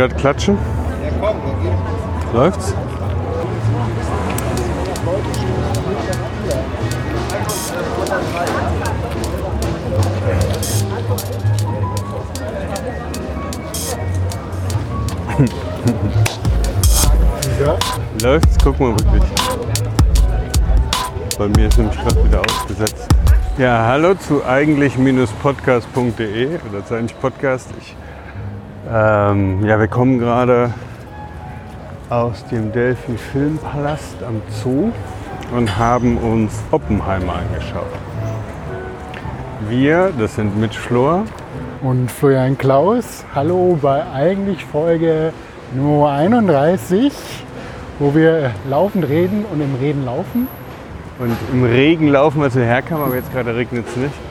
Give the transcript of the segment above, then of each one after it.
gerade klatschen? Ja, komm, dann geht. Läuft's? Ja. Läuft's? Guck mal wirklich. Bei mir ist nämlich gerade wieder ausgesetzt. Ja, hallo zu eigentlich-podcast.de oder zu eigentlich Podcast. Wir kommen gerade aus dem Delphi Filmpalast am Zoo und haben uns Oppenheimer angeschaut. Wir, das sind Mitch Flor und Florian Klaus. Hallo bei eigentlich Folge Nummer 31, wo wir laufend reden und im Reden laufen. Und im Regen laufen, als wir herkamen, aber jetzt gerade regnet es nicht.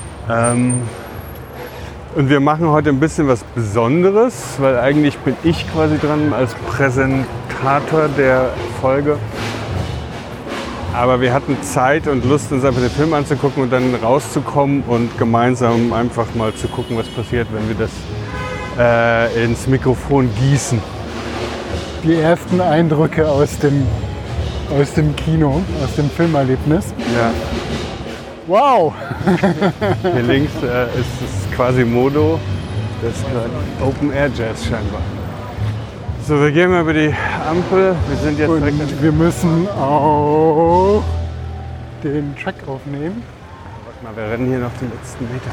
Und wir machen heute ein bisschen was Besonderes, weil eigentlich bin ich quasi dran als Präsentator der Folge. Aber wir hatten Zeit und Lust, uns einfach den Film anzugucken und dann rauszukommen und gemeinsam einfach mal zu gucken, was passiert, wenn wir das ins Mikrofon gießen. Die ersten Eindrücke aus dem Kino, aus dem Filmerlebnis. Ja. Wow! Hier links ist es quasi Modo. Das ist gerade Open Air Jazz scheinbar. So, wir gehen mal über die Ampel. Wir sind jetzt Und direkt. wir müssen auch den Track aufnehmen. Warte mal, wir rennen hier noch die letzten Meter.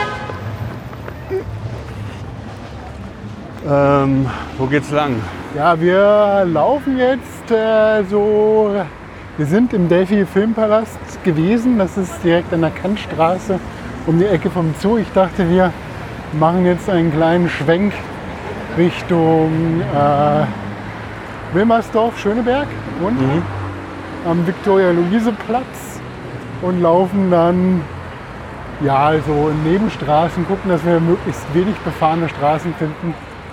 Wo geht's lang? Ja, wir laufen jetzt wir sind im Delphi Filmpalast gewesen. Das ist direkt an der Kantstraße um die Ecke vom Zoo. Ich dachte, wir machen jetzt einen kleinen Schwenk Richtung Wilmersdorf, Schöneberg unten am Viktoria-Luise-Platz und laufen dann so in Nebenstraßen, gucken, dass wir möglichst wenig befahrene Straßen finden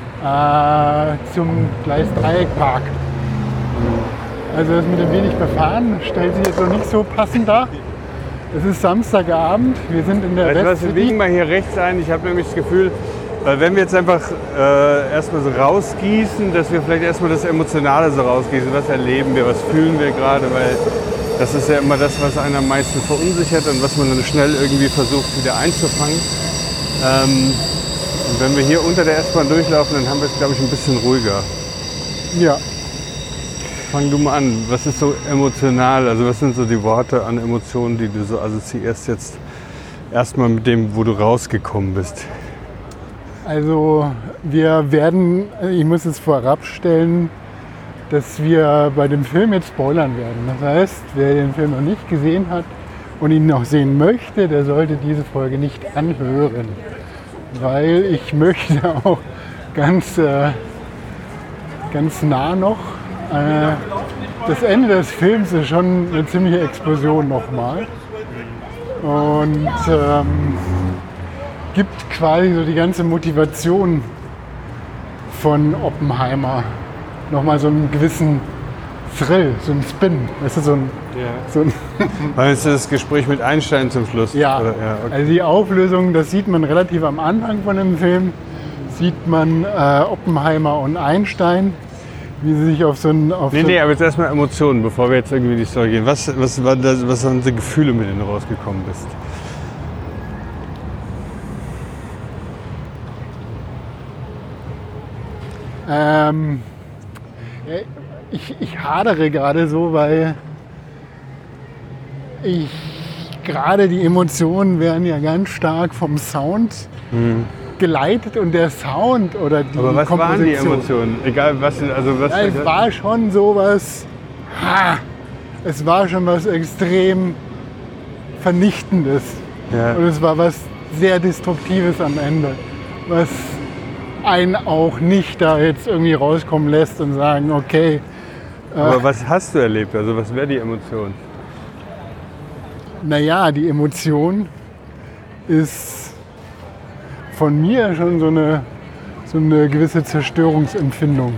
zum Gleis-Dreieck-Park. Also das mit dem wenig befahren stellt sich jetzt noch nicht so passend dar. Es ist Samstagabend, wir sind in der Weißt du, wir biegen mal hier rechts ein. Ich habe nämlich das Gefühl, wenn wir jetzt einfach erstmal so rausgießen, dass wir vielleicht erstmal das Emotionale so rausgießen. Was erleben wir, was fühlen wir gerade, weil das ist ja immer das, was einen am meisten verunsichert und was man dann schnell irgendwie versucht wieder einzufangen. Und wenn wir hier unter der S-Bahn durchlaufen, dann haben wir es, glaube ich, ein bisschen ruhiger. Ja. Fang du mal an. Was ist so emotional? Also was sind so die Worte an Emotionen, die du so assoziierst jetzt erstmal mit dem, wo du rausgekommen bist? Also ich muss es vorab stellen, dass wir bei dem Film jetzt spoilern werden. Das heißt, wer den Film noch nicht gesehen hat und ihn noch sehen möchte, der sollte diese Folge nicht anhören. Weil ich möchte auch ganz nah noch. Das Ende des Films ist schon eine ziemliche Explosion nochmal. Und gibt quasi so die ganze Motivation von Oppenheimer nochmal so einen gewissen Thrill, so einen Spin. Weißt du, so ein Meinst du das Gespräch mit Einstein zum Schluss? Ja, okay. Also die Auflösung, das sieht man relativ am Anfang von dem Film, sieht man Oppenheimer und Einstein, wie sie sich auf so ein... aber jetzt erstmal Emotionen, bevor wir jetzt irgendwie in die Story gehen. Was waren die Gefühle, mit denen du rausgekommen bist? Ich hadere gerade so, weil gerade die Emotionen werden ja ganz stark vom Sound geleitet und der Sound oder die Aber was Komposition. waren die Emotionen? Egal was, Es war schon sowas, es war schon was extrem Vernichtendes. Ja. Und es war was sehr Destruktives am Ende, was einen auch nicht da jetzt irgendwie rauskommen lässt und sagen, okay. Aber was hast du erlebt? Also was wäre die Emotion? Naja, die Emotion ist von mir schon so eine gewisse Zerstörungsempfindung.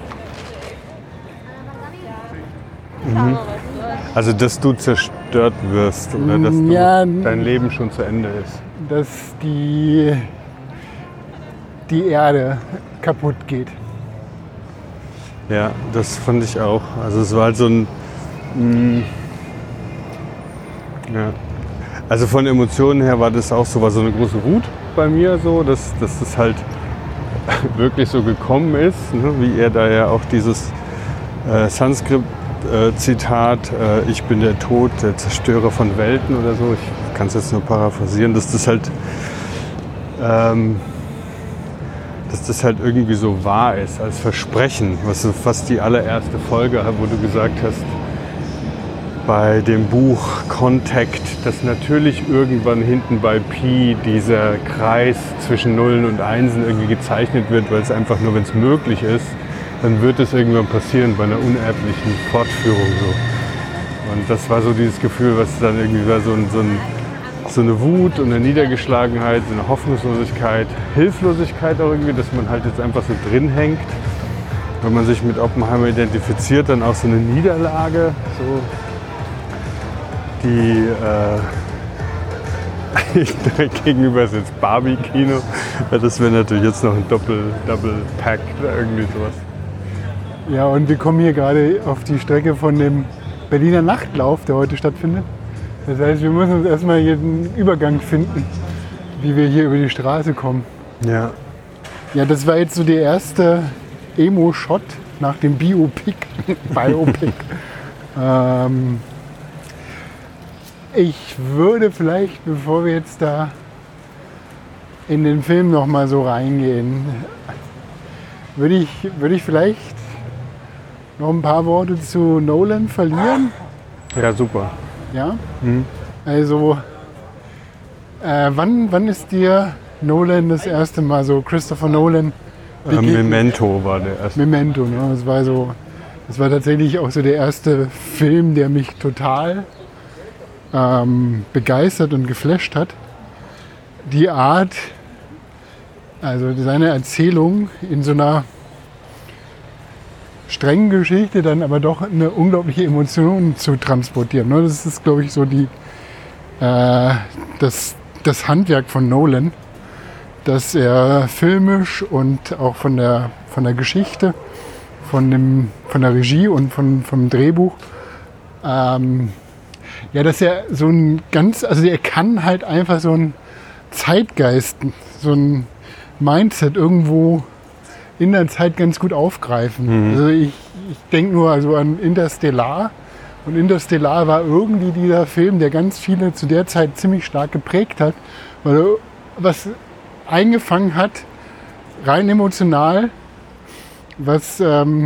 Also dass du zerstört wirst oder dass dein Leben schon zu Ende ist. Dass die Erde kaputt geht. Ja, das fand ich auch. Also es war halt so ein... ja. Also von Emotionen her war das auch so, war so eine große Wut bei mir, so, dass das halt wirklich so gekommen ist, ne? Wie er da ja auch dieses Sanskrit-Zitat, ich bin der Tod, der Zerstörer von Welten oder so, ich kann es jetzt nur paraphrasieren, dass das halt irgendwie so wahr ist, als Versprechen, was fast die allererste Folge, wo du gesagt hast, bei dem Buch Contact, dass natürlich irgendwann hinten bei Pi dieser Kreis zwischen Nullen und Einsen irgendwie gezeichnet wird, weil es einfach nur, wenn es möglich ist, dann wird es irgendwann passieren bei einer unerblichen Fortführung so. Und das war so dieses Gefühl, was dann irgendwie war, so eine Wut und eine Niedergeschlagenheit, so eine Hoffnungslosigkeit, Hilflosigkeit auch irgendwie, dass man halt jetzt einfach so drin hängt. Wenn man sich mit Oppenheimer identifiziert, dann auch so eine Niederlage, so die direkt gegenüber ist jetzt Barbie-Kino. Ja, das wäre natürlich jetzt noch ein Double-Pack oder irgendwie sowas. Ja, und wir kommen hier gerade auf die Strecke von dem Berliner Nachtlauf, der heute stattfindet. Das heißt, wir müssen uns erstmal hier einen Übergang finden, wie wir hier über die Straße kommen. Ja. Ja, das war jetzt so der erste Emo-Shot nach dem Biopic. Ich würde vielleicht, bevor wir jetzt da in den Film noch mal so reingehen, würde ich vielleicht noch ein paar Worte zu Nolan verlieren. Ja, super. Ja? Mhm. Also, wann ist dir Nolan das erste Mal so, Christopher Nolan? Memento war der erste. Memento, ne? Das war tatsächlich auch so der erste Film, der mich total begeistert und geflasht hat. Die Art, also seine Erzählung in so einer strengen Geschichte dann aber doch eine unglaubliche Emotion zu transportieren. Das ist, glaube ich, so das Handwerk von Nolan, dass er filmisch und auch von der Geschichte, von der Regie und vom Drehbuch, dass er so er kann halt einfach so einen Zeitgeist, so ein Mindset irgendwo in der Zeit ganz gut aufgreifen. Also ich denke nur an Interstellar. Und Interstellar war irgendwie dieser Film, der ganz viele zu der Zeit ziemlich stark geprägt hat, weil er was eingefangen hat, rein emotional, was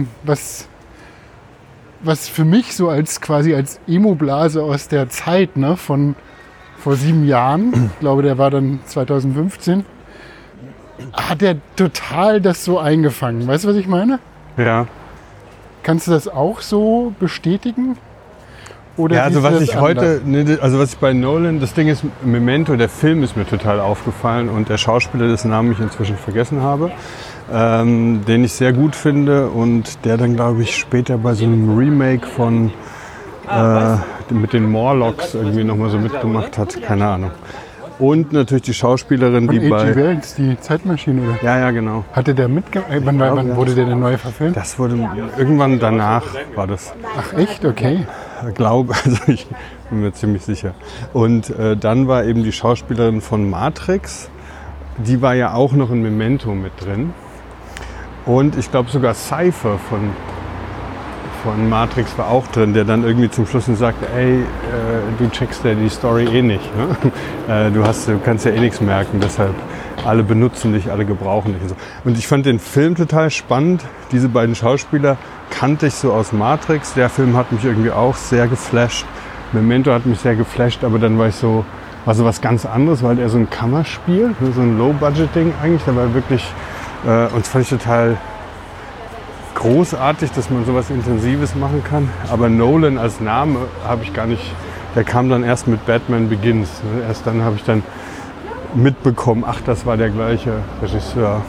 für mich so als Emo-Blase aus der Zeit, ne, von vor 7 Jahren, ich glaube, der war dann 2015, hat er total das so eingefangen. Weißt du, was ich meine? Ja. Kannst du das auch so bestätigen? Oder ja, also was ich bei Nolan, das Ding ist, Memento, der Film ist mir total aufgefallen und der Schauspieler, dessen Namen ich inzwischen vergessen habe, den ich sehr gut finde und der dann, glaube ich, später bei so einem Remake von mit den Morlocks irgendwie nochmal so mitgemacht hat, keine Ahnung. Und natürlich die Schauspielerin, von die bei... Wells, die Zeitmaschine, oder? Ja, genau. Hatte der mitgemacht? Wann wurde der denn neu verfilmt? Das wurde irgendwann danach, war das. Ach echt? Okay. Ich bin mir ziemlich sicher. Und dann war eben die Schauspielerin von Matrix, die war ja auch noch in Memento mit drin. Und ich glaube sogar Cypher von Matrix war auch drin, der dann irgendwie zum Schluss sagte, ey, du checkst ja die Story eh nicht. Ne? Du kannst ja eh nichts merken, deshalb alle benutzen dich, alle gebrauchen dich. Und so. Und ich fand den Film total spannend. Diese beiden Schauspieler kannte ich so aus Matrix. Der Film hat mich irgendwie auch sehr geflasht. Memento hat mich sehr geflasht, aber dann war so was ganz anderes, weil er so ein Kammerspiel, so ein Low-Budget-Ding eigentlich. Da war wirklich, und das fand ich total großartig, dass man sowas Intensives machen kann. Aber Nolan als Name habe ich gar nicht, der kam dann erst mit Batman Begins. Erst dann habe ich dann mitbekommen, ach, das war der gleiche Regisseur.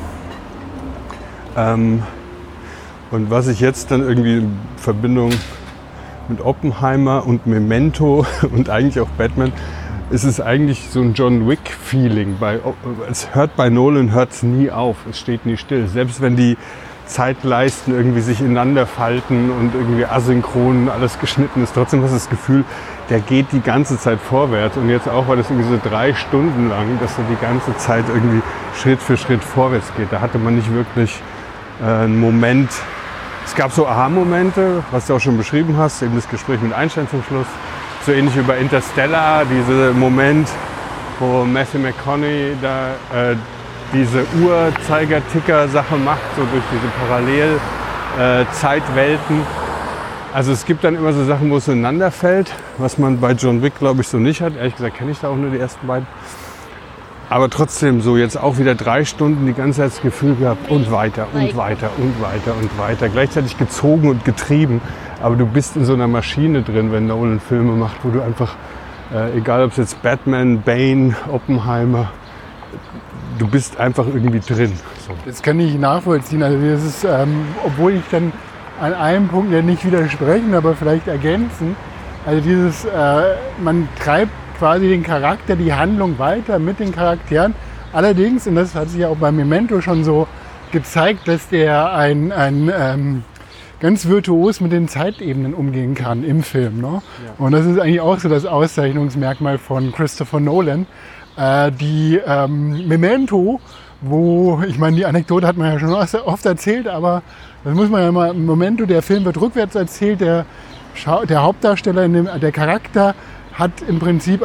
Und was ich jetzt dann irgendwie in Verbindung mit Oppenheimer und Memento und eigentlich auch Batman, ist es eigentlich so ein John Wick-Feeling. Bei Nolan hört es nie auf, es steht nie still. Selbst wenn die Zeitleisten irgendwie sich ineinander falten und irgendwie asynchron alles geschnitten ist. Trotzdem hast du das Gefühl, der geht die ganze Zeit vorwärts. Und jetzt auch, weil das irgendwie so 3 Stunden lang, dass er die ganze Zeit irgendwie Schritt für Schritt vorwärts geht. Da hatte man nicht wirklich einen Moment. Es gab so Aha-Momente, was du auch schon beschrieben hast, eben das Gespräch mit Einstein zum Schluss. So ähnlich wie bei Interstellar, dieser Moment, wo Matthew McConaughey da diese Uhrzeiger-Ticker-Sache macht, so durch diese Parallel-Zeitwelten. Also es gibt dann immer so Sachen, wo es ineinander fällt, was man bei John Wick, glaube ich, so nicht hat. Ehrlich gesagt kenne ich da auch nur die ersten beiden. Aber trotzdem so jetzt auch wieder 3 Stunden die ganze Zeit das Gefühl gehabt und weiter und weiter und weiter und weiter. Gleichzeitig gezogen und getrieben. Aber du bist in so einer Maschine drin, wenn Nolan Filme macht, wo du einfach, egal ob es jetzt Batman, Bane, Oppenheimer, du bist einfach irgendwie drin. So. Das kann ich nachvollziehen. Also das ist, obwohl ich dann an einem Punkt ja nicht widersprechen, aber vielleicht ergänzen. Also dieses, man treibt quasi den Charakter, die Handlung weiter mit den Charakteren. Allerdings, und das hat sich ja auch bei Memento schon so gezeigt, dass der ein ganz virtuos mit den Zeitebenen umgehen kann im Film. Ne? Ja. Und das ist eigentlich auch so das Auszeichnungsmerkmal von Christopher Nolan. Die Memento, wo, ich meine, die Anekdote hat man ja schon oft erzählt, aber das muss man ja mal, Memento, der Film wird rückwärts erzählt, der Hauptdarsteller, der Charakter hat im Prinzip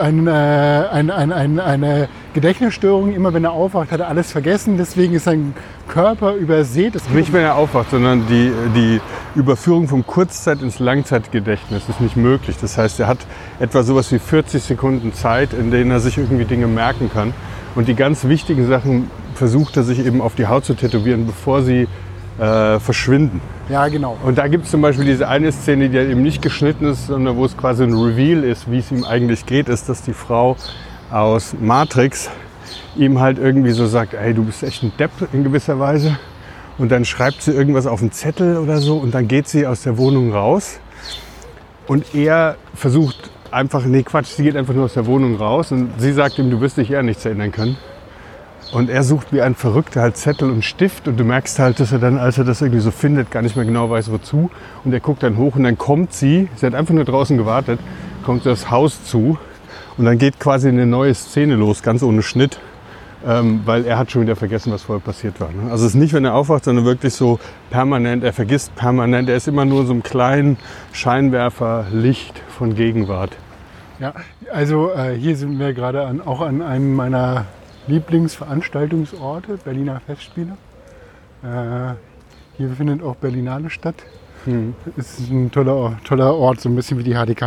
eine Gedächtnisstörung. Immer wenn er aufwacht, hat er alles vergessen. Deswegen ist sein Körper übersät. Nicht, wenn er aufwacht, sondern die Überführung vom Kurzzeit- ins Langzeitgedächtnis ist nicht möglich. Das heißt, er hat etwa sowas wie 40 Sekunden Zeit, in denen er sich irgendwie Dinge merken kann. Und die ganz wichtigen Sachen versucht er sich eben auf die Haut zu tätowieren, bevor sie verschwinden. Ja, genau. Und da gibt es zum Beispiel diese eine Szene, die eben nicht geschnitten ist, sondern wo es quasi ein Reveal ist, wie es ihm eigentlich geht, ist, dass die Frau aus Matrix ihm halt irgendwie so sagt, ey, du bist echt ein Depp in gewisser Weise. Und dann schreibt sie irgendwas auf einen Zettel oder so und dann geht sie aus der Wohnung raus. Und er versucht einfach, nee Quatsch, sie geht einfach nur aus der Wohnung raus und sie sagt ihm, du wirst dich eher nichts erinnern können. Und er sucht wie ein Verrückter halt Zettel und Stift und du merkst halt, dass er dann, als er das irgendwie so findet, gar nicht mehr genau weiß, wozu. Und er guckt dann hoch und dann kommt sie hat einfach nur draußen gewartet, kommt sie das Haus zu und dann geht quasi eine neue Szene los, ganz ohne Schnitt, weil er hat schon wieder vergessen, was vorher passiert war. Ne? Also es ist nicht, wenn er aufwacht, sondern wirklich so permanent, er vergisst permanent, er ist immer nur so einem kleinen Scheinwerferlicht von Gegenwart. Ja, also hier sind wir gerade auch an einem meiner Lieblingsveranstaltungsorte, Berliner Festspiele. Hier findet auch Berlinale statt. Das ist ein toller Ort, so ein bisschen wie die HDK.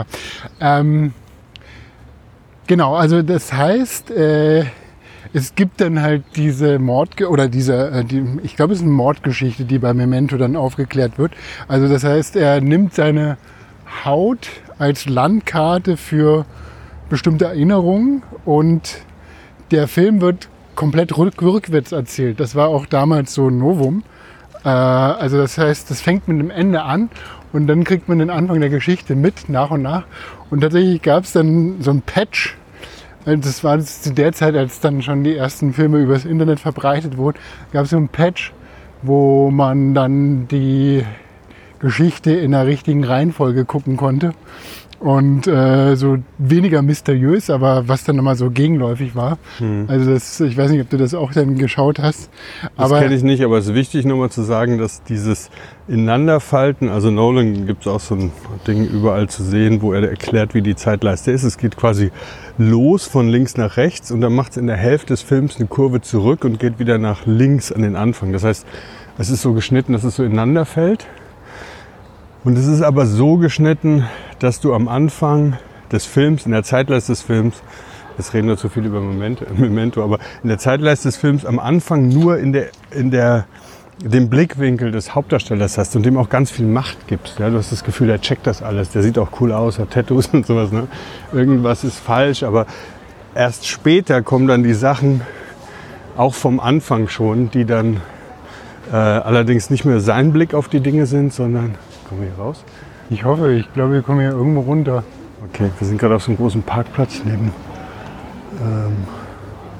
Genau, also das heißt, es gibt dann halt diese ich glaube, es ist eine Mordgeschichte, die bei Memento dann aufgeklärt wird. Also das heißt, er nimmt seine Haut als Landkarte für bestimmte Erinnerungen und der Film wird komplett rückwärts erzählt. Das war auch damals so ein Novum. Also das heißt, das fängt mit dem Ende an und dann kriegt man den Anfang der Geschichte mit, nach und nach. Und tatsächlich gab es dann so ein Patch. Das war zu der Zeit, als dann schon die ersten Filme übers Internet verbreitet wurden, gab es so ein Patch, wo man dann die Geschichte in der richtigen Reihenfolge gucken konnte. Und so weniger mysteriös, aber was dann nochmal so gegenläufig war. Also ich weiß nicht, ob du das auch dann geschaut hast. Das kenne ich nicht, aber es ist wichtig nochmal zu sagen, dass dieses Ineinanderfalten, also Nolan gibt es auch so ein Ding überall zu sehen, wo er erklärt, wie die Zeitleiste ist. Es geht quasi los von links nach rechts und dann macht es in der Hälfte des Films eine Kurve zurück und geht wieder nach links an den Anfang. Das heißt, es ist so geschnitten, dass es so ineinander fällt. Und es ist aber so geschnitten, dass du am Anfang des Films, in der Zeitleiste des Films, jetzt reden wir zu viel über Memento, aber in der Zeitleiste des Films am Anfang nur in dem Blickwinkel des Hauptdarstellers hast und dem auch ganz viel Macht gibst. Ja, du hast das Gefühl, der checkt das alles, der sieht auch cool aus, hat Tattoos und sowas. Ne? Irgendwas ist falsch, aber erst später kommen dann die Sachen, auch vom Anfang schon, die dann allerdings nicht mehr sein Blick auf die Dinge sind, sondern... Kommen wir hier raus? Ich hoffe, ich glaube, wir kommen hier irgendwo runter. Okay, wir sind gerade auf so einem großen Parkplatz neben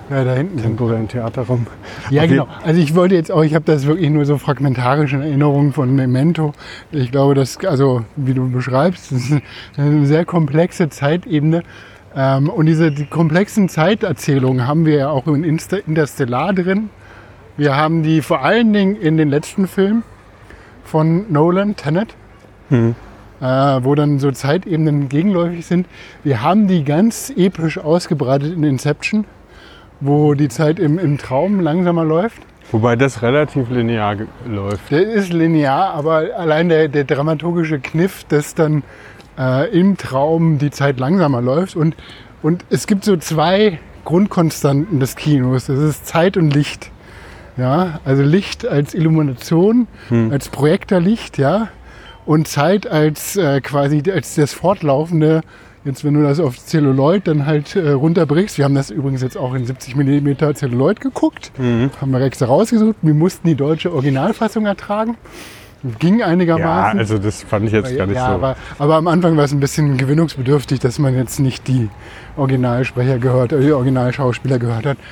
Ja, da hinten sind. Temporären Theaterraum. Ja, Okay. genau. Also ich wollte jetzt auch, ich habe das wirklich nur so fragmentarisch in Erinnerung von Memento. Ich glaube, das, also wie du beschreibst, das ist eine sehr komplexe Zeitebene. Und die komplexen Zeiterzählungen haben wir ja auch in Interstellar drin. Wir haben die vor allen Dingen in den letzten Film von Nolan, Tenet, wo dann so Zeitebenen gegenläufig sind. Wir haben die ganz episch ausgebreitet in Inception, wo die Zeit im Traum langsamer läuft. Wobei das relativ linear läuft. Der ist linear, aber allein der dramaturgische Kniff, dass dann im Traum die Zeit langsamer läuft. Und es gibt so zwei Grundkonstanten des Kinos. Das ist Zeit und Licht. Ja, also Licht als Illumination, als Projektorlicht, ja, und Zeit als quasi als das fortlaufende. Jetzt, wenn du das auf Zelluloid dann halt runterbrichst, wir haben das übrigens jetzt auch in 70 mm Zelluloid geguckt, haben wir extra rausgesucht, wir mussten die deutsche Originalfassung ertragen. Ging einigermaßen. Ja, also das fand ich jetzt gar nicht so. Aber am Anfang war es ein bisschen gewinnungsbedürftig, dass man jetzt nicht die Originalsprecher gehört, die Originalschauspieler gehört hat.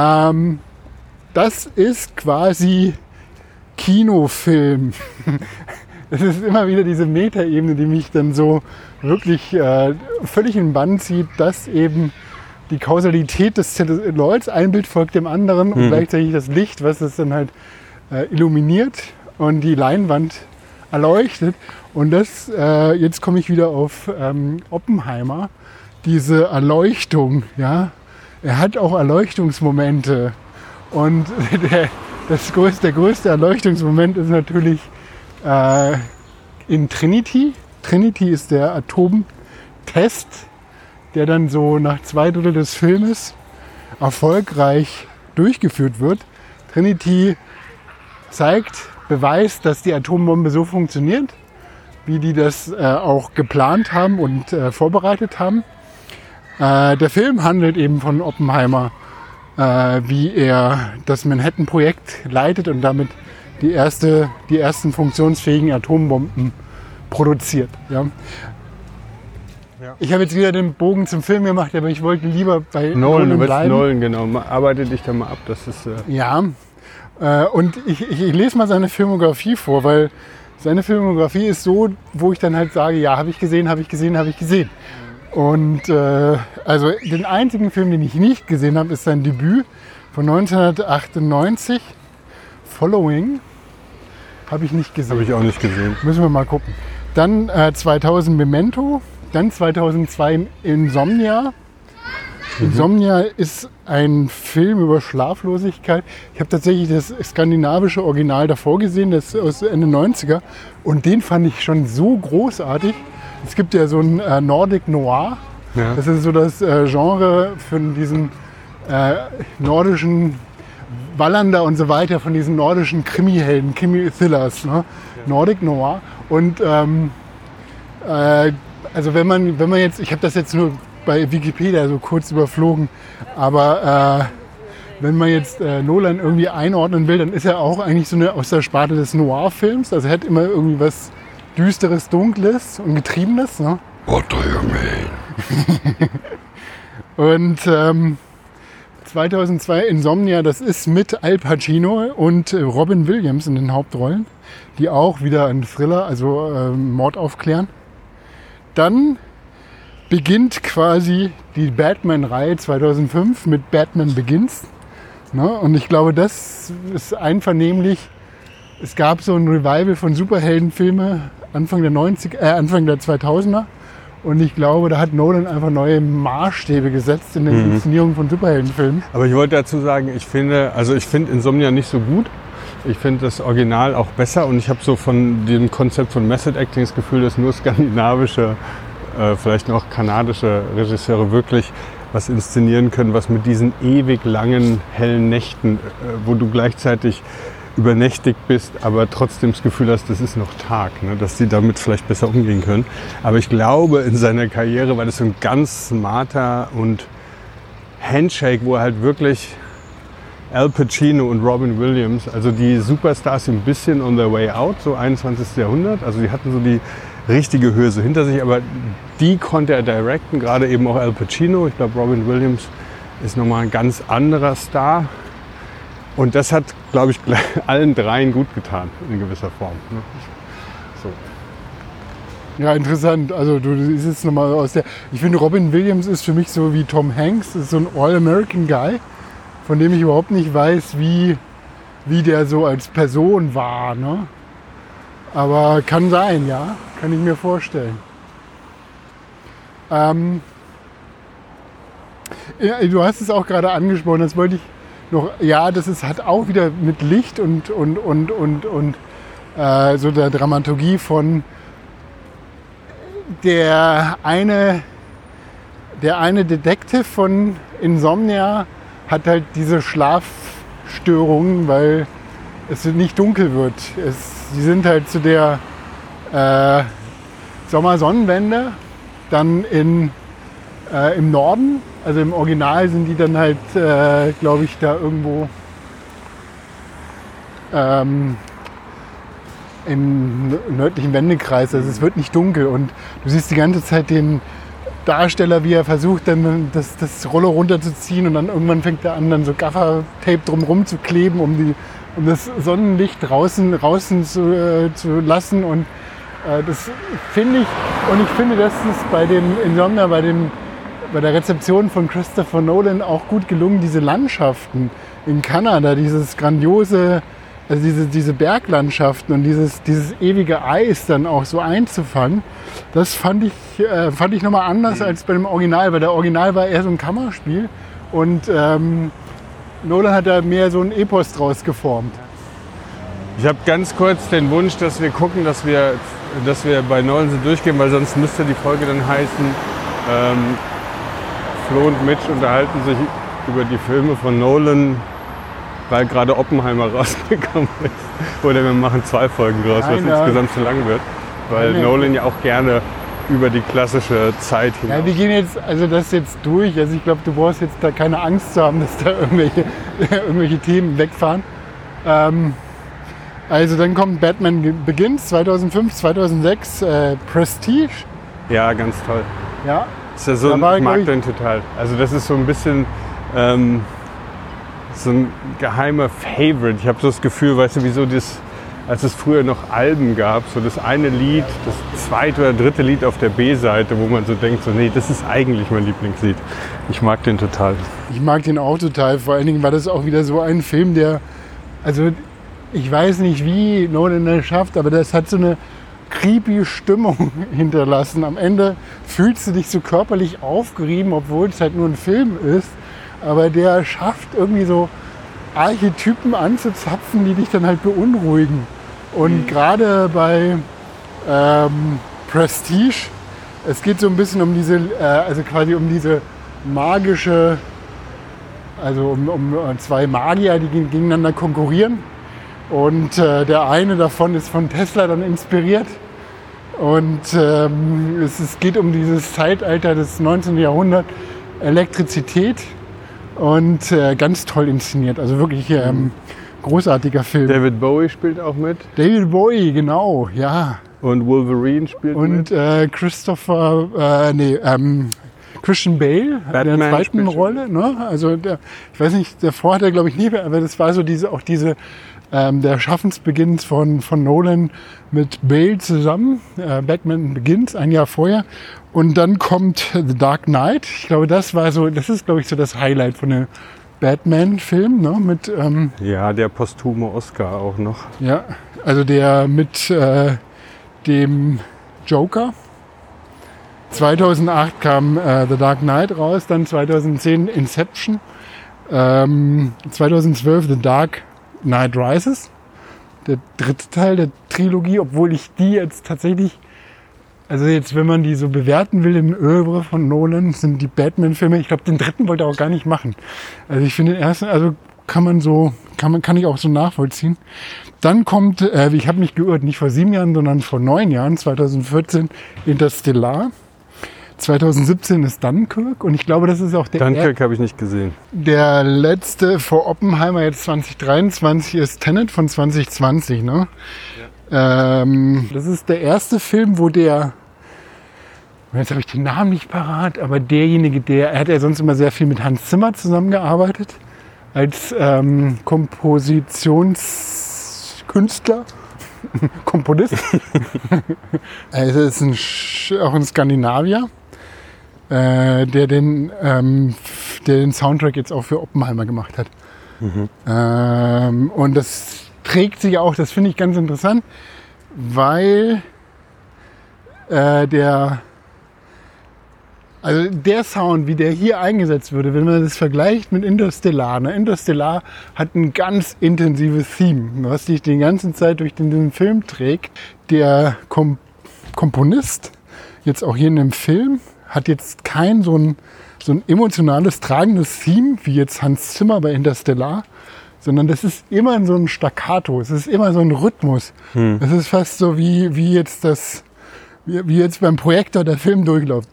Das ist quasi Kinofilm. Das ist immer wieder diese Metaebene, die mich dann so wirklich völlig in den Bann zieht, dass eben die Kausalität des Zelluloids, ein Bild folgt dem anderen und gleichzeitig das Licht, was es dann halt illuminiert und die Leinwand erleuchtet. Und das, jetzt komme ich wieder auf Oppenheimer, diese Erleuchtung. Ja? Er hat auch Erleuchtungsmomente. Und der größte Erleuchtungsmoment ist natürlich in Trinity. Trinity ist der Atomtest, der dann so nach 2/3 des Filmes erfolgreich durchgeführt wird. Trinity beweist, dass die Atombombe so funktioniert, wie die das auch geplant haben und vorbereitet haben. Der Film handelt eben von Oppenheimer, wie er das Manhattan-Projekt leitet und damit die ersten funktionsfähigen Atombomben produziert. Ja. Ja. Ich habe jetzt wieder den Bogen zum Film gemacht, aber ich wollte lieber bei Nolan bleiben. Nolan, genau. Arbeite dich da mal ab. Das ist, Ja, und ich lese mal seine Filmografie vor, weil seine Filmografie ist so, wo ich dann halt sage, ja, habe ich gesehen. Und also den einzigen Film, den ich nicht gesehen habe, ist sein Debüt von 1998, Following. Habe ich nicht gesehen. habe ich auch nicht gesehen. Müssen wir mal gucken. Dann 2000 Memento, dann 2002 Insomnia. Insomnia ist ein Film über Schlaflosigkeit. Ich habe tatsächlich das skandinavische Original davor gesehen, das ist aus Ende 90er. Und den fand ich schon so großartig. Es gibt ja so ein Nordic Noir. Ja. Das ist so das Genre von diesen nordischen Wallander und so weiter, von diesen nordischen Krimi-Helden, Krimi-Thrillers, ne? Ja. Nordic Noir. Und also wenn man jetzt, ich habe das jetzt nur bei Wikipedia so kurz überflogen, aber wenn man jetzt Nolan irgendwie einordnen will, dann ist er auch eigentlich so eine aus der Sparte des Noir-Films. Also er hat immer irgendwie was Düsteres, Dunkles und Getriebenes. Ne? What do you mean? Und 2002 Insomnia, das ist mit Al Pacino und Robin Williams in den Hauptrollen, die auch wieder einen Thriller, also Mord aufklären. Dann beginnt quasi die Batman-Reihe 2005 mit Batman Begins. Ne? Und ich glaube, das ist einvernehmlich. Es gab so ein Revival von Superheldenfilmen Anfang der 2000er. Und ich glaube, da hat Nolan einfach neue Maßstäbe gesetzt in der Inszenierung von Superheldenfilmen. Aber ich wollte dazu sagen, ich finde Insomnia nicht so gut. Ich finde das Original auch besser und ich habe so von dem Konzept von Method Acting das Gefühl, dass nur skandinavische, vielleicht noch kanadische Regisseure wirklich was inszenieren können, was mit diesen ewig langen, hellen Nächten, wo du gleichzeitig übernächtigt bist, aber trotzdem das Gefühl hast, das ist noch Tag, ne? Dass die damit vielleicht besser umgehen können. Aber ich glaube, in seiner Karriere war das so ein ganz smarter und Handshake, wo er halt wirklich Al Pacino und Robin Williams, also die Superstars ein bisschen on their way out, so 21. Jahrhundert, also die hatten so die richtige Höhe so hinter sich, aber die konnte er directen, gerade eben auch Al Pacino. Ich glaube, Robin Williams ist nochmal ein ganz anderer Star. Und das hat, glaube ich, allen dreien gut getan, in gewisser Form. Ne? So. Ja, interessant. Also du siehst jetzt nochmal aus der... Ich finde, Robin Williams ist für mich so wie Tom Hanks. Das ist so ein All-American-Guy, von dem ich überhaupt nicht weiß, wie der so als Person war. Ne? Aber kann sein, ja. Kann ich mir vorstellen. Ja, du hast es auch gerade angesprochen, das wollte ich noch... Ja, hat auch wieder mit Licht und so der Dramaturgie von... Der eine Detective von Insomnia hat halt diese Schlafstörungen, weil es nicht dunkel wird. Sie sind halt zu der Sommersonnenwende dann im Norden. Also im Original sind die dann halt, glaube ich, da irgendwo im nördlichen Wendekreis, also es wird nicht dunkel und du siehst die ganze Zeit den Darsteller, wie er versucht, dann das Rollo runterzuziehen und dann irgendwann fängt er an, dann so Gaffer-Tape drumherum zu kleben, um das Sonnenlicht draußen zu lassen und das finde ich, und ich finde, dass es bei dem Insomnia, bei der Rezeption von Christopher Nolan auch gut gelungen, diese Landschaften in Kanada, dieses grandiose, also diese Berglandschaften und dieses ewige Eis dann auch so einzufangen, das fand ich nochmal anders als bei dem Original, weil der Original war eher so ein Kammerspiel und Nolan hat da mehr so ein Epos draus geformt. Ich habe ganz kurz den Wunsch, dass wir gucken, dass wir bei Nolan so durchgehen, weil sonst müsste die Folge dann heißen, Flo und Mitch unterhalten sich über die Filme von Nolan, weil gerade Oppenheimer rausgekommen ist. Oder wir machen 2 Folgen draus, was insgesamt zu lang wird. Weil Nolan ja auch gerne über die klassische Zeit hinaus. Ja, wir gehen jetzt das jetzt durch. Also ich glaube, du brauchst jetzt da keine Angst zu haben, dass da irgendwelche Themen wegfahren. Also dann kommt Batman Begins 2005, 2006, Prestige. Ja, ganz toll. Ja. Ist ja so, ich mag den total. Also das ist so ein bisschen... so ein geheimer Favorite. Ich habe so das Gefühl, weißt du, wieso als es früher noch Alben gab, so das eine Lied, das zweite oder dritte Lied auf der B-Seite, wo man so denkt, so nee, das ist eigentlich mein Lieblingslied. Ich mag den total. Ich mag den auch total. Vor allen Dingen war das auch wieder so ein Film, der, also ich weiß nicht, wie Nolan das schafft, aber das hat so eine creepy Stimmung hinterlassen. Am Ende fühlst du dich so körperlich aufgerieben, obwohl es halt nur ein Film ist. Aber der schafft irgendwie so Archetypen anzuzapfen, die dich dann halt beunruhigen. Und gerade bei Prestige, es geht so ein bisschen um diese, um diese magische, also um 2 Magier, die gegeneinander konkurrieren. Und der eine davon ist von Tesla dann inspiriert. Und es geht um dieses Zeitalter des 19. Jahrhunderts, Elektrizität. Und ganz toll inszeniert, also wirklich großartiger Film. David Bowie spielt auch mit. David Bowie, genau, ja. Und Wolverine spielt mit. Und Christian Bale in der zweiten Rolle. Ne? Also ich weiß nicht, davor hat er glaube ich nie, aber das war so der Schaffensbeginn von Nolan mit Bale zusammen, Batman Begins, ein Jahr vorher. Und dann kommt The Dark Knight. Ich glaube, das ist glaube ich so das Highlight von dem Batman-Film. Ne? Mit, ja, der posthume Oscar auch noch. Ja, also der mit dem Joker. 2008 kam The Dark Knight raus, dann 2010 Inception, 2012 The Dark Knight Rises, der dritte Teil der Trilogie, obwohl ich die jetzt tatsächlich, also jetzt wenn man die so bewerten will im Œuvre von Nolan, sind die Batman-Filme, ich glaube den dritten wollte er auch gar nicht machen. Also ich finde den ersten, also kann ich auch so nachvollziehen. Dann kommt, ich habe mich geirrt, nicht vor 7 Jahren, sondern vor 9 Jahren, 2014 Interstellar. 2017 ist Dunkirk und ich glaube, das ist auch Dunkirk habe ich nicht gesehen. Der letzte vor Oppenheimer jetzt 2023 ist Tenet von 2020. Ne? Ja. Das ist der erste Film, wo der Und jetzt habe ich den Namen nicht parat, aber derjenige, er hat ja sonst immer sehr viel mit Hans Zimmer zusammengearbeitet, als Kompositionskünstler, Komponist. Also ist auch ein Skandinavier, der den Soundtrack jetzt auch für Oppenheimer gemacht hat. Und das trägt sich auch, das finde ich ganz interessant, weil der Sound, wie der hier eingesetzt würde, wenn man das vergleicht mit Interstellar. Ne? Interstellar hat ein ganz intensives Theme, was sich die ganze Zeit durch den Film trägt. Der Komponist, jetzt auch hier in dem Film, hat jetzt kein so ein emotionales, tragendes Theme, wie jetzt Hans Zimmer bei Interstellar, sondern das ist immer so ein Staccato, es ist immer so ein Rhythmus. Es ist fast so wie jetzt beim Projektor der Film durchläuft.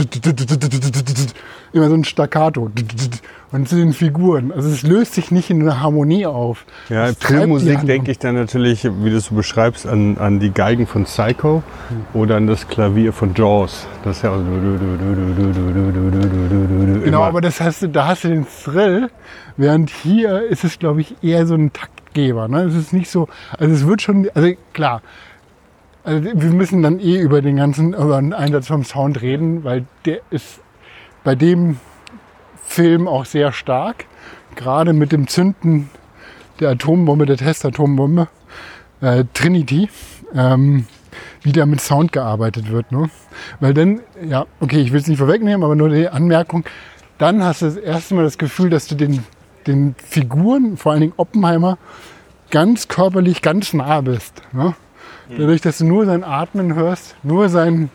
Immer so ein Staccato. Und zu den Figuren. Also es löst sich nicht in einer Harmonie auf. Ja, Filmmusik denke ich dann natürlich, wie du es so beschreibst, an die Geigen von Psycho oder an das Klavier von Jaws. Das ist ja auch so. Genau, aber da hast du den Thrill, während hier ist es, glaube ich, eher so ein Taktgeber. Ne? Es ist nicht so, also es wird schon, also klar, also wir müssen dann über den Einsatz vom Sound reden, weil der ist bei dem Film auch sehr stark. Gerade mit dem Zünden der Atombombe, der Testatombombe, Trinity, wie da mit Sound gearbeitet wird. Ne? Weil dann, ja, okay, ich will es nicht vorwegnehmen, aber nur die Anmerkung, dann hast du das erste Mal das Gefühl, dass du den Figuren, vor allen Dingen Oppenheimer, ganz körperlich ganz nah bist. Ne? Dadurch, dass du nur sein Atmen hörst, nur die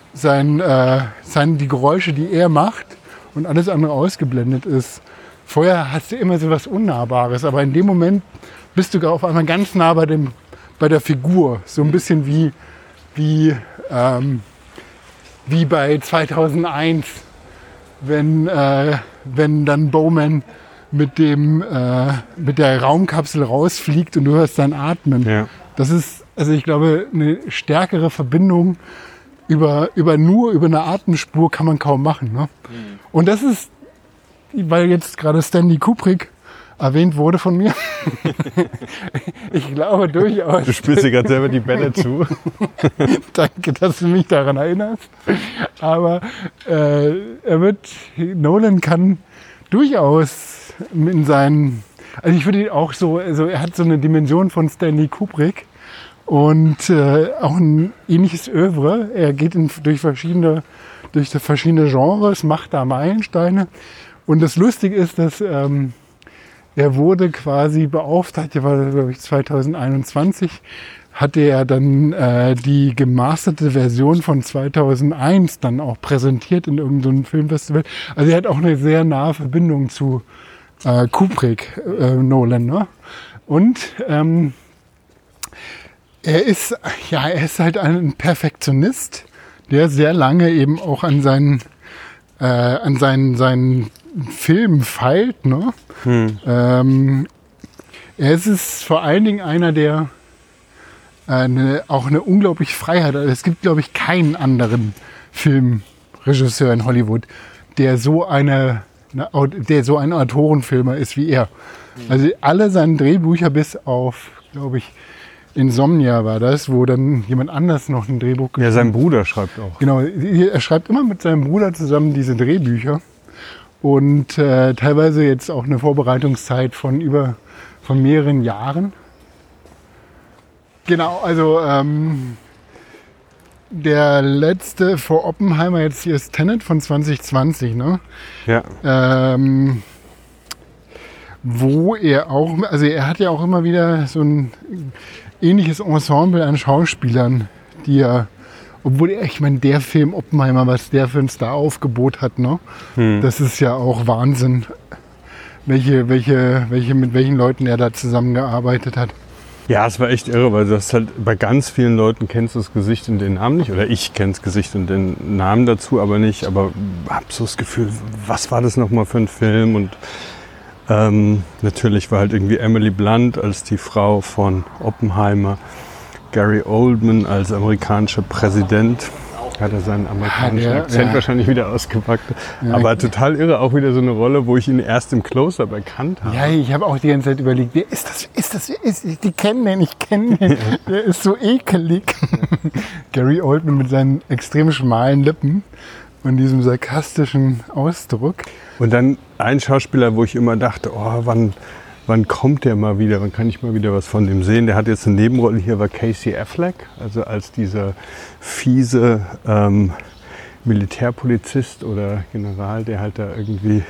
Geräusche, die er macht und alles andere ausgeblendet ist. Vorher hast du immer so was Unnahbares, aber in dem Moment bist du auf einmal ganz nah bei der Figur. So ein bisschen wie bei 2001, wenn dann Bowman mit der Raumkapsel rausfliegt und du hörst sein Atmen. Ja. Das ist, also ich glaube, eine stärkere Verbindung über eine Atemspur kann man kaum machen. Ne? Und das ist, weil jetzt gerade Stanley Kubrick erwähnt wurde von mir. Ich glaube durchaus. Du spielst dir gerade selber die Bälle zu. Danke, dass du mich daran erinnerst. Aber Nolan kann durchaus in seinen, also ich würde ihn auch so, also er hat so eine Dimension von Stanley Kubrick und auch ein ähnliches Œuvre. Er geht durch verschiedene Genres, macht da Meilensteine. Und das Lustige ist, dass er wurde quasi beauftragt, der war, glaube ich, 2021, hatte er dann die gemasterte Version von 2001 dann auch präsentiert in irgendeinem Filmfestival. Also er hat auch eine sehr nahe Verbindung zu Kubrick, Nolan. Ne? Und er ist halt ein Perfektionist, der sehr lange eben auch an seinen Filmen feilt. Ne? Er ist vor allen Dingen einer, der auch eine unglaubliche Freiheit hat. Es gibt, glaube ich, keinen anderen Filmregisseur in Hollywood, der so ein Autorenfilmer ist wie er. Also alle seine Drehbücher bis auf, glaube ich, Insomnia war das, wo dann jemand anders noch ein Drehbuch geschrieben hat. Ja, sein Bruder schreibt auch. Genau, er schreibt immer mit seinem Bruder zusammen diese Drehbücher. Und teilweise jetzt auch eine Vorbereitungszeit von mehreren Jahren. Genau, also der letzte vor Oppenheimer jetzt hier ist Tenet von 2020, ne? Ja. Wo er auch, also er hat ja auch immer wieder so ein ähnliches Ensemble an Schauspielern, die obwohl, ich meine, der Film Oppenheimer, was der für ein Star-Aufgebot hat, ne? Das ist ja auch Wahnsinn, mit welchen Leuten er da zusammengearbeitet hat. Ja, es war echt irre, weil das halt bei ganz vielen Leuten kennst du das Gesicht und den Namen nicht. Oder ich kenne das Gesicht und den Namen dazu aber nicht. Aber hab so das Gefühl, was war das nochmal für ein Film? Und natürlich war halt irgendwie Emily Blunt als die Frau von Oppenheimer, Gary Oldman als amerikanischer Präsident Hat er seinen amerikanischen Akzent ja. wahrscheinlich wieder ausgepackt. Ja. Aber total irre, auch wieder so eine Rolle, wo ich ihn erst im Close-Up erkannt habe. Ja, ich habe auch die ganze Zeit überlegt, wer ist das? Die kennen den, ich kenne den. Der ist so ekelig. Gary Oldman mit seinen extrem schmalen Lippen und diesem sarkastischen Ausdruck. Und dann ein Schauspieler, wo ich immer dachte, oh, wann kommt der mal wieder? Wann kann ich mal wieder was von dem sehen? Der hat jetzt eine Nebenrolle hier, war Casey Affleck, also als dieser fiese Militärpolizist oder General, der halt da irgendwie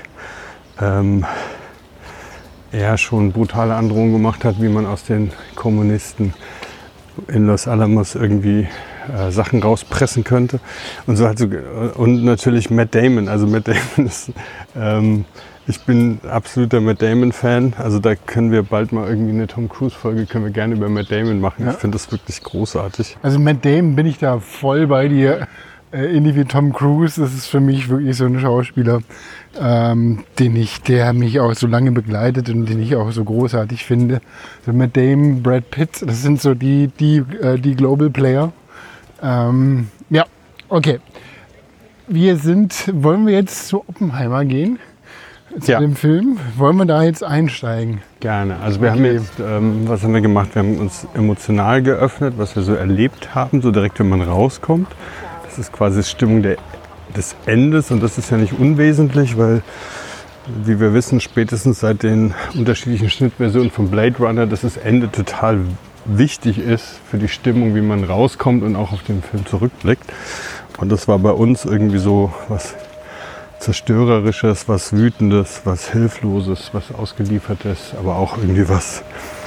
schon brutale Androhungen gemacht hat, wie man aus den Kommunisten in Los Alamos irgendwie Sachen rauspressen könnte. Und so halt so, und natürlich Matt Damon. Also Matt Damon ist, ich bin absoluter Matt Damon-Fan. Also da können wir bald mal irgendwie eine Tom Cruise-Folge, können wir gerne über Den machen. Ja. Ich finde das wirklich großartig. Also Matt Damon bin ich da voll bei dir. Ähnlich wie Tom Cruise, das ist für mich wirklich so ein Schauspieler, der mich auch so lange begleitet und den ich auch so großartig finde. So Matt Damon, Brad Pitt, das sind so die Global Player. Ja, okay. Wollen wir jetzt zu Oppenheimer gehen? Zu dem Film? Wollen wir da jetzt einsteigen? Gerne. Also wir haben jetzt, was haben wir gemacht? Wir haben uns emotional geöffnet, was wir so erlebt haben, so direkt, wenn man rauskommt. Das ist quasi die Stimmung des Endes und das ist ja nicht unwesentlich, weil, wie wir wissen, spätestens seit den unterschiedlichen Schnittversionen von Blade Runner, dass das Ende total wichtig ist für die Stimmung, wie man rauskommt und auch auf den Film zurückblickt. Und das war bei uns irgendwie so was Zerstörerisches, was Wütendes, was Hilfloses, was Ausgeliefertes, aber auch irgendwie was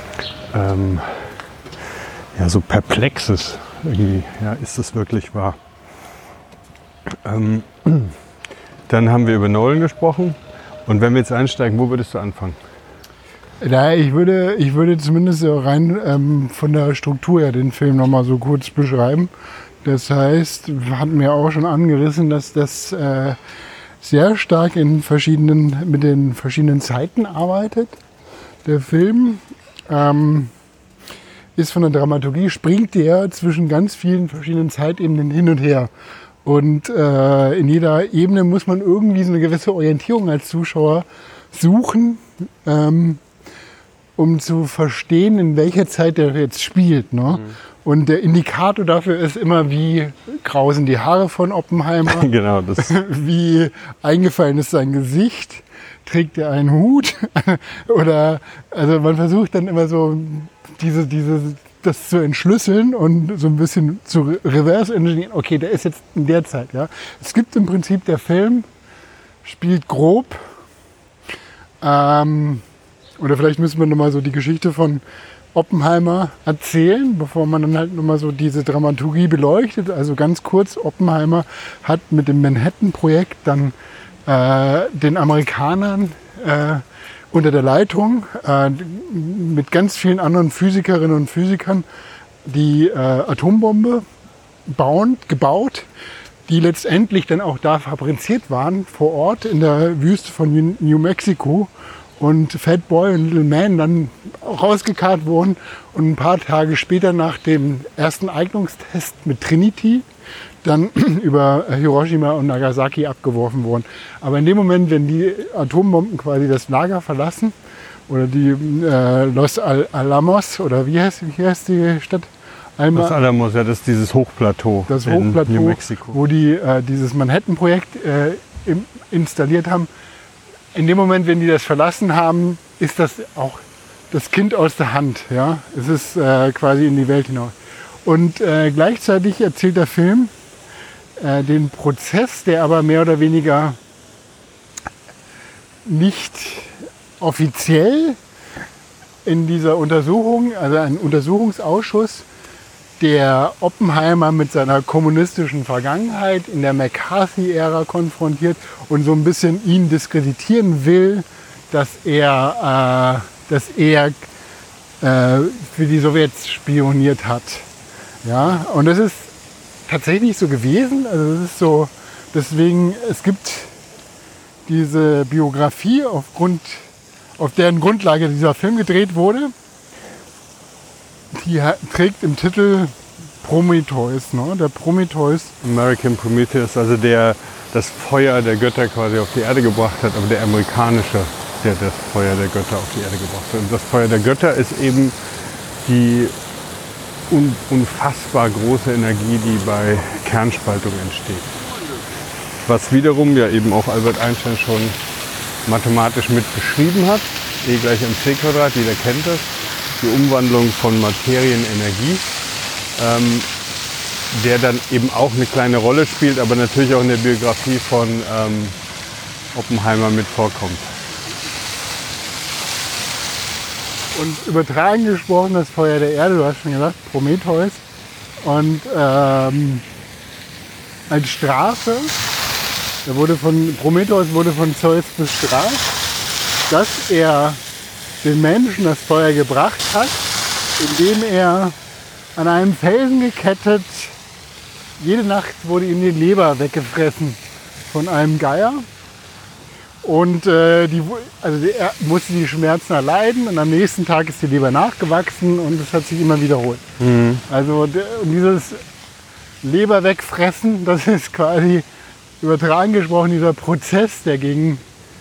so Perplexes. Irgendwie, ja, ist das wirklich wahr? Dann haben wir über Nolan gesprochen. Und wenn wir jetzt einsteigen, wo würdest du anfangen? Ja, ich würde zumindest so rein von der Struktur her den Film nochmal so kurz beschreiben. Das heißt, wir hatten ja auch schon angerissen, dass das sehr stark mit den verschiedenen Zeiten arbeitet. Der Film ist von der Dramaturgie, springt der zwischen ganz vielen verschiedenen Zeitebenen hin und her. Und in jeder Ebene muss man irgendwie so eine gewisse Orientierung als Zuschauer suchen, um zu verstehen, in welcher Zeit der jetzt spielt. Ne? Mhm. Und der Indikator dafür ist immer, wie grau sind die Haare von Oppenheimer, genau, das. Wie eingefallen ist sein Gesicht, trägt er einen Hut oder, also man versucht dann immer so das zu entschlüsseln und so ein bisschen zu reverse engineeren. Okay, der ist jetzt in der Zeit. Ja. Es gibt im Prinzip, der Film spielt grob, oder vielleicht müssen wir nochmal so die Geschichte von Oppenheimer erzählen, bevor man dann halt nochmal so diese Dramaturgie beleuchtet. Also ganz kurz, Oppenheimer hat mit dem Manhattan-Projekt dann den Amerikanern unter der Leitung mit ganz vielen anderen Physikerinnen und Physikern die Atombombe gebaut, die letztendlich dann auch da fabriziert waren vor Ort in der Wüste von New Mexico und Fat Boy und Little Man dann rausgekarrt wurden und ein paar Tage später nach dem ersten Eignungstest mit Trinity dann über Hiroshima und Nagasaki abgeworfen wurden. Aber in dem Moment, wenn die Atombomben quasi das Lager verlassen oder die Los Alamos oder wie heißt die Stadt? Los Alamos, ja, das ist dieses Hochplateau, das Hochplateau, New Mexico, wo die dieses Manhattan-Projekt installiert haben. In dem Moment, wenn die das verlassen haben, ist das auch das Kind aus der Hand. Ja? Es ist quasi in die Welt hinaus. Und gleichzeitig erzählt der Film den Prozess, der aber mehr oder weniger nicht offiziell in dieser Untersuchung, also ein Untersuchungsausschuss, der Oppenheimer mit seiner kommunistischen Vergangenheit in der McCarthy-Ära konfrontiert und so ein bisschen ihn diskreditieren will, dass er für die Sowjets spioniert hat. Ja, und das ist tatsächlich so gewesen. Also das ist so, deswegen, es gibt diese Biografie, auf deren Grundlage dieser Film gedreht wurde. Die trägt im Titel Prometheus, ne? Der Prometheus. American Prometheus, also der das Feuer der Götter quasi auf die Erde gebracht hat, aber der amerikanische, der das Feuer der Götter auf die Erde gebracht hat. Und das Feuer der Götter ist eben die unfassbar große Energie, die bei Kernspaltung entsteht. Was wiederum ja eben auch Albert Einstein schon mathematisch mit beschrieben hat, E = mc², jeder kennt das, die Umwandlung von Materie in Energie, der dann eben auch eine kleine Rolle spielt, aber natürlich auch in der Biografie von Oppenheimer mit vorkommt. Und übertragen gesprochen, das Feuer der Erde, du hast schon gesagt, Prometheus. Und als Strafe, Prometheus wurde von Zeus bestraft, dass er den Menschen das Feuer gebracht hat, indem er an einem Felsen gekettet, jede Nacht wurde ihm die Leber weggefressen von einem Geier. Und er musste die Schmerzen erleiden und am nächsten Tag ist die Leber nachgewachsen und es hat sich immer wiederholt. Mhm. Also dieses Leber wegfressen, das ist quasi übertragen gesprochen dieser Prozess, der gegen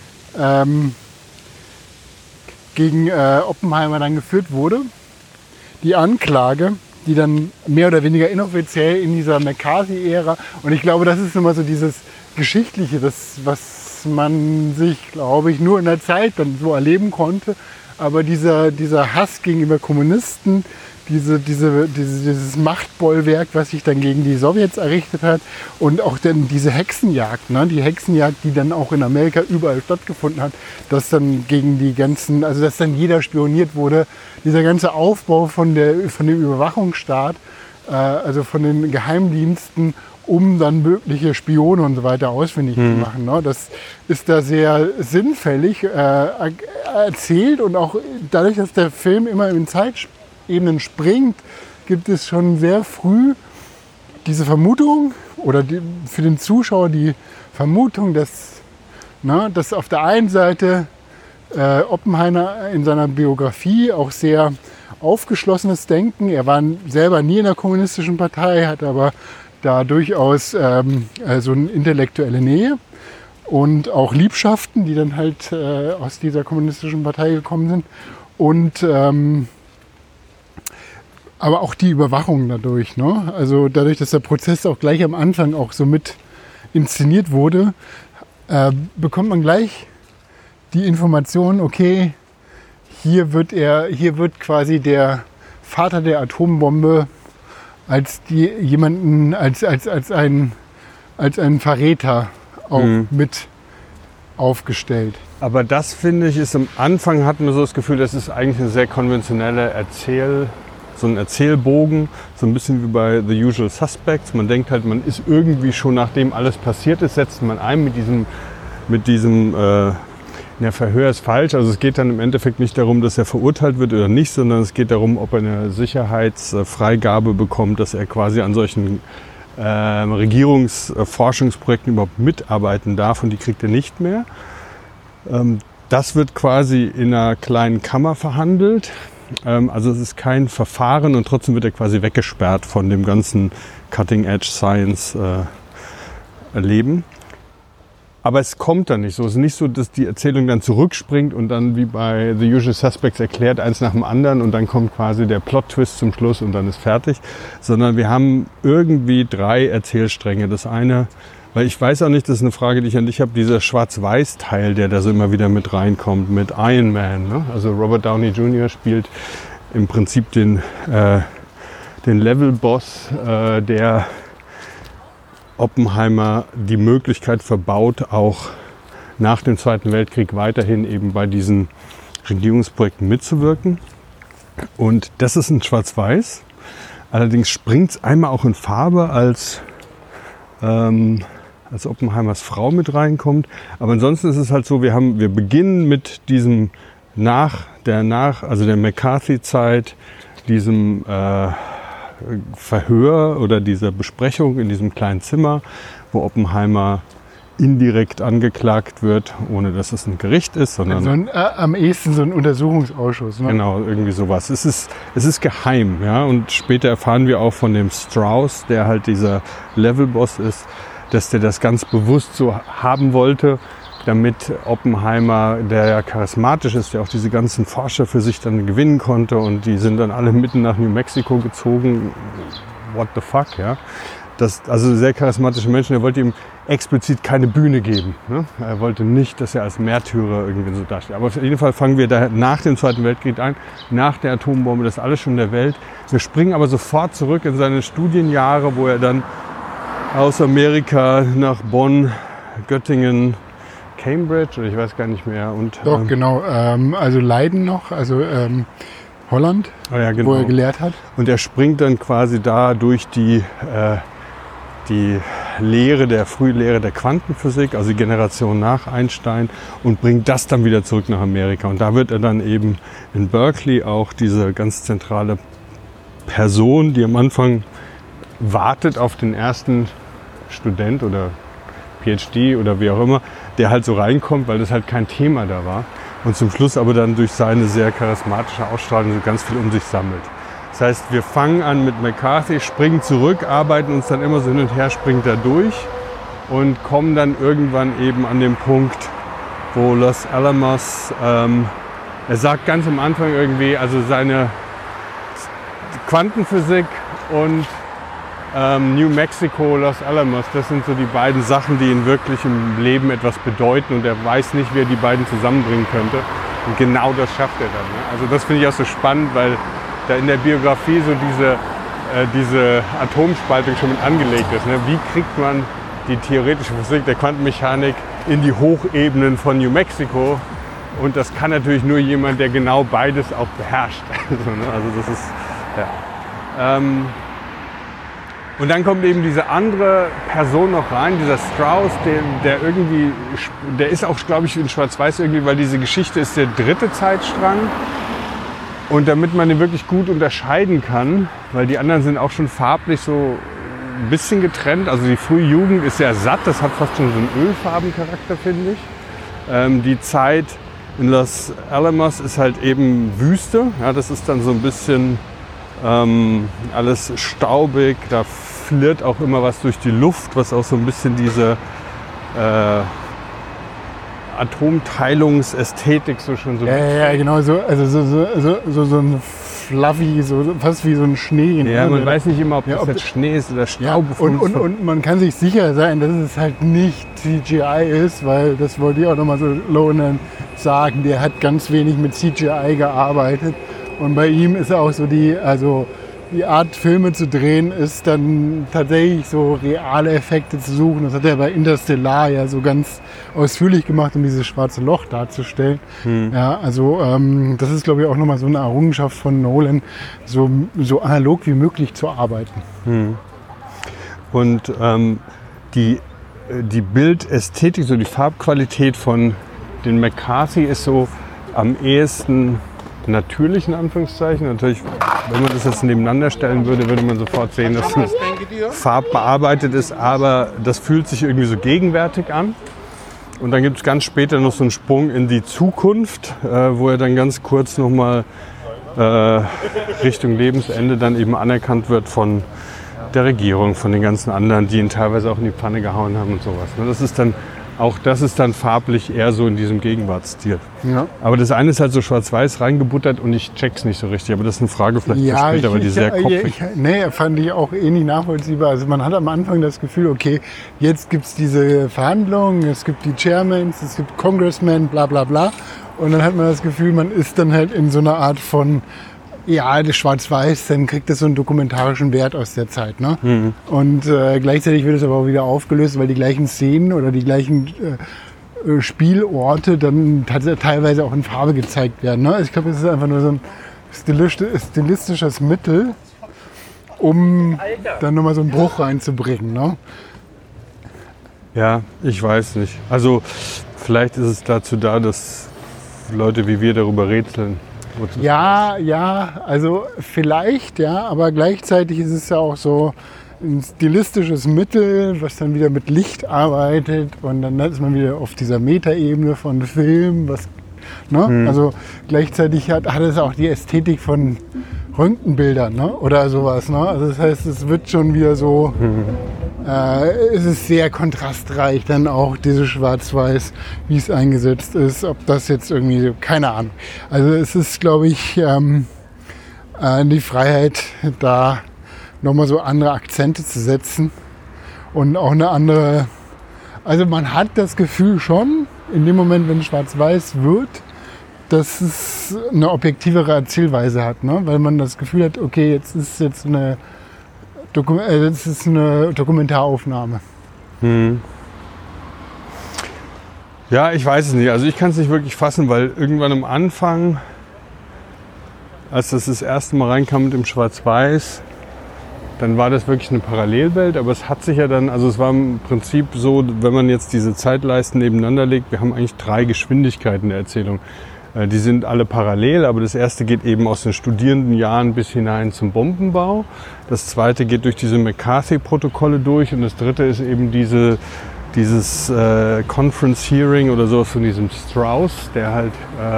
Oppenheimer dann geführt wurde. Die Anklage, die dann mehr oder weniger inoffiziell in dieser McCarthy-Ära, und ich glaube, das ist immer so dieses Geschichtliche, das, was man sich, glaube ich, nur in der Zeit dann so erleben konnte. Aber dieser Hass gegenüber Kommunisten, dieses Machtbollwerk, was sich dann gegen die Sowjets errichtet hat, und auch dann diese Hexenjagd, ne? Die Hexenjagd, die dann auch in Amerika überall stattgefunden hat, dass dann gegen die ganzen, also dass dann jeder spioniert wurde, dieser ganze Aufbau von dem Überwachungsstaat, also von den Geheimdiensten, um dann mögliche Spione und so weiter ausfindig zu machen. Ne? Das ist da sehr sinnfällig erzählt, und auch dadurch, dass der Film immer in Zeitebenen springt, gibt es schon sehr früh diese Vermutung oder für den Zuschauer die Vermutung, dass auf der einen Seite Oppenheimer in seiner Biografie auch sehr aufgeschlossenes Denken, er war selber nie in der kommunistischen Partei, hat aber da durchaus so eine intellektuelle Nähe und auch Liebschaften, die dann halt aus dieser kommunistischen Partei gekommen sind. Und aber auch die Überwachung dadurch. Ne? Also dadurch, dass der Prozess auch gleich am Anfang auch so mit inszeniert wurde, bekommt man gleich die Information, okay, hier wird quasi der Vater der Atombombe als einen Verräter auch mit aufgestellt. Aber das, finde ich, ist am Anfang, hatten wir so das Gefühl, das ist eigentlich eine sehr konventionelle so ein Erzählbogen, so ein bisschen wie bei The Usual Suspects. Man denkt halt, man ist irgendwie schon, nachdem alles passiert ist, setzt man ein mit diesem Verhör ist falsch. Also es geht dann im Endeffekt nicht darum, dass er verurteilt wird oder nicht, sondern es geht darum, ob er eine Sicherheitsfreigabe bekommt, dass er quasi an solchen Regierungsforschungsprojekten überhaupt mitarbeiten darf, und die kriegt er nicht mehr. Das wird quasi in einer kleinen Kammer verhandelt. Also es ist kein Verfahren, und trotzdem wird er quasi weggesperrt von dem ganzen Cutting-Edge-Science-Leben. Aber es kommt dann nicht so. Es ist nicht so, dass die Erzählung dann zurückspringt und dann wie bei The Usual Suspects erklärt eins nach dem anderen und dann kommt quasi der Plot-Twist zum Schluss und dann ist fertig. Sondern wir haben irgendwie 3 Erzählstränge. Das eine, weil ich weiß auch nicht, das ist eine Frage, die ich an dich habe, dieser Schwarz-Weiß-Teil, der da so immer wieder mit reinkommt, mit Iron Man. Ne? Also Robert Downey Jr. spielt im Prinzip den Level-Boss, der Oppenheimer die Möglichkeit verbaut, auch nach dem Zweiten Weltkrieg weiterhin eben bei diesen Regierungsprojekten mitzuwirken. Und das ist in Schwarz-Weiß. Allerdings springt es einmal auch in Farbe, als Oppenheimers Frau mit reinkommt. Aber ansonsten ist es halt so, wir beginnen mit diesem der McCarthy-Zeit, diesem Verhör oder dieser Besprechung in diesem kleinen Zimmer, wo Oppenheimer indirekt angeklagt wird, ohne dass es ein Gericht ist, sondern am ehesten so ein Untersuchungsausschuss. Ne? Genau, irgendwie sowas. Es ist geheim, ja. Und später erfahren wir auch von dem Strauss, der halt dieser Levelboss ist, dass der das ganz bewusst so haben wollte, damit Oppenheimer, der ja charismatisch ist, der auch diese ganzen Forscher für sich dann gewinnen konnte, und die sind dann alle mitten nach New Mexico gezogen. What the fuck, ja. Also sehr charismatische Menschen, er wollte ihm explizit keine Bühne geben. Ne? Er wollte nicht, dass er als Märtyrer irgendwie so dasteht. Aber auf jeden Fall fangen wir da nach dem Zweiten Weltkrieg an, nach der Atombombe, das ist alles schon in der Welt. Wir springen aber sofort zurück in seine Studienjahre, wo er dann aus Amerika nach Bonn, Göttingen, Cambridge, oder ich weiß gar nicht mehr. Und, Doch, genau. Also Leiden noch, also Holland, ja, genau, wo er gelehrt hat. Und er springt dann quasi da durch die Frühlehre der Quantenphysik, also die Generation nach Einstein, und bringt das dann wieder zurück nach Amerika. Und da wird er dann eben in Berkeley auch diese ganz zentrale Person, die am Anfang wartet auf den ersten Student oder PhD oder wie auch immer, der halt so reinkommt, weil das halt kein Thema da war. Und zum Schluss aber dann durch seine sehr charismatische Ausstrahlung so ganz viel um sich sammelt. Das heißt, wir fangen an mit McCarthy, springen zurück, arbeiten uns dann immer so hin und her, springen da durch und kommen dann irgendwann eben an den Punkt, wo Los Alamos, er sagt ganz am Anfang irgendwie, also seine Quantenphysik und New Mexico, Los Alamos, das sind so die beiden Sachen, die ihn wirklich im Leben etwas bedeuten, und er weiß nicht, wie er die beiden zusammenbringen könnte. Und genau das schafft er dann. Ne? Also das finde ich auch so spannend, weil da in der Biografie so diese Atomspaltung schon mit angelegt ist. Ne? Wie kriegt man die theoretische Physik der Quantenmechanik in die Hochebenen von New Mexico? Und das kann natürlich nur jemand, der genau beides auch beherrscht. Also das ist, ja. Und dann kommt eben diese andere Person noch rein, dieser Strauss, der ist auch, glaube ich, in Schwarz-Weiß irgendwie, weil diese Geschichte ist der dritte Zeitstrang. Und damit man den wirklich gut unterscheiden kann, weil die anderen sind auch schon farblich so ein bisschen getrennt. Also die frühe Jugend ist sehr satt, das hat fast schon so einen Ölfarbencharakter, finde ich. Die Zeit in Los Alamos ist halt eben Wüste. Ja, das ist dann so ein bisschen alles staubig, da flirrt auch immer was durch die Luft, was auch so ein bisschen diese Atomteilungsästhetik so schon so. Ja, genau, so ein fluffy, so fast wie so ein Schnee. Ja, man weiß nicht immer, ob das jetzt Schnee ist oder Staub. Ja, und man kann sich sicher sein, dass es halt nicht CGI ist, weil das wollte ich auch nochmal so Lonan sagen, der hat ganz wenig mit CGI gearbeitet. Und bei ihm ist auch so die Art, Filme zu drehen, ist dann tatsächlich so reale Effekte zu suchen. Das hat er bei Interstellar ja so ganz ausführlich gemacht, um dieses schwarze Loch darzustellen. Ja, also das ist, glaube ich, auch nochmal so eine Errungenschaft von Nolan, so analog wie möglich zu arbeiten. Und die Bildästhetik, so die Farbqualität von den McCarthy ist so am ehesten natürlich, in Anführungszeichen. Natürlich, wenn man das jetzt nebeneinander stellen würde, würde man sofort sehen, dass es farbbearbeitet ist, aber das fühlt sich irgendwie so gegenwärtig an. Und dann gibt es ganz später noch so einen Sprung in die Zukunft, wo er dann ganz kurz nochmal Richtung Lebensende dann eben anerkannt wird von der Regierung, von den ganzen anderen, die ihn teilweise auch in die Pfanne gehauen haben und sowas. Das ist dann farblich eher so in diesem Gegenwartsstil. Ja. Aber das eine ist halt so schwarz-weiß reingebuttert und ich check's nicht so richtig. Aber das ist eine Frage vielleicht für später, weil die sehr kopfig. Fand ich auch nicht nachvollziehbar. Also man hat am Anfang das Gefühl, okay, jetzt gibt es diese Verhandlungen, es gibt die Chairmans, es gibt Congressmen, bla bla bla. Und dann hat man das Gefühl, man ist dann halt in so einer Art von, ja, das Schwarz-Weiß, dann kriegt das so einen dokumentarischen Wert aus der Zeit. Ne? Mhm. Und gleichzeitig wird es aber auch wieder aufgelöst, weil die gleichen Szenen oder die gleichen Spielorte dann teilweise auch in Farbe gezeigt werden. Ne? Ich glaube, es ist einfach nur so ein stilistisches Mittel, um dann nochmal so einen Bruch reinzubringen. Ne? Ja, ich weiß nicht. Also vielleicht ist es dazu da, dass Leute wie wir darüber rätseln. Ja, also vielleicht, ja, aber gleichzeitig ist es ja auch so, ein stilistisches Mittel, was dann wieder mit Licht arbeitet und dann ist man wieder auf dieser Metaebene von Film, ne? Also gleichzeitig hat es auch die Ästhetik von Röntgenbildern, ne? Oder sowas. Ne? Also das heißt, es wird schon wieder so, es ist sehr kontrastreich dann auch dieses Schwarz-Weiß, wie es eingesetzt ist, ob das jetzt irgendwie, keine Ahnung. Also es ist, glaube ich, die Freiheit, da nochmal so andere Akzente zu setzen und auch eine andere, also man hat das Gefühl schon, in dem Moment, wenn Schwarz-Weiß wird, dass es eine objektivere Erzählweise hat, ne? Weil man das Gefühl hat, okay, jetzt ist eine Dokumentaraufnahme. Ja, ich weiß es nicht. Also ich kann es nicht wirklich fassen, weil irgendwann am Anfang, als das erste Mal reinkam mit dem Schwarz-Weiß, dann war das wirklich eine Parallelwelt, aber es hat sich ja dann, also es war im Prinzip so, wenn man jetzt diese Zeitleisten nebeneinander legt, wir haben eigentlich 3 Geschwindigkeiten der Erzählung. Die sind alle parallel, aber das erste geht eben aus den Studierendenjahren bis hinein zum Bombenbau. Das zweite geht durch diese McCarthy-Protokolle durch und das dritte ist eben dieses Conference Hearing oder sowas von diesem Strauss, der halt,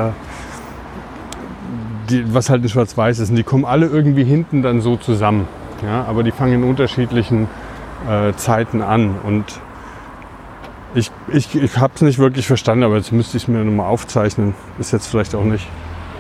was halt in Schwarz-Weiß ist. Und die kommen alle irgendwie hinten dann so zusammen. Ja, aber die fangen in unterschiedlichen Zeiten an und ich habe es nicht wirklich verstanden, aber jetzt müsste ich es mir nochmal aufzeichnen. Ist jetzt vielleicht auch nicht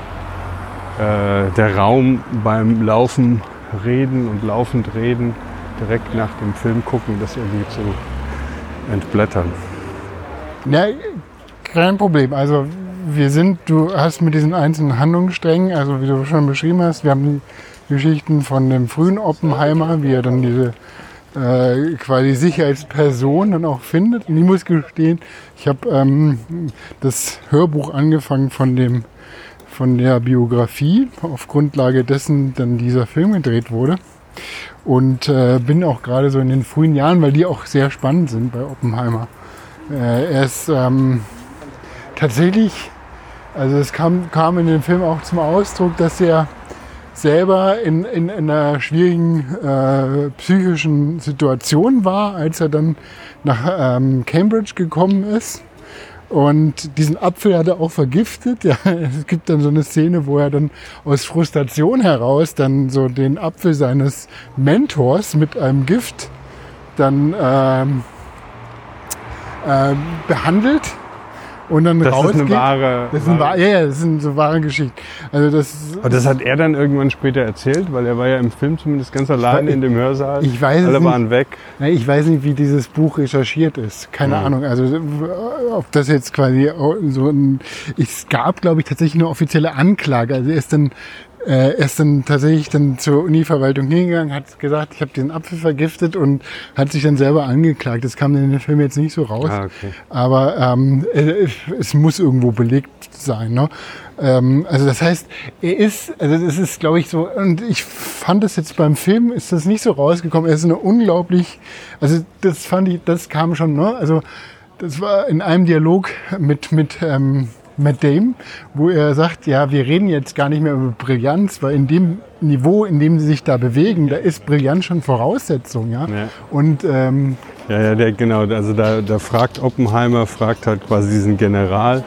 der Raum beim Laufen reden und laufend reden, direkt nach dem Film gucken, das irgendwie zu entblättern. Ja, kein Problem. Also du hast mit diesen einzelnen Handlungssträngen, also wie du schon beschrieben hast, wir haben die Geschichten von dem frühen Oppenheimer, wie er dann diese quasi sich als Person dann auch findet. Und ich muss gestehen, ich habe das Hörbuch angefangen von der Biografie, auf Grundlage dessen dann dieser Film gedreht wurde. Und bin auch gerade so in den frühen Jahren, weil die auch sehr spannend sind bei Oppenheimer. Er ist tatsächlich, also es kam in dem Film auch zum Ausdruck, dass er selber in einer schwierigen psychischen Situation war, als er dann nach Cambridge gekommen ist. Und diesen Apfel hat er auch vergiftet. Ja, es gibt dann so eine Szene, wo er dann aus Frustration heraus dann so den Apfel seines Mentors mit einem Gift dann behandelt. Und dann das rausgeht. Ist eine wahre. Das sind so wahre Geschichten. Also aber das hat er dann irgendwann später erzählt, weil er war ja im Film zumindest ganz alleine in dem Hörsaal. Ich weiß Alle nicht, waren weg. Ich weiß nicht, wie dieses Buch recherchiert ist. Keine Ahnung. Also ob das jetzt quasi so es gab, glaube ich, tatsächlich eine offizielle Anklage. Also er ist dann tatsächlich zur Univerwaltung hingegangen, hat gesagt, ich habe diesen Apfel vergiftet und hat sich dann selber angeklagt. Das kam in dem Film jetzt nicht so raus. Okay. Aber es muss irgendwo belegt sein. Ne? Also das heißt, das ist, glaube ich, so, und ich fand das jetzt beim Film, ist das nicht so rausgekommen. Er ist eine unglaublich, also das kam schon, ne? Also das war in einem Dialog mit Matt Damon, wo er sagt, ja, wir reden jetzt gar nicht mehr über Brillanz, weil in dem Niveau, in dem sie sich da bewegen, da ist Brillanz schon Voraussetzung, ja. Und genau, also da fragt Oppenheimer, halt quasi diesen General,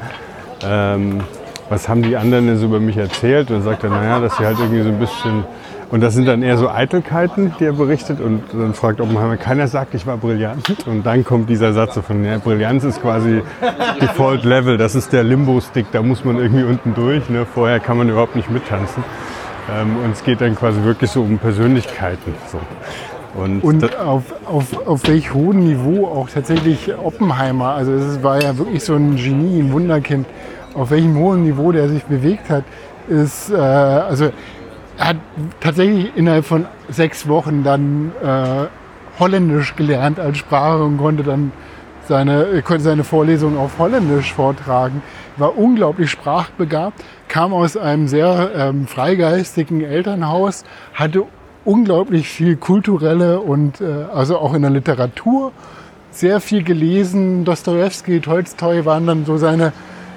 was haben die anderen denn so über mich erzählt? Und dann sagt er, naja, dass sie halt irgendwie so ein bisschen, und das sind dann eher so Eitelkeiten, die er berichtet, und dann fragt Oppenheimer, keiner sagt, ich war brillant. Und dann kommt dieser Satz von, ja, Brillanz ist quasi Default Level, das ist der Limbo-Stick, da muss man irgendwie unten durch, ne? Vorher kann man überhaupt nicht mittanzen. Und es geht dann quasi wirklich so um Persönlichkeiten. So. Und auf welch hohem Niveau auch tatsächlich Oppenheimer, also es war ja wirklich so ein Genie, ein Wunderkind, auf welchem hohen Niveau der sich bewegt hat, ist, also er hat tatsächlich innerhalb von 6 Wochen dann Holländisch gelernt als Sprache und konnte dann seine Vorlesung auf Holländisch vortragen. War unglaublich sprachbegabt, kam aus einem sehr freigeistigen Elternhaus, hatte unglaublich viel kulturelle und also auch in der Literatur sehr viel gelesen. Dostojewski, Tolstoi waren dann so seine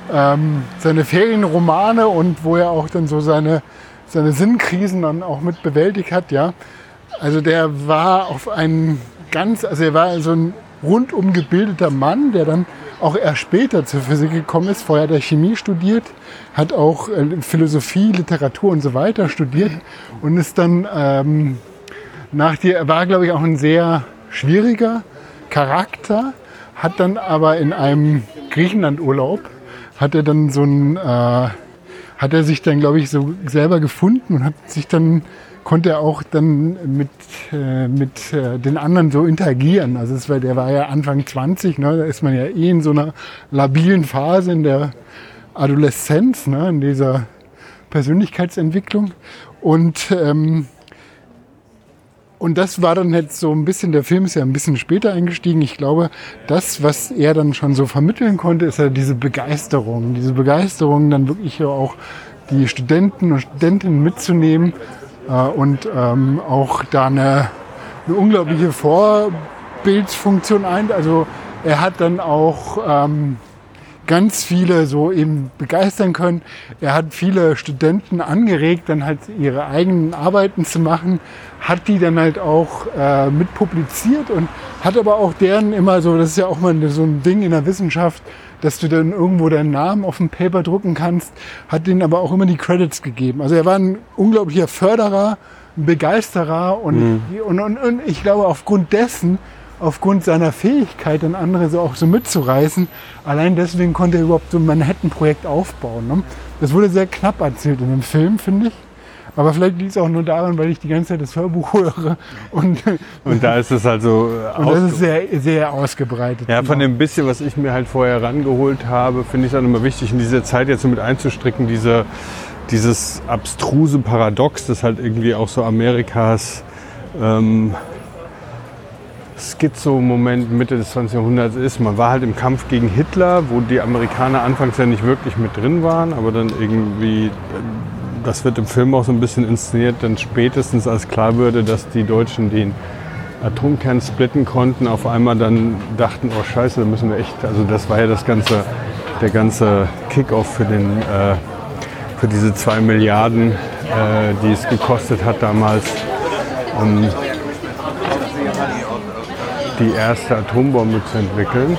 Ferienromane und wo er auch dann so seine Sinnkrisen dann auch mit bewältigt hat, ja. Also der war er war so ein rundum gebildeter Mann, der dann auch erst später zur Physik gekommen ist. Vorher hat er Chemie studiert, hat auch Philosophie, Literatur und so weiter studiert und ist dann er war, glaube ich, auch ein sehr schwieriger Charakter, hat dann aber in einem Griechenlandurlaub hat er sich dann, glaube ich, so selber gefunden und konnte er auch dann mit den anderen so interagieren. Also der war ja Anfang 20, ne? Da ist man ja in so einer labilen Phase in der Adoleszenz, ne? In dieser Persönlichkeitsentwicklung. Und das war dann jetzt so ein bisschen, der Film ist ja ein bisschen später eingestiegen. Ich glaube, das, was er dann schon so vermitteln konnte, ist ja diese Begeisterung. Diese Begeisterung, dann wirklich auch die Studenten und Studentinnen mitzunehmen und auch da eine unglaubliche Vorbildsfunktion ein. Also er hat dann auch ganz viele so eben begeistern können. Er hat viele Studenten angeregt, dann halt ihre eigenen Arbeiten zu machen, hat die dann halt auch mit publiziert und hat aber auch deren immer so, das ist ja auch mal so ein Ding in der Wissenschaft, dass du dann irgendwo deinen Namen auf dem Paper drucken kannst, hat denen aber auch immer die Credits gegeben. Also er war ein unglaublicher Förderer, ein Begeisterer und ich glaube aufgrund seiner Fähigkeit, dann andere so auch so mitzureißen, allein deswegen konnte er überhaupt so ein Manhattan-Projekt aufbauen. Ne? Das wurde sehr knapp erzählt in dem Film, finde ich. Aber vielleicht liegt es auch nur daran, weil ich die ganze Zeit das Hörbuch höre. Und da ist es halt so das ist sehr, sehr ausgebreitet. Ja, von dem bisschen, was ich mir halt vorher rangeholt habe, finde ich es auch immer wichtig, in diese Zeit jetzt so mit einzustricken, dieses abstruse Paradox, das halt irgendwie auch so Amerikas Schizo-Moment Mitte des 20. Jahrhunderts ist. Man war halt im Kampf gegen Hitler, wo die Amerikaner anfangs ja nicht wirklich mit drin waren, aber dann irgendwie, das wird im Film auch so ein bisschen inszeniert, dann spätestens als klar würde, dass die Deutschen den Atomkern splitten konnten, auf einmal dann dachten, oh Scheiße, da müssen wir echt, also das war ja der ganze Kick-off für diese 2 Milliarden, die es gekostet hat damals, die erste Atombombe zu entwickeln.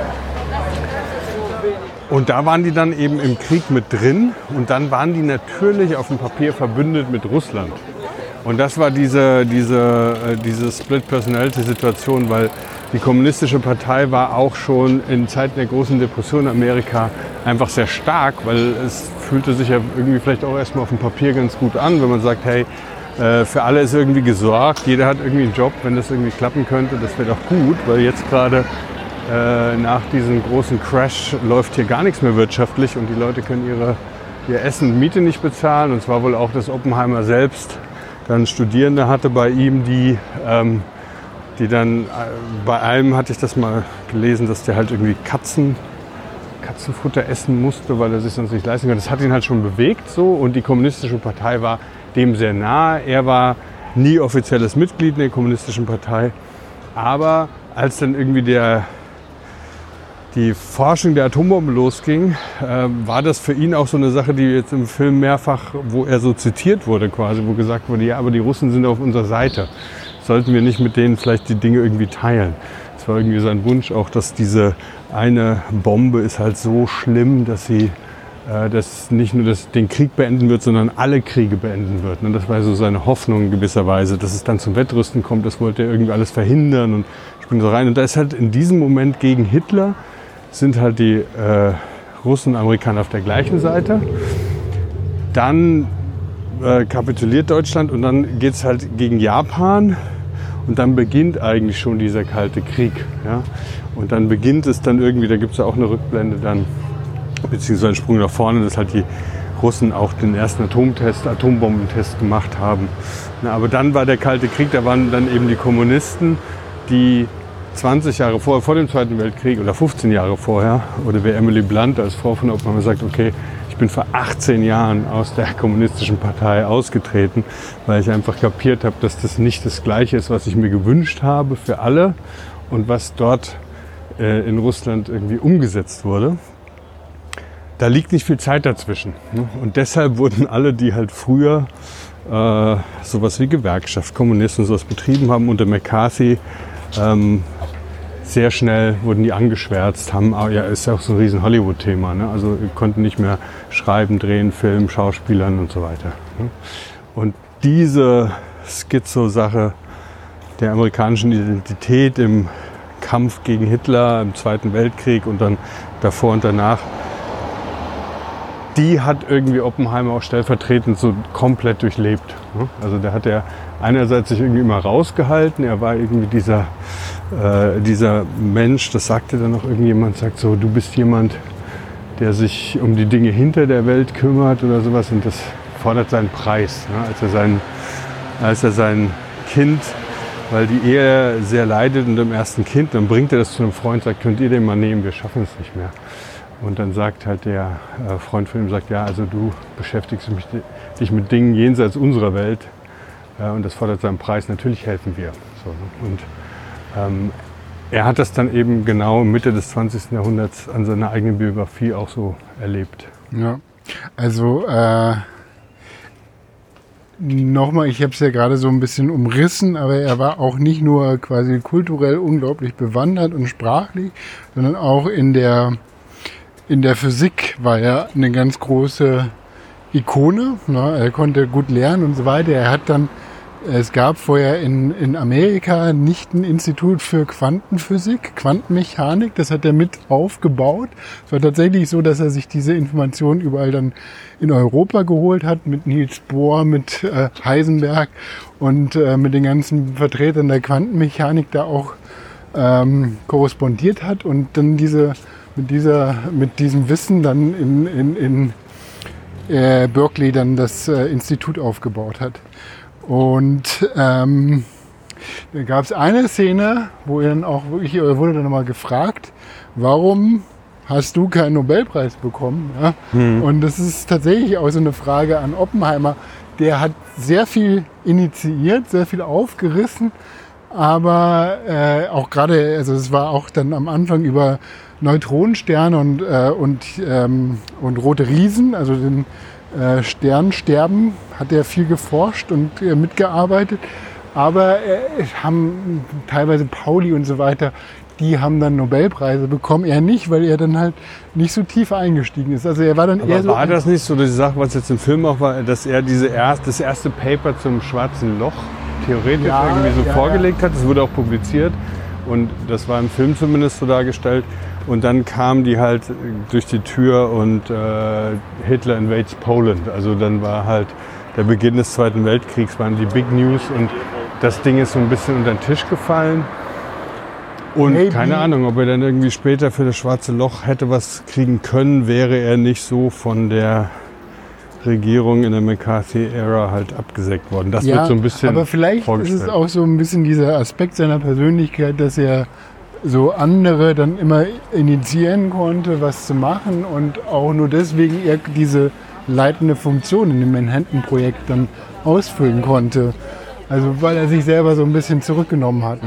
Und da waren die dann eben im Krieg mit drin und dann waren die natürlich auf dem Papier verbündet mit Russland. Und das war diese Split-Personality-Situation, weil die Kommunistische Partei war auch schon in Zeiten der großen Depression in Amerika einfach sehr stark, weil es fühlte sich ja irgendwie vielleicht auch erstmal auf dem Papier ganz gut an, wenn man sagt, hey, für alle ist irgendwie gesorgt, jeder hat irgendwie einen Job, wenn das irgendwie klappen könnte, das wäre doch gut, weil jetzt gerade nach diesem großen Crash läuft hier gar nichts mehr wirtschaftlich und die Leute können ihr Essen und Miete nicht bezahlen. Und zwar wohl auch, dass Oppenheimer selbst dann Studierende hatte bei ihm, die dann, bei einem hatte ich das mal gelesen, dass der halt irgendwie Katzenfutter essen musste, weil er sich sonst nicht leisten konnte. Das hat ihn halt schon bewegt so und die Kommunistische Partei war dem sehr nahe. Er war nie offizielles Mitglied in der Kommunistischen Partei, aber als dann irgendwie die Forschung der Atombombe losging, war das für ihn auch so eine Sache, die jetzt im Film mehrfach, wo er so zitiert wurde quasi, wo gesagt wurde, ja, aber die Russen sind auf unserer Seite. Sollten wir nicht mit denen vielleicht die Dinge irgendwie teilen? Es war irgendwie sein Wunsch auch, dass diese eine Bombe ist halt so schlimm, dass sie nicht nur den Krieg beenden wird, sondern alle Kriege beenden wird. Und das war so seine Hoffnung in gewisser Weise, dass es dann zum Wettrüsten kommt, das wollte er irgendwie alles verhindern und ich bin so rein. Und da ist halt in diesem Moment gegen Hitler sind halt die Russen und Amerikaner auf der gleichen Seite. Dann kapituliert Deutschland und dann geht es halt gegen Japan und dann beginnt eigentlich schon dieser Kalte Krieg. Ja? Und dann beginnt es dann irgendwie, da gibt es ja auch eine Rückblende dann, beziehungsweise einen Sprung nach vorne, dass halt die Russen auch den ersten Atombombentest gemacht haben. Na, aber dann war der Kalte Krieg, da waren dann eben die Kommunisten, die 20 Jahre vorher, vor dem Zweiten Weltkrieg oder 15 Jahre vorher, oder wie Emily Blunt als Frau von Oppenheimer sagt, okay, ich bin vor 18 Jahren aus der Kommunistischen Partei ausgetreten, weil ich einfach kapiert habe, dass das nicht das Gleiche ist, was ich mir gewünscht habe für alle und was dort in Russland irgendwie umgesetzt wurde. Da liegt nicht viel Zeit dazwischen. Und deshalb wurden alle, die halt früher sowas wie Gewerkschaft, Kommunisten sowas betrieben haben unter McCarthy. Sehr schnell wurden die angeschwärzt, ist ja auch so ein riesen Hollywood-Thema, ne? Also konnten nicht mehr schreiben, drehen, filmen, Schauspielern und so weiter. Ne? Und diese Schizo-Sache der amerikanischen Identität im Kampf gegen Hitler im Zweiten Weltkrieg und dann davor und danach, die hat irgendwie Oppenheimer auch stellvertretend so komplett durchlebt. Ne? Also der hat ja einerseits sich irgendwie immer rausgehalten, er war irgendwie dieser Mensch, das sagte dann noch irgendjemand, sagt so, du bist jemand, der sich um die Dinge hinter der Welt kümmert oder sowas, und das fordert seinen Preis. Ne? Als er sein Kind, weil die Ehe sehr leidet und dem ersten Kind, dann bringt er das zu einem Freund, sagt, könnt ihr den mal nehmen, wir schaffen es nicht mehr. Und dann sagt halt der Freund von ihm, sagt, ja, also du beschäftigst dich mit Dingen jenseits unserer Welt, und das fordert seinen Preis, natürlich helfen wir. So, ne? Und er hat das dann eben genau Mitte des 20. Jahrhunderts an seiner eigenen Biografie auch so erlebt. Ja, also nochmal, ich habe es ja gerade so ein bisschen umrissen, aber er war auch nicht nur quasi kulturell unglaublich bewandert und sprachlich, sondern auch in der Physik war er eine ganz große Ikone. Ne? Er konnte gut lernen und so weiter. Es gab vorher in Amerika nicht ein Institut für Quantenphysik, Quantenmechanik, das hat er mit aufgebaut. Es war tatsächlich so, dass er sich diese Informationen überall dann in Europa geholt hat, mit Niels Bohr, mit Heisenberg und mit den ganzen Vertretern der Quantenmechanik da auch korrespondiert hat und dann mit diesem Wissen dann in Berkeley dann das Institut aufgebaut hat. Und da gab es eine Szene, wo er dann auch wirklich, wurde dann nochmal gefragt, warum hast du keinen Nobelpreis bekommen? Ja? Und das ist tatsächlich auch so eine Frage an Oppenheimer. Der hat sehr viel initiiert, sehr viel aufgerissen, aber auch gerade, also es war auch dann am Anfang über Neutronensterne und rote Riesen, also den Sternsterben, hat er viel geforscht und mitgearbeitet. Aber haben teilweise Pauli und so weiter, die haben dann Nobelpreise bekommen. Er nicht, weil er dann halt nicht so tief eingestiegen ist. Also er war dann eher so. War das nicht so, die Sache, was jetzt im Film auch war, dass er das erste Paper zum Schwarzen Loch theoretisch vorgelegt hat? Das wurde auch publiziert und das war im Film zumindest so dargestellt. Und dann kamen die halt durch die Tür und Hitler invades Poland. Also dann war halt der Beginn des Zweiten Weltkriegs, waren die Big News und das Ding ist so ein bisschen unter den Tisch gefallen. Und keine Ahnung, ob er dann irgendwie später für das Schwarze Loch hätte was kriegen können, wäre er nicht so von der Regierung in der McCarthy-Ära halt abgesägt worden. Das wird so ein bisschen aber vielleicht ist es auch so ein bisschen dieser Aspekt seiner Persönlichkeit, dass er so andere dann immer initiieren konnte, was zu machen und auch nur deswegen er diese leitende Funktion in dem Manhattan-Projekt dann ausfüllen konnte. Also weil er sich selber so ein bisschen zurückgenommen hat.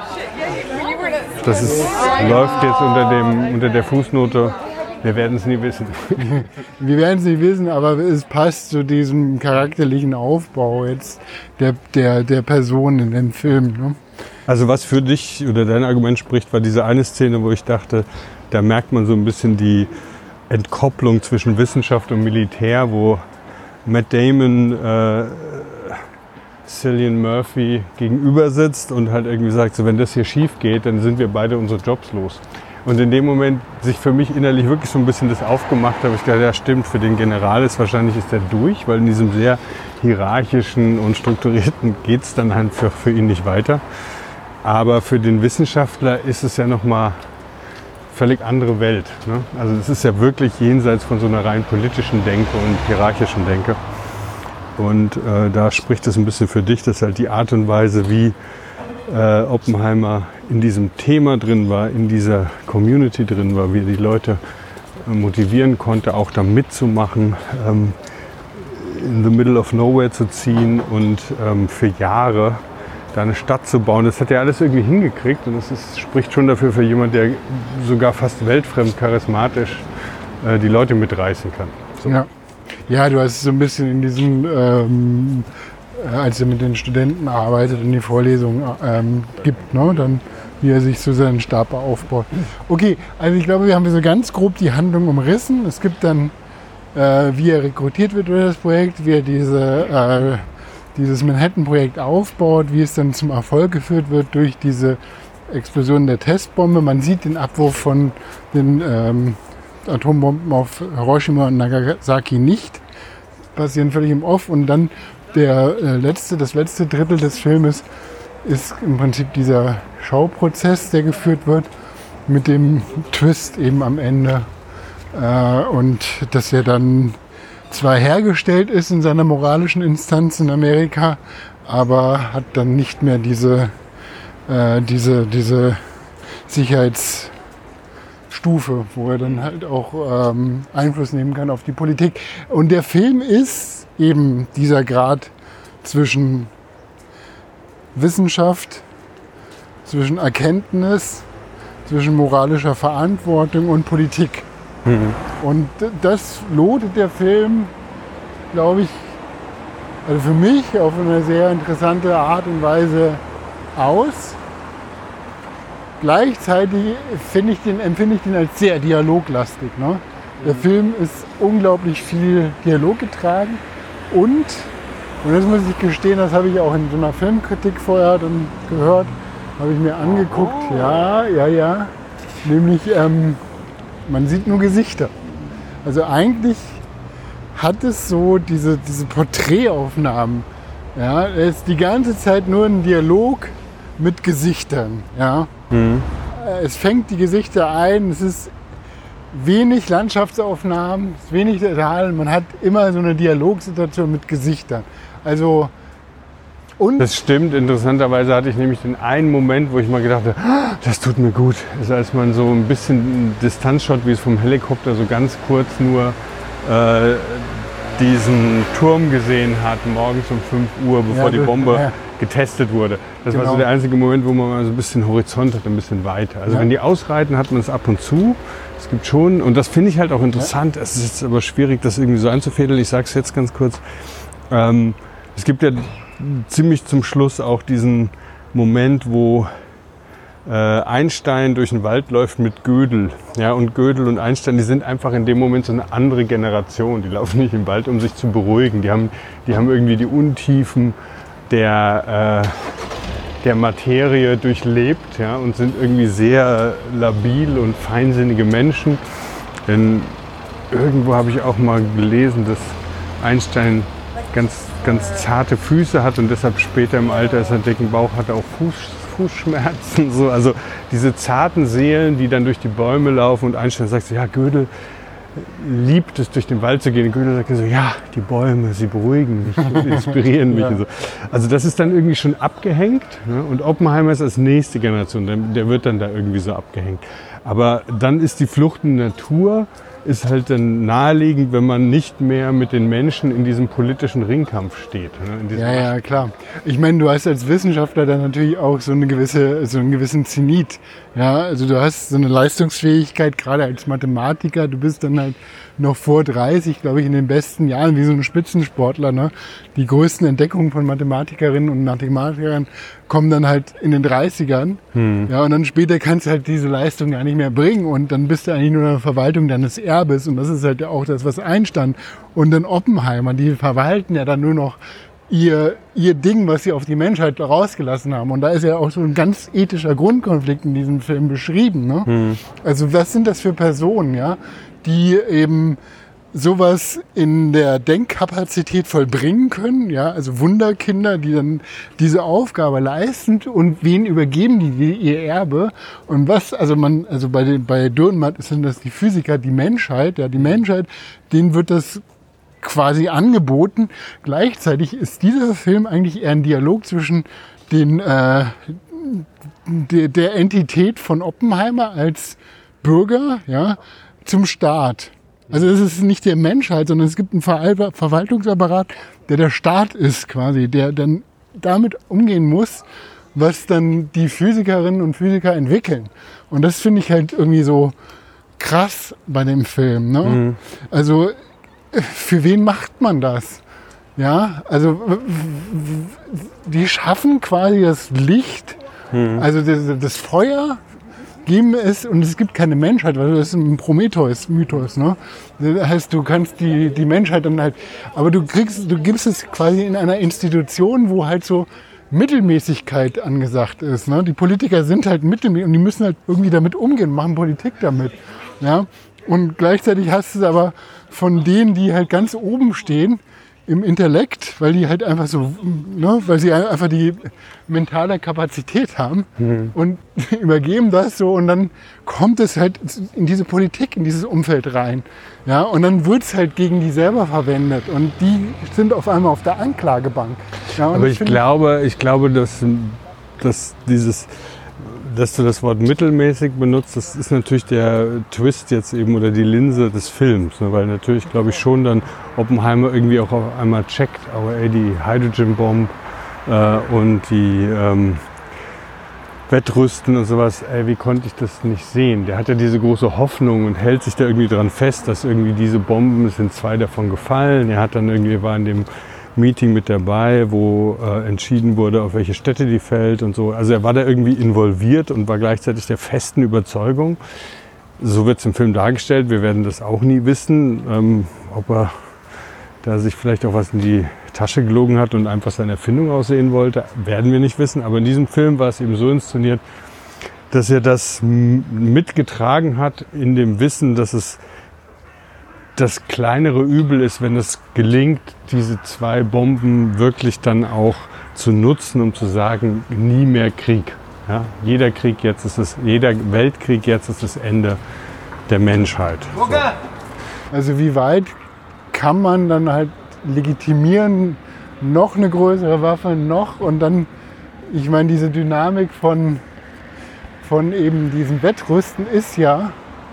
Das läuft jetzt unter der Fußnote, wir werden es nie wissen. Wir werden es nicht wissen, aber es passt zu diesem charakterlichen Aufbau jetzt der Person in dem Film. Ne? Also was für dich oder dein Argument spricht, war diese eine Szene, wo ich dachte, da merkt man so ein bisschen die Entkopplung zwischen Wissenschaft und Militär, wo Matt Damon Cillian Murphy gegenüber sitzt und halt irgendwie sagt, so, wenn das hier schief geht, dann sind wir beide unsere Jobs los. Und in dem Moment sich für mich innerlich wirklich so ein bisschen das aufgemacht habe, ich dachte, ja stimmt, für den General ist wahrscheinlich der durch, weil in diesem sehr hierarchischen und strukturierten geht es dann halt für ihn nicht weiter. Aber für den Wissenschaftler ist es ja nochmal völlig andere Welt. Ne? Also es ist ja wirklich jenseits von so einer rein politischen Denke und hierarchischen Denke. Und da spricht es ein bisschen für dich, dass halt die Art und Weise, wie Oppenheimer in diesem Thema drin war, in dieser Community drin war, wie er die Leute motivieren konnte, auch da mitzumachen, in the middle of nowhere zu ziehen und für Jahre da eine Stadt zu bauen. Das hat er alles irgendwie hingekriegt und das spricht schon dafür für jemand, der sogar fast weltfremd charismatisch die Leute mitreißen kann. So. Ja. Ja, du hast so ein bisschen in diesem, als er mit den Studenten arbeitet und die Vorlesungen gibt, ne? Dann wie er sich so seinen Stab aufbaut. Okay, also ich glaube, wir haben so ganz grob die Handlung umrissen. Es gibt dann, wie er rekrutiert wird durch das Projekt, wie er dieses Manhattan-Projekt aufbaut, wie es dann zum Erfolg geführt wird durch diese Explosion der Testbombe. Man sieht den Abwurf von den Atombomben auf Hiroshima und Nagasaki nicht. Passieren völlig im Off. Und dann das letzte Drittel des Filmes ist im Prinzip dieser Schauprozess, der geführt wird, mit dem Twist eben am Ende. Und dass er dann zwar hergestellt ist in seiner moralischen Instanz in Amerika, aber hat dann nicht mehr diese Sicherheitsstufe, wo er dann halt auch Einfluss nehmen kann auf die Politik. Und der Film ist eben dieser Grad zwischen Wissenschaft, zwischen Erkenntnis, zwischen moralischer Verantwortung und Politik. Mhm. Und das lotet der Film, glaube ich, also für mich auf eine sehr interessante Art und Weise aus. Gleichzeitig empfinde ich den als sehr dialoglastig. Ne? Der Film ist unglaublich viel Dialog getragen und das muss ich gestehen, das habe ich auch in so einer Filmkritik vorher dann gehört, habe ich mir angeguckt, ja, nämlich man sieht nur Gesichter. Also eigentlich hat es so diese Porträtaufnahmen, ja, es ist die ganze Zeit nur ein Dialog mit Gesichtern, ja. Mhm. Es fängt die Gesichter ein, es ist wenig Landschaftsaufnahmen, es ist wenig Real, man hat immer so eine Dialogsituation mit Gesichtern. Also und das stimmt, interessanterweise hatte ich nämlich den einen Moment, wo ich mal gedacht habe, das tut mir gut. Also als man so ein bisschen Distanzshot, wie es vom Helikopter so ganz kurz nur diesen Turm gesehen hat, morgens um 5 Uhr, bevor die Bombe getestet wurde. Das war so der einzige Moment, wo man mal so ein bisschen Horizont hat, ein bisschen weiter. Also wenn die ausreiten, hat man es ab und zu. Es gibt schon, und das finde ich halt auch interessant, es ist jetzt aber schwierig, das irgendwie so einzufädeln. Ich sage es jetzt ganz kurz. Es gibt ja ziemlich zum Schluss auch diesen Moment, wo Einstein durch den Wald läuft mit Gödel. Ja, und Gödel und Einstein, die sind einfach in dem Moment so eine andere Generation. Die laufen nicht im Wald, um sich zu beruhigen. Die haben irgendwie die Untiefen der Materie durchlebt, ja, und sind irgendwie sehr labil und feinsinnige Menschen. Denn irgendwo habe ich auch mal gelesen, dass Einstein ganz zarte Füße hat und deshalb später im Alter, als er einen dicken Bauch hatte, auch Fußschmerzen. So. Also diese zarten Seelen, die dann durch die Bäume laufen, und Einstein sagt so, ja, Gödel liebt es, durch den Wald zu gehen. Und Gödel sagt so, ja, die Bäume, sie beruhigen mich und inspirieren mich. Und so. Also das ist dann irgendwie schon abgehängt, ne? Und Oppenheimer ist als nächste Generation, der wird dann da irgendwie so abgehängt. Aber dann ist die Flucht in die Natur, ist halt dann naheliegend, wenn man nicht mehr mit den Menschen in diesem politischen Ringkampf steht. Ne? Ja, klar. Ich meine, du hast als Wissenschaftler dann natürlich auch so einen gewissen Zenit. Ja, also du hast so eine Leistungsfähigkeit, gerade als Mathematiker. Du bist dann halt noch vor 30, glaube ich, in den besten Jahren, wie so ein Spitzensportler. Ne? Die größten Entdeckungen von Mathematikerinnen und Mathematikern kommen dann halt in den 30ern. Ja, und dann später kannst du halt diese Leistung gar nicht mehr bringen. Und dann bist du eigentlich nur eine Verwaltung deines Erbes. Und das ist halt auch das, was Einstein und dann Oppenheimer, die verwalten ja dann nur noch ihr Ding, was sie auf die Menschheit rausgelassen haben. Und da ist ja auch so ein ganz ethischer Grundkonflikt in diesem Film beschrieben. Ne? Also was sind das für Personen, ja, die eben sowas in der Denkkapazität vollbringen können, ja, also Wunderkinder, die dann diese Aufgabe leisten, und wen übergeben die ihr Erbe? Und was, bei Dürrenmatt sind das die Physiker, die Menschheit, denen wird das quasi angeboten. Gleichzeitig ist dieser Film eigentlich eher ein Dialog zwischen der Entität von Oppenheimer als Bürger, ja, zum Staat. Also es ist nicht der Menschheit, sondern es gibt einen Verwaltungsapparat, der Staat ist quasi, der dann damit umgehen muss, was dann die Physikerinnen und Physiker entwickeln. Und das finde ich halt irgendwie so krass bei dem Film. Ne? Also für wen macht man das? Ja, also die schaffen quasi das Licht, also das Feuer, geben es, und es gibt keine Menschheit, weil das ist ein Prometheus-Mythos. Ne? Das heißt, du kannst die Menschheit dann halt, aber du gibst es quasi in einer Institution, wo halt so Mittelmäßigkeit angesagt ist. Ne? Die Politiker sind halt mittelmäßig und die müssen halt irgendwie damit umgehen, machen Politik damit. Ja? Und gleichzeitig hast du es aber von denen, die halt ganz oben stehen, im Intellekt, weil die halt einfach so, ne, weil sie einfach die mentale Kapazität haben und übergeben das so, und dann kommt es halt in diese Politik, in dieses Umfeld rein. Ja, und dann wird es halt gegen die selber verwendet und die sind auf einmal auf der Anklagebank. Ja, aber ich glaube, dass du das Wort mittelmäßig benutzt, das ist natürlich der Twist jetzt eben oder die Linse des Films. Ne? Weil natürlich, glaube ich, schon dann Oppenheimer irgendwie auch auf einmal checkt, aber die Hydrogen Bomb und die Wettrüsten und sowas, wie konnte ich das nicht sehen? Der hat ja diese große Hoffnung und hält sich da irgendwie dran fest, dass irgendwie diese Bomben, es sind 2 davon gefallen. Er hat dann irgendwie, war in dem Meeting mit dabei, wo entschieden wurde, auf welche Städte die fällt und so. Also er war da irgendwie involviert und war gleichzeitig der festen Überzeugung. So wird es im Film dargestellt. Wir werden das auch nie wissen, ob er da sich vielleicht auch was in die Tasche gelogen hat und einfach seine Erfindung aussehen wollte, werden wir nicht wissen. Aber in diesem Film war es eben so inszeniert, dass er das mitgetragen hat in dem Wissen, dass es das kleinere Übel ist, wenn es gelingt, diese 2 Bomben wirklich dann auch zu nutzen, um zu sagen, nie mehr Krieg. Ja? Jeder Weltkrieg jetzt ist das Ende der Menschheit. So. Also wie weit kann man dann halt legitimieren, noch eine größere Waffe, und dann, ich meine, diese Dynamik von eben diesem Wettrüsten ist ja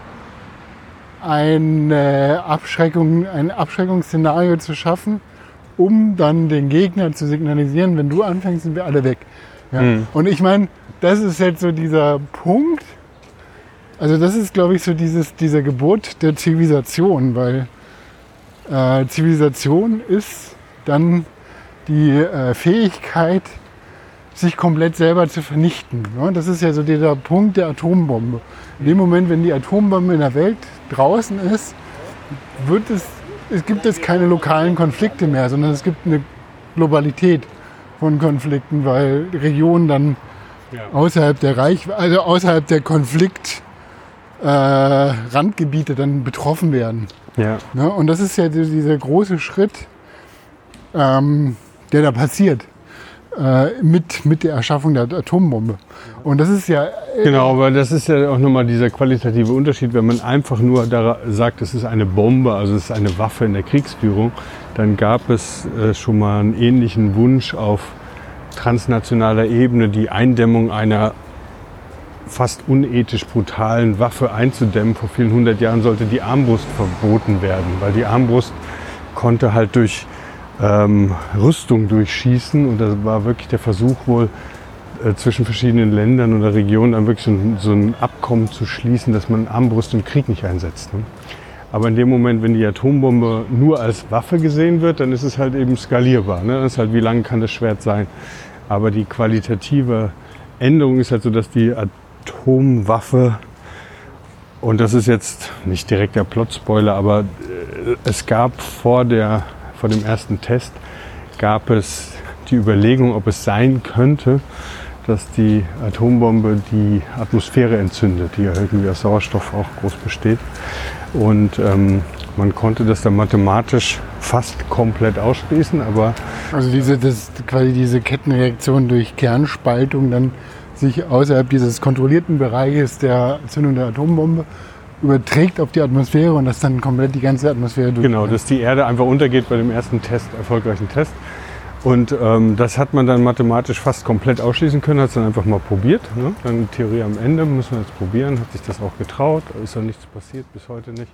ein Abschreckungsszenario zu schaffen, um dann den Gegner zu signalisieren, wenn du anfängst, sind wir alle weg. Ja. Und ich meine, das ist jetzt so dieser Punkt, also das ist, glaube ich, so dieser Geburt der Zivilisation, weil Zivilisation ist dann die Fähigkeit, sich komplett selber zu vernichten. Ja, das ist ja so dieser Punkt der Atombombe. In dem Moment, wenn die Atombombe in der Welt draußen ist, gibt es keine lokalen Konflikte mehr, sondern es gibt eine Globalität von Konflikten, weil Regionen dann außerhalb der Konflikt-Randgebiete dann betroffen werden. Ja. Ja, und das ist ja dieser große Schritt, der da passiert. Mit der Erschaffung der Atombombe. Und das ist ja... Genau, aber das ist ja auch nochmal dieser qualitative Unterschied. Wenn man einfach nur sagt, es ist eine Bombe, also es ist eine Waffe in der Kriegsführung, dann gab es schon mal einen ähnlichen Wunsch auf transnationaler Ebene, die Eindämmung einer fast unethisch brutalen Waffe einzudämmen. Vor vielen 100 Jahren sollte die Armbrust verboten werden, weil die Armbrust konnte halt durch Rüstung durchschießen, und das war wirklich der Versuch wohl zwischen verschiedenen Ländern oder Regionen dann wirklich so ein Abkommen zu schließen, dass man Armbrust im Krieg nicht einsetzt. Ne? Aber in dem Moment, wenn die Atombombe nur als Waffe gesehen wird, dann ist es halt eben skalierbar. Ne? Das ist halt, wie lang kann das Schwert sein? Aber die qualitative Änderung ist halt so, dass die Atomwaffe, und das ist jetzt nicht direkt der Plot-Spoiler, aber es gab vor dem ersten Test gab es die Überlegung, ob es sein könnte, dass die Atombombe die Atmosphäre entzündet, die ja irgendwie aus Sauerstoff auch groß besteht. Und man konnte das dann mathematisch fast komplett ausschließen, aber... Also quasi diese Kettenreaktion durch Kernspaltung dann sich außerhalb dieses kontrollierten Bereiches der Zündung der Atombombe überträgt auf die Atmosphäre und das dann komplett die ganze Atmosphäre durch. Genau, dass die Erde einfach untergeht bei dem ersten erfolgreichen Test. Und das hat man dann mathematisch fast komplett ausschließen können, hat es dann einfach mal probiert. Ne? Dann Theorie am Ende, müssen wir jetzt probieren, hat sich das auch getraut, ist ja nichts passiert, bis heute nicht.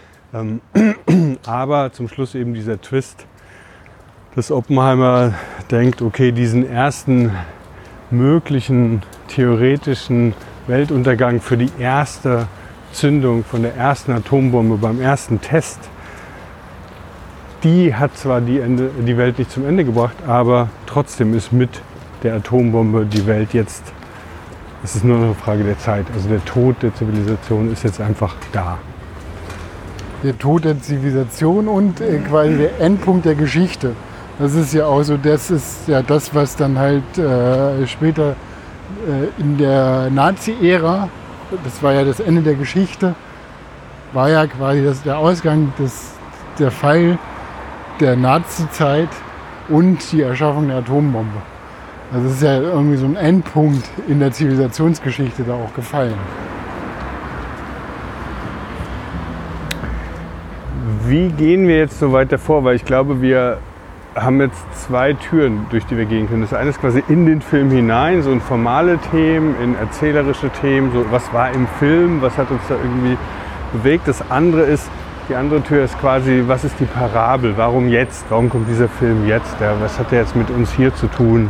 Aber zum Schluss eben dieser Twist, dass Oppenheimer denkt, okay, diesen ersten möglichen theoretischen Weltuntergang für die erste Zündung von der ersten Atombombe beim ersten Test, die hat zwar die Welt nicht zum Ende gebracht, aber trotzdem ist mit der Atombombe die Welt jetzt, es ist nur noch eine Frage der Zeit. Also der Tod der Zivilisation ist jetzt einfach da. Der Tod der Zivilisation und quasi der Endpunkt der Geschichte. Das ist ja auch so, das ist ja das, was dann halt später in der Nazi-Ära, das war ja das Ende der Geschichte, war ja quasi der Ausgang, der Fall der Nazi-Zeit und die Erschaffung der Atombombe. Also es ist ja irgendwie so ein Endpunkt in der Zivilisationsgeschichte da auch gefallen. Wie gehen wir jetzt so weiter vor? Weil ich glaube, wir haben jetzt 2 Türen, durch die wir gehen können. Das eine ist quasi in den Film hinein, so in formale Themen, in erzählerische Themen, so was war im Film, was hat uns da irgendwie bewegt. Das andere ist, die andere Tür ist quasi, was ist die Parabel? Warum jetzt? Warum kommt dieser Film jetzt? Ja, was hat der jetzt mit uns hier zu tun?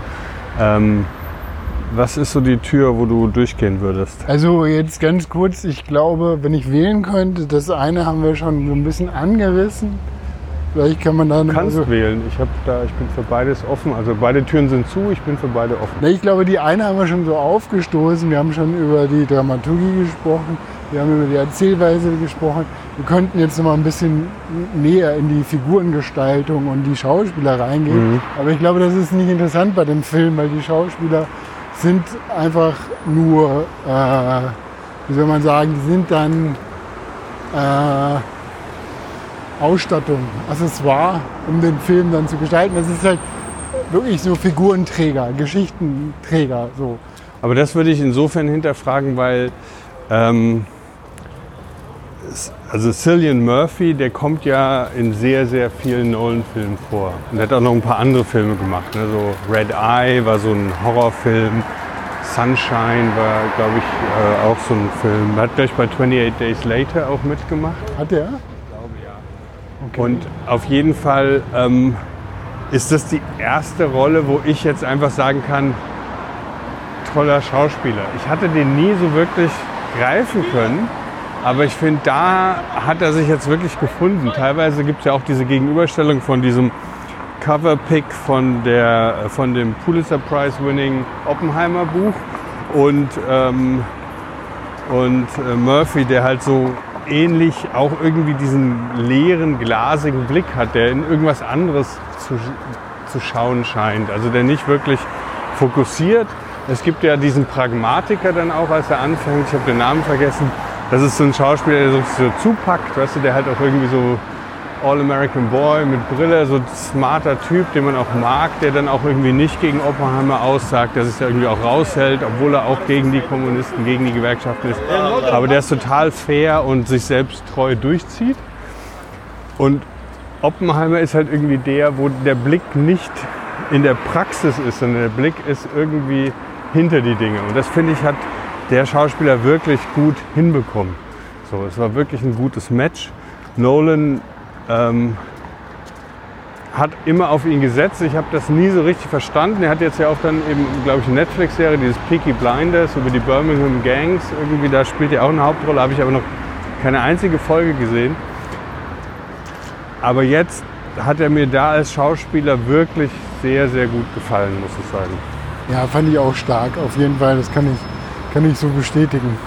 Was ist so die Tür, wo du durchgehen würdest? Also jetzt ganz kurz, ich glaube, wenn ich wählen könnte, das eine haben wir schon so ein bisschen angerissen. Vielleicht kann man da Du kannst wählen. Ich bin für beides offen. Also beide Türen sind zu, ich bin für beide offen. Ich glaube, die eine haben wir schon so aufgestoßen. Wir haben schon über die Dramaturgie gesprochen. Wir haben über die Erzählweise gesprochen. Wir könnten jetzt noch mal ein bisschen näher in die Figurengestaltung und die Schauspieler reingehen. Aber ich glaube, das ist nicht interessant bei dem Film, weil die Schauspieler sind einfach nur, wie soll man sagen, die sind dann Ausstattung, Accessoire, um den Film dann zu gestalten. Das ist halt wirklich so Figurenträger, Geschichtenträger. So. Aber das würde ich insofern hinterfragen, weil also Cillian Murphy, der kommt ja in sehr, sehr vielen Nolan-Filmen vor. Und er hat auch noch ein paar andere Filme gemacht. Ne? So Red Eye war so ein Horrorfilm. Sunshine war, glaube ich, auch so ein Film. Er hat gleich bei 28 Days Later auch mitgemacht. Hat er? Okay. Und auf jeden Fall ist das die erste Rolle, wo ich jetzt einfach sagen kann, toller Schauspieler. Ich hatte den nie so wirklich greifen können, aber ich finde, da hat er sich jetzt wirklich gefunden. Teilweise gibt es ja auch diese Gegenüberstellung von diesem Cover-Pick von dem Pulitzer Prize-winning Oppenheimer Buch und Murphy, der halt so ähnlich auch irgendwie diesen leeren, glasigen Blick hat, der in irgendwas anderes zu schauen scheint. Also der nicht wirklich fokussiert. Es gibt ja diesen Pragmatiker dann auch, als er anfängt, ich habe den Namen vergessen. Das ist so ein Schauspieler, der so zupackt, weißt du, der halt auch irgendwie so All-American Boy mit Brille, so ein smarter Typ, den man auch mag, der dann auch irgendwie nicht gegen Oppenheimer aussagt, der sich da irgendwie auch raushält, obwohl er auch gegen die Kommunisten, gegen die Gewerkschaften ist. Aber der ist total fair und sich selbst treu durchzieht. Und Oppenheimer ist halt irgendwie der, wo der Blick nicht in der Praxis ist, sondern der Blick ist irgendwie hinter die Dinge. Und das, finde ich, hat der Schauspieler wirklich gut hinbekommen. So, es war wirklich ein gutes Match. Nolan hat immer auf ihn gesetzt. Ich habe das nie so richtig verstanden. Er hat jetzt ja auch dann eben, glaube ich, eine Netflix-Serie, dieses Peaky Blinders über die Birmingham Gangs. Irgendwie, da spielt er auch eine Hauptrolle, habe ich aber noch keine einzige Folge gesehen. Aber jetzt hat er mir da als Schauspieler wirklich sehr, sehr gut gefallen, muss ich sagen. Ja, fand ich auch stark, auf jeden Fall. Das kann ich so bestätigen.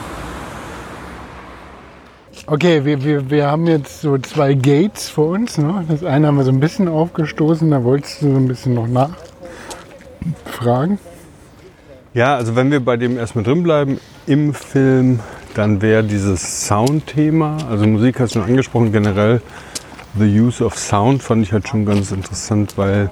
Okay, wir haben jetzt so 2 Gates vor uns. Ne? Das eine haben wir so ein bisschen aufgestoßen, da wolltest du so ein bisschen noch nachfragen. Ja, also wenn wir bei dem erstmal drin bleiben im Film, dann wäre dieses Soundthema, also Musik hast du schon angesprochen, generell the use of sound fand ich halt schon ganz interessant, weil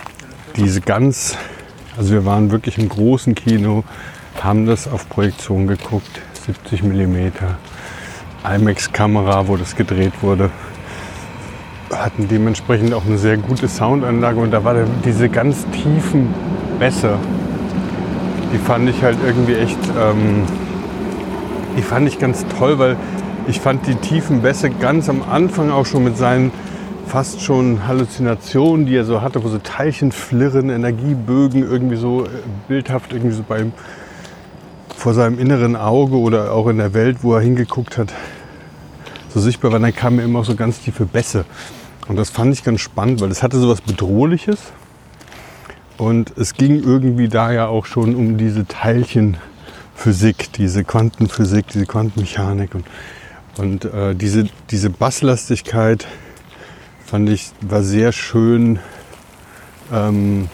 also wir waren wirklich im großen Kino, haben das auf Projektion geguckt, 70 mm. IMAX-Kamera, wo das gedreht wurde, hatten dementsprechend auch eine sehr gute Soundanlage und da war diese ganz tiefen Bässe, die fand ich halt irgendwie echt, die fand ich ganz toll, weil ich fand die tiefen Bässe ganz am Anfang auch schon mit seinen fast schon Halluzinationen, die er so hatte, wo so Teilchen flirren, Energiebögen irgendwie so bildhaft irgendwie so vor seinem inneren Auge oder auch in der Welt, wo er hingeguckt hat, so sichtbar waren. Dann kamen immer auch so ganz tiefe Bässe. Und das fand ich ganz spannend, weil es hatte so was Bedrohliches. Und es ging irgendwie da ja auch schon um diese Teilchenphysik, diese Quantenphysik, diese Quantenmechanik. Und diese Basslastigkeit fand ich, war sehr schön, war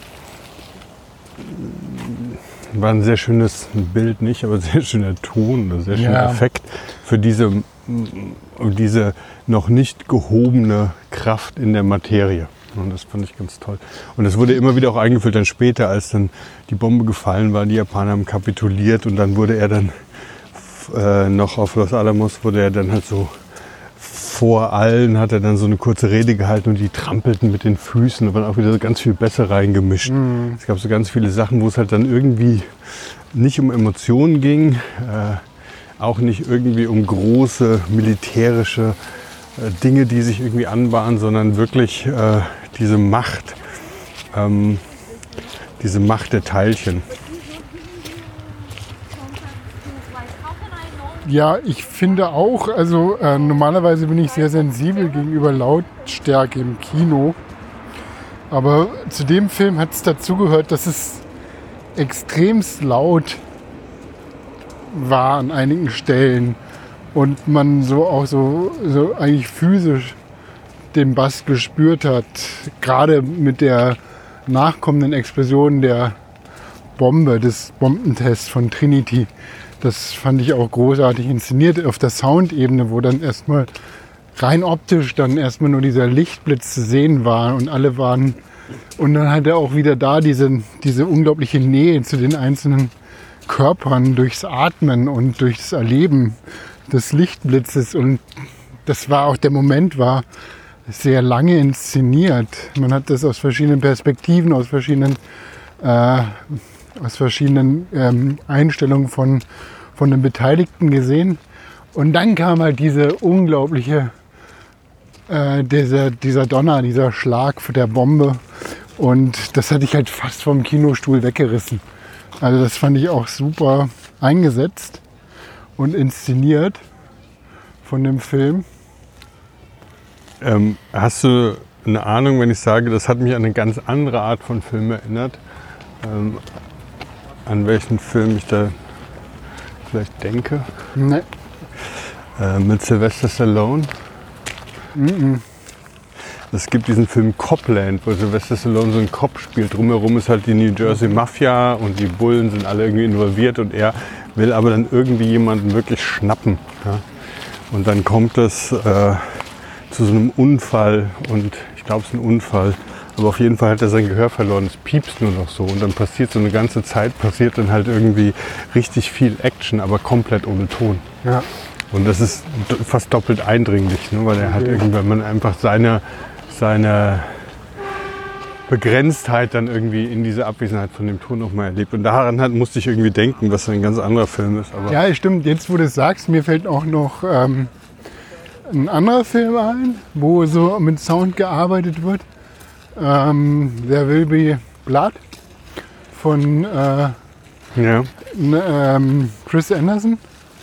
ein sehr schönes Bild nicht, aber sehr schöner Ton, ein sehr schöner Effekt für diese noch nicht gehobene Kraft in der Materie. Und das fand ich ganz toll. Und das wurde immer wieder auch eingeführt dann später, als dann die Bombe gefallen war, die Japaner haben kapituliert und dann wurde er dann noch auf Los Alamos, wurde er dann halt so vor allen, hat er dann so eine kurze Rede gehalten und die trampelten mit den Füßen, da waren auch wieder so ganz viel Bässe reingemischt. Es gab so ganz viele Sachen, wo es halt dann irgendwie nicht um Emotionen ging, auch nicht irgendwie um große militärische Dinge, die sich irgendwie anbahnen, sondern wirklich diese Macht der Teilchen. Ja, ich finde auch, also normalerweise bin ich sehr sensibel gegenüber Lautstärke im Kino. Aber zu dem Film hat es dazugehört, dass es extremst laut war an einigen Stellen. Und man so auch so eigentlich physisch den Bass gespürt hat. Gerade mit der nachkommenden Explosion der Bombe, des Bombentests von Trinity. Das fand ich auch großartig inszeniert auf der Soundebene, wo dann erstmal rein optisch dann erstmal nur dieser Lichtblitz zu sehen war und alle waren. Und dann hat er auch wieder da diese unglaubliche Nähe zu den einzelnen Körpern durchs Atmen und durchs Erleben des Lichtblitzes. Und das war auch, der Moment war sehr lange inszeniert. Man hat das aus verschiedenen Perspektiven, aus verschiedenen Einstellungen von den Beteiligten gesehen. Und dann kam halt diese unglaubliche, dieser Donner, dieser Schlag der Bombe. Und das hatte ich halt fast vom Kinostuhl weggerissen. Also das fand ich auch super eingesetzt und inszeniert von dem Film. Hast du eine Ahnung, wenn ich sage, das hat mich an eine ganz andere Art von Film erinnert? An welchen Film ich da vielleicht denke? Nee. Mit Sylvester Stallone. Es gibt diesen Film Copland, wo Sylvester Stallone so einen Cop spielt. Drumherum ist halt die New Jersey Mafia und die Bullen sind alle irgendwie involviert und er will aber dann irgendwie jemanden wirklich schnappen. Ja? Und dann kommt es zu so einem Unfall und ich glaube, es ist ein Unfall. Aber auf jeden Fall hat er sein Gehör verloren, es piepst nur noch so und dann passiert so eine ganze Zeit, passiert dann halt irgendwie richtig viel Action, aber komplett ohne Ton. Ja. Und das ist fast doppelt eindringlich, ne? Weil er halt irgendwann man einfach seine Begrenztheit dann irgendwie in dieser Abwesenheit von dem Ton nochmal erlebt. Und daran musste ich irgendwie denken, was ein ganz anderer Film ist. Aber ja, stimmt. Jetzt, wo du es sagst, mir fällt auch noch ein anderer Film ein, wo so mit Sound gearbeitet wird. There Will Be Blood von Chris Anderson,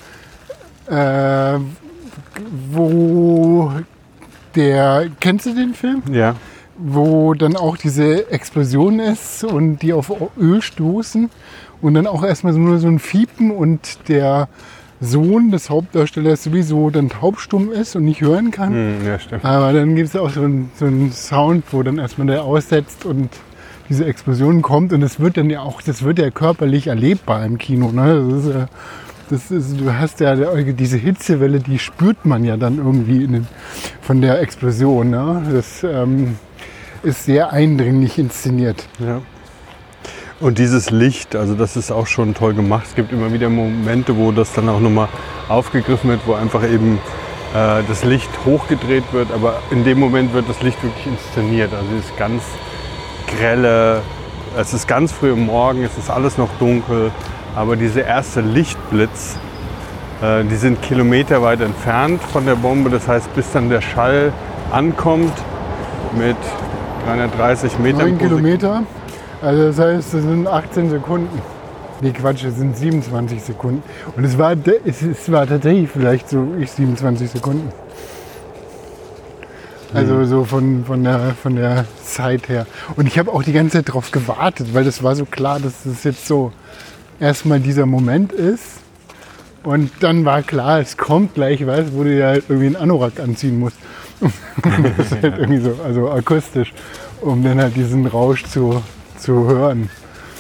wo kennst du den Film? Ja. Wo dann auch diese Explosion ist und die auf Öl stoßen und dann auch erstmal nur so ein Fiepen und der Sohn des Hauptdarstellers sowieso dann taubstumm ist und nicht hören kann. Ja, stimmt. Aber dann gibt es auch so einen Sound, wo dann erstmal der aussetzt und diese Explosion kommt und das wird dann ja auch, das wird ja körperlich erlebbar im Kino. Ne? Du hast ja diese Hitzewelle, die spürt man ja dann irgendwie von der Explosion. Ne? Das ist sehr eindringlich inszeniert. Ja. Und dieses Licht, also das ist auch schon toll gemacht. Es gibt immer wieder Momente, wo das dann auch nochmal aufgegriffen wird, wo einfach eben das Licht hochgedreht wird, aber in dem Moment wird das Licht wirklich inszeniert. Also es ist ganz grelle, es ist ganz früh am Morgen, es ist alles noch dunkel, aber dieser erste Lichtblitz, die sind kilometerweit entfernt von der Bombe. Das heißt, bis dann der Schall ankommt mit 330 Metern 9 Kilometer. Also das heißt, das sind 18 Sekunden. Nee, Quatsch, das sind 27 Sekunden. Und es war tatsächlich vielleicht so 27 Sekunden. Also so von der Zeit her. Und ich habe auch die ganze Zeit drauf gewartet, weil das war so klar, dass das jetzt so erstmal dieser Moment ist. Und dann war klar, es kommt gleich was, wo du ja halt irgendwie einen Anorak anziehen musst. Das ist halt irgendwie so, also akustisch, um dann halt diesen Rausch zu hören.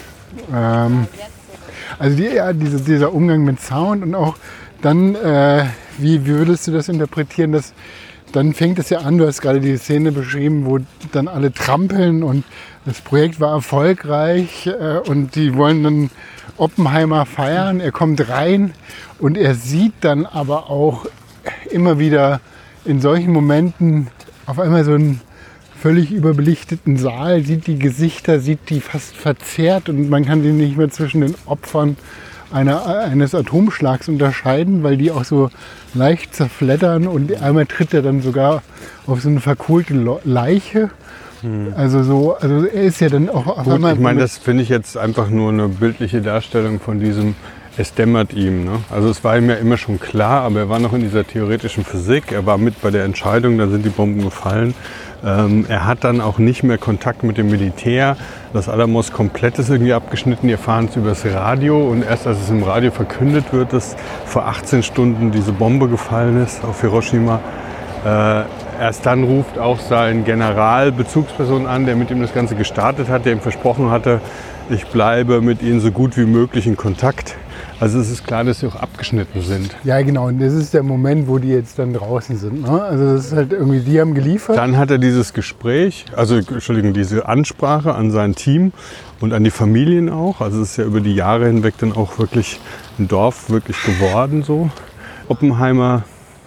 Also dieser Umgang mit Sound und auch dann, wie würdest du das interpretieren, dass dann fängt es ja an, du hast gerade die Szene beschrieben, wo dann alle trampeln und das Projekt war erfolgreich und die wollen dann Oppenheimer feiern. Er kommt rein und er sieht dann aber auch immer wieder in solchen Momenten auf einmal so einen völlig überbelichteten Saal, sieht die Gesichter, sieht die fast verzerrt und man kann sie nicht mehr zwischen den Opfern eines Atomschlags unterscheiden, weil die auch so leicht zerfleddern und einmal tritt er dann sogar auf so eine verkohlte Leiche. Also er ist ja dann auch auf einmal... Ich meine, das finde ich jetzt einfach nur eine bildliche Darstellung von diesem, es dämmert ihm. Ne? Also es war ihm ja immer schon klar, aber er war noch in dieser theoretischen Physik, er war mit bei der Entscheidung, da sind die Bomben gefallen. Er hat dann auch nicht mehr Kontakt mit dem Militär. Das Alamos komplett ist irgendwie abgeschnitten. Die erfahren es übers Radio und erst als es im Radio verkündet wird, dass vor 18 Stunden diese Bombe gefallen ist auf Hiroshima, erst dann ruft auch sein General Bezugsperson an, der mit ihm das Ganze gestartet hat, der ihm versprochen hatte, ich bleibe mit ihnen so gut wie möglich in Kontakt. Also es ist klar, dass sie auch abgeschnitten sind. Ja, genau. Und das ist der Moment, wo die jetzt dann draußen sind. Ne? Also das ist halt irgendwie, die haben geliefert. Dann hat er dieses Gespräch, diese Ansprache an sein Team und an die Familien auch. Also es ist ja über die Jahre hinweg dann auch wirklich ein Dorf wirklich geworden so. Oppenheimer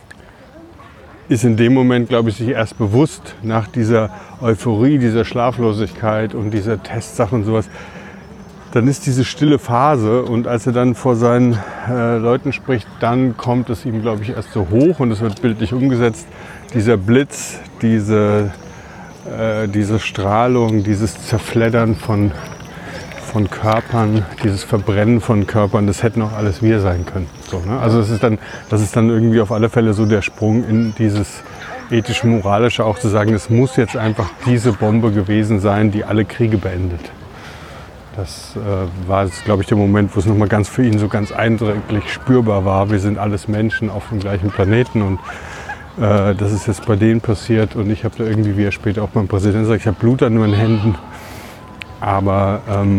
ist in dem Moment, glaube ich, sich erst bewusst nach dieser Euphorie, dieser Schlaflosigkeit und dieser Testsache und sowas. Dann ist diese stille Phase und als er dann vor seinen Leuten spricht, dann kommt es ihm, glaube ich, erst so hoch und es wird bildlich umgesetzt. Dieser Blitz, diese Strahlung, dieses Zerfleddern von Körpern, dieses Verbrennen von Körpern, das hätten auch alles wir sein können. So, ne? Also das ist dann irgendwie auf alle Fälle so der Sprung in dieses ethisch-moralische, auch zu sagen, es muss jetzt einfach diese Bombe gewesen sein, die alle Kriege beendet. Das war, glaube ich, der Moment, wo es nochmal ganz für ihn so ganz eindrücklich spürbar war. Wir sind alles Menschen auf dem gleichen Planeten und das ist jetzt bei denen passiert. Und ich habe da irgendwie, wie er später auch beim Präsidenten sagt, ich habe Blut an meinen Händen. Aber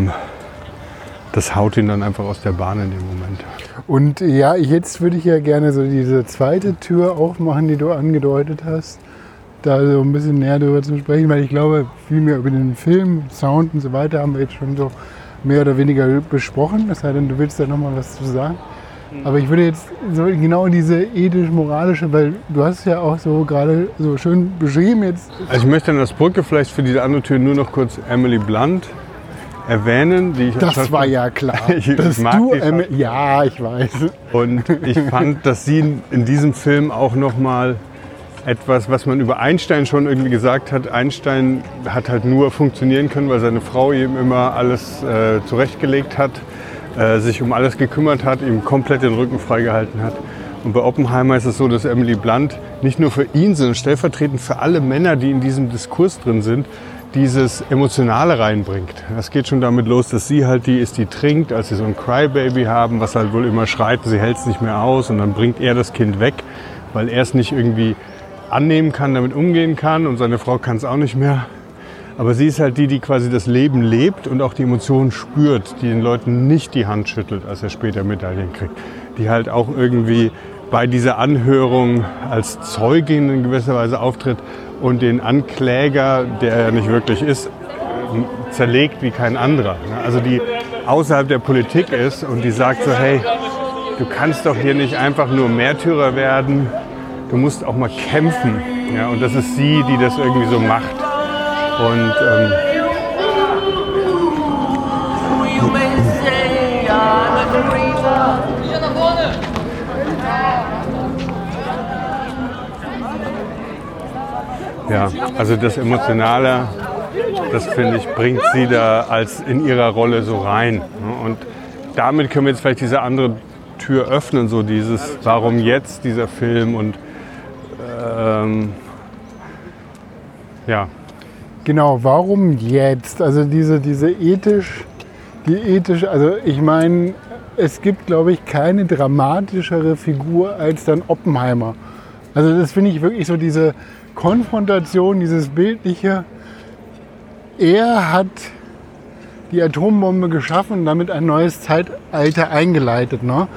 das haut ihn dann einfach aus der Bahn in dem Moment. Und ja, jetzt würde ich ja gerne so diese zweite Tür aufmachen, die du angedeutet hast. Da so ein bisschen näher darüber zu sprechen, weil ich glaube, viel mehr über den Film, Sound und so weiter haben wir jetzt schon so mehr oder weniger besprochen. Das heißt, du willst da nochmal was zu sagen. Aber ich würde jetzt so genau diese ethisch-moralische, weil du hast es ja auch so gerade so schön beschrieben jetzt. Also ich möchte an das Brücke vielleicht für diese andere Tür nur noch kurz Emily Blunt erwähnen. Die ich das war ja klar. Ich mag die ja, ich weiß. Und ich fand, dass sie in diesem Film auch nochmal etwas, was man über Einstein schon irgendwie gesagt hat. Einstein hat halt nur funktionieren können, weil seine Frau ihm immer alles zurechtgelegt hat, sich um alles gekümmert hat, ihm komplett den Rücken freigehalten hat. Und bei Oppenheimer ist es so, dass Emily Blunt nicht nur für ihn, sondern stellvertretend für alle Männer, die in diesem Diskurs drin sind, dieses Emotionale reinbringt. Das geht schon damit los, dass sie halt die ist, die trinkt, als sie so ein Crybaby haben, was halt wohl immer schreit, sie hält es nicht mehr aus und dann bringt er das Kind weg, weil er es nicht irgendwie annehmen kann, damit umgehen kann und seine Frau kann es auch nicht mehr. Aber sie ist halt die, die quasi das Leben lebt und auch die Emotionen spürt, die den Leuten nicht die Hand schüttelt, als er später Medaillen kriegt. Die halt auch irgendwie bei dieser Anhörung als Zeugin in gewisser Weise auftritt und den Ankläger, der er nicht wirklich ist, zerlegt wie kein anderer. Also die außerhalb der Politik ist und die sagt so, hey, du kannst doch hier nicht einfach nur Märtyrer werden, du musst auch mal kämpfen. Ja, und das ist sie, die das irgendwie so macht. Und ja, also das Emotionale, das finde ich, bringt sie da als in ihrer Rolle so rein. Und damit können wir jetzt vielleicht diese andere Tür öffnen, so dieses, warum jetzt dieser Film und Ja. Genau, warum jetzt? Also diese also ich meine, es gibt, glaube ich, keine dramatischere Figur als dann Oppenheimer. Also das finde ich wirklich so diese Konfrontation, dieses Bildliche. Er hat die Atombombe geschaffen und damit ein neues Zeitalter eingeleitet. Ne?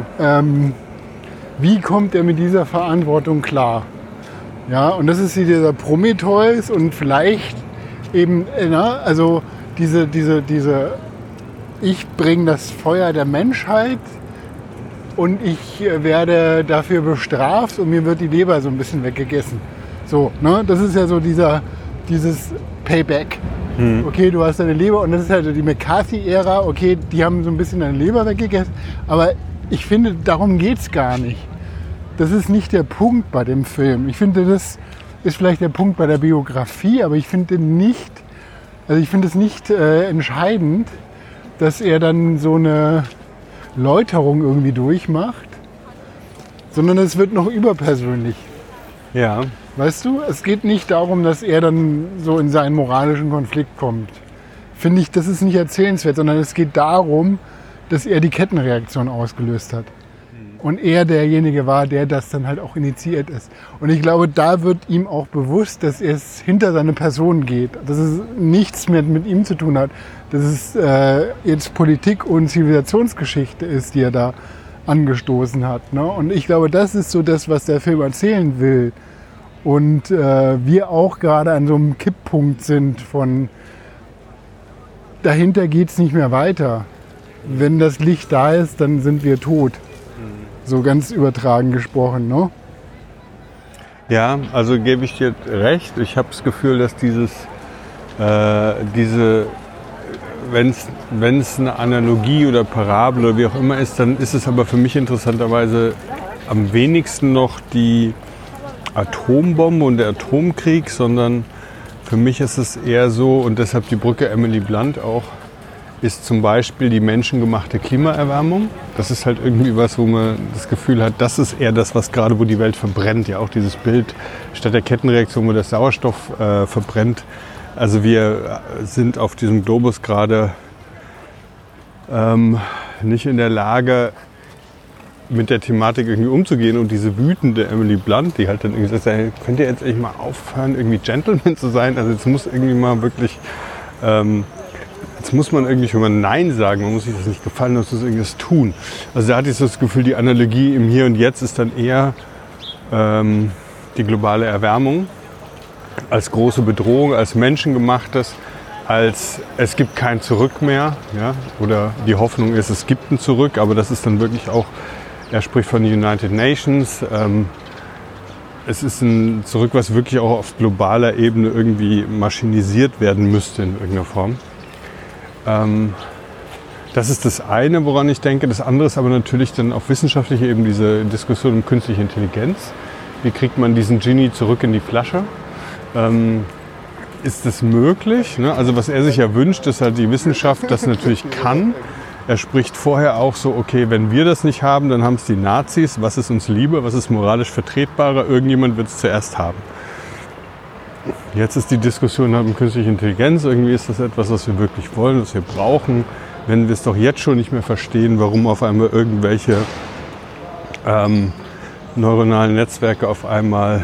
Wie kommt er mit dieser Verantwortung klar? Ja, und das ist dieser Prometheus und vielleicht eben, also diese ich bringe das Feuer der Menschheit und ich werde dafür bestraft und mir wird die Leber so ein bisschen weggegessen. So, ne? Das ist ja so dieses Payback. Okay, du hast deine Leber und das ist halt die McCarthy-Ära. Okay, die haben so ein bisschen deine Leber weggegessen. Aber ich finde, darum geht es gar nicht. Das ist nicht der Punkt bei dem Film. Ich finde, das ist vielleicht der Punkt bei der Biografie, aber ich finde es nicht entscheidend, dass er dann so eine Läuterung irgendwie durchmacht, sondern es wird noch überpersönlich. Ja. Weißt du, es geht nicht darum, dass er dann so in seinen moralischen Konflikt kommt. Finde ich, das ist nicht erzählenswert, sondern es geht darum, dass er die Kettenreaktion ausgelöst hat. Und er derjenige war, der das dann halt auch initiiert ist. Und ich glaube, da wird ihm auch bewusst, dass es hinter seine Person geht. Dass es nichts mehr mit ihm zu tun hat. Dass es jetzt Politik und Zivilisationsgeschichte ist, die er da angestoßen hat. Ne? Und ich glaube, das ist so das, was der Film erzählen will. Und wir auch gerade an so einem Kipppunkt sind von dahinter geht es nicht mehr weiter. Wenn das Licht da ist, dann sind wir tot. So ganz übertragen gesprochen, ne? Ja, also gebe ich dir recht. Ich habe das Gefühl, dass wenn es eine Analogie oder Parabel oder wie auch immer ist, dann ist es aber für mich interessanterweise am wenigsten noch die Atombombe und der Atomkrieg, sondern für mich ist es eher so, und deshalb die Brücke Emily Blunt auch, ist zum Beispiel die menschengemachte Klimaerwärmung. Das ist halt irgendwie was, wo man das Gefühl hat, das ist eher das, was gerade, wo die Welt verbrennt. Ja, auch dieses Bild statt der Kettenreaktion, wo der Sauerstoff verbrennt. Also wir sind auf diesem Globus gerade nicht in der Lage, mit der Thematik irgendwie umzugehen. Und diese wütende Emily Blunt, die halt dann irgendwie sagt, könnt ihr jetzt echt mal aufhören, irgendwie Gentleman zu sein? Also jetzt muss irgendwie mal wirklich... Jetzt muss man irgendwie schon mal Nein sagen, man muss sich das nicht gefallen, man muss irgendwas tun. Also da hatte ich so das Gefühl, die Analogie im Hier und Jetzt ist dann eher die globale Erwärmung als große Bedrohung, als menschengemachtes, als es gibt kein Zurück mehr. Ja? Oder die Hoffnung ist, es gibt ein Zurück, aber das ist dann wirklich auch, er spricht von den United Nations. Es ist ein Zurück, was wirklich auch auf globaler Ebene irgendwie maschinisiert werden müsste in irgendeiner Form. Das ist das eine, woran ich denke. Das andere ist aber natürlich dann auf wissenschaftlicher Ebene diese Diskussion um künstliche Intelligenz. Wie kriegt man diesen Genie zurück in die Flasche? Ist das möglich? Ne? Also was er sich ja wünscht, ist halt die Wissenschaft das natürlich kann. Er spricht vorher auch so, okay, wenn wir das nicht haben, dann haben es die Nazis. Was ist uns lieber? Was ist moralisch vertretbarer? Irgendjemand wird es zuerst haben. Jetzt ist die Diskussion um künstliche Intelligenz. Irgendwie ist das etwas, was wir wirklich wollen, was wir brauchen. Wenn wir es doch jetzt schon nicht mehr verstehen, warum auf einmal irgendwelche neuronalen Netzwerke auf einmal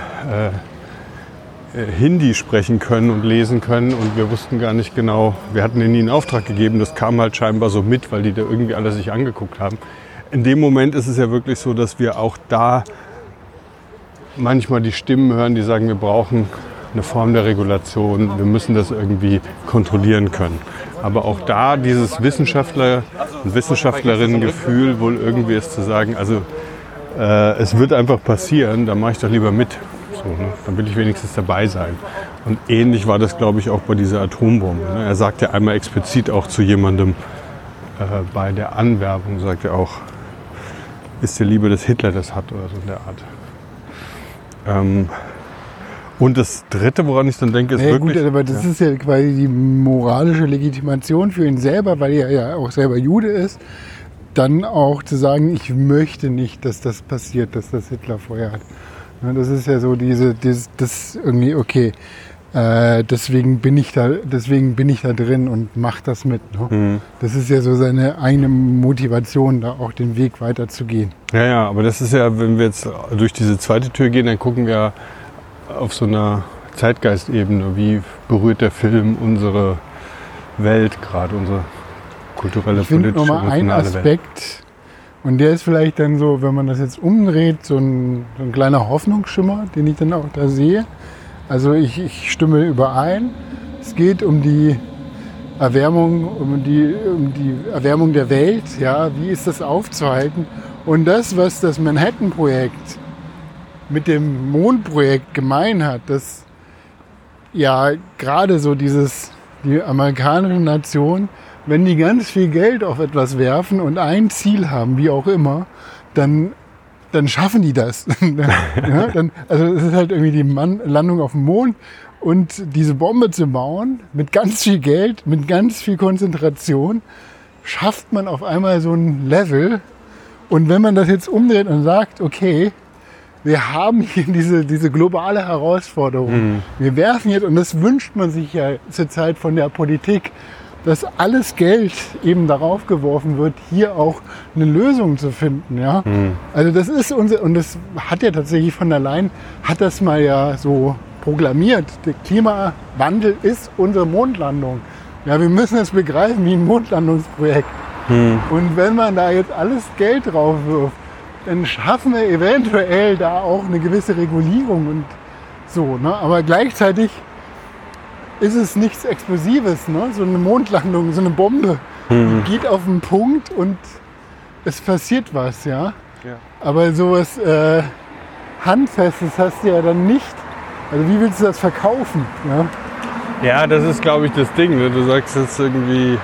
Hindi sprechen können und lesen können. Und wir wussten gar nicht genau, wir hatten ihnen nie einen Auftrag gegeben. Das kam halt scheinbar so mit, weil die da irgendwie alle sich angeguckt haben. In dem Moment ist es ja wirklich so, dass wir auch da manchmal die Stimmen hören, die sagen, wir brauchen eine Form der Regulation, wir müssen das irgendwie kontrollieren können. Aber auch da dieses Wissenschaftler- und Wissenschaftlerinnen-Gefühl wohl irgendwie ist zu sagen, also es wird einfach passieren, da mache ich doch lieber mit. So, ne? Dann will ich wenigstens dabei sein. Und ähnlich war das, glaube ich, auch bei dieser Atombombe. Ne? Er sagt ja einmal explizit auch zu jemandem bei der Anwerbung, sagt er auch, ist dir lieber, dass Hitler das hat oder so in der Art. Und das Dritte, woran ich dann denke, ist wirklich... Gut, aber das ist ja quasi die moralische Legitimation für ihn selber, weil er ja auch selber Jude ist, dann auch zu sagen, ich möchte nicht, dass das passiert, dass das Hitler vorher hat. Das ist ja so das irgendwie, okay, Deswegen bin ich da drin und mache das mit. Ne? Das ist ja so seine eigene Motivation, da auch den Weg weiterzugehen. Ja, aber das ist ja, wenn wir jetzt durch diese zweite Tür gehen, dann gucken wir auf so einer Zeitgeistebene, wie berührt der Film unsere Welt gerade, unsere kulturelle, politische, nochmal ein Aspekt, Welt. Und der ist vielleicht dann so, wenn man das jetzt umdreht, so ein kleiner Hoffnungsschimmer, den ich dann auch da sehe. Also ich stimme überein. Es geht um die Erwärmung, um die Erwärmung der Welt. Ja, wie ist das aufzuhalten? Und das, was das Manhattan-Projekt mit dem Mondprojekt gemein hat, dass ja gerade so die amerikanische Nation, wenn die ganz viel Geld auf etwas werfen und ein Ziel haben, wie auch immer, dann schaffen die das. Ja, also es ist halt irgendwie die Landung auf dem Mond und diese Bombe zu bauen mit ganz viel Geld, mit ganz viel Konzentration, schafft man auf einmal so ein Level. Und wenn man das jetzt umdreht und sagt, okay, wir haben hier diese globale Herausforderung. Wir werfen jetzt, und das wünscht man sich ja zurzeit von der Politik, dass alles Geld eben darauf geworfen wird, hier auch eine Lösung zu finden. Ja? Also das ist und das hat ja tatsächlich von der Leyen, hat das mal ja so proklamiert. Der Klimawandel ist unsere Mondlandung. Ja, wir müssen es begreifen wie ein Mondlandungsprojekt. Und wenn man da jetzt alles Geld drauf wirft, dann schaffen wir eventuell da auch eine gewisse Regulierung und so. Ne? Aber gleichzeitig ist es nichts Explosives, ne? So eine Mondlandung, so eine Bombe, die geht auf den Punkt und es passiert was, ja. Aber sowas Handfestes hast du ja dann nicht. Also wie willst du das verkaufen? Ja, das ist, glaube ich, das Ding. Ne? Du sagst jetzt irgendwie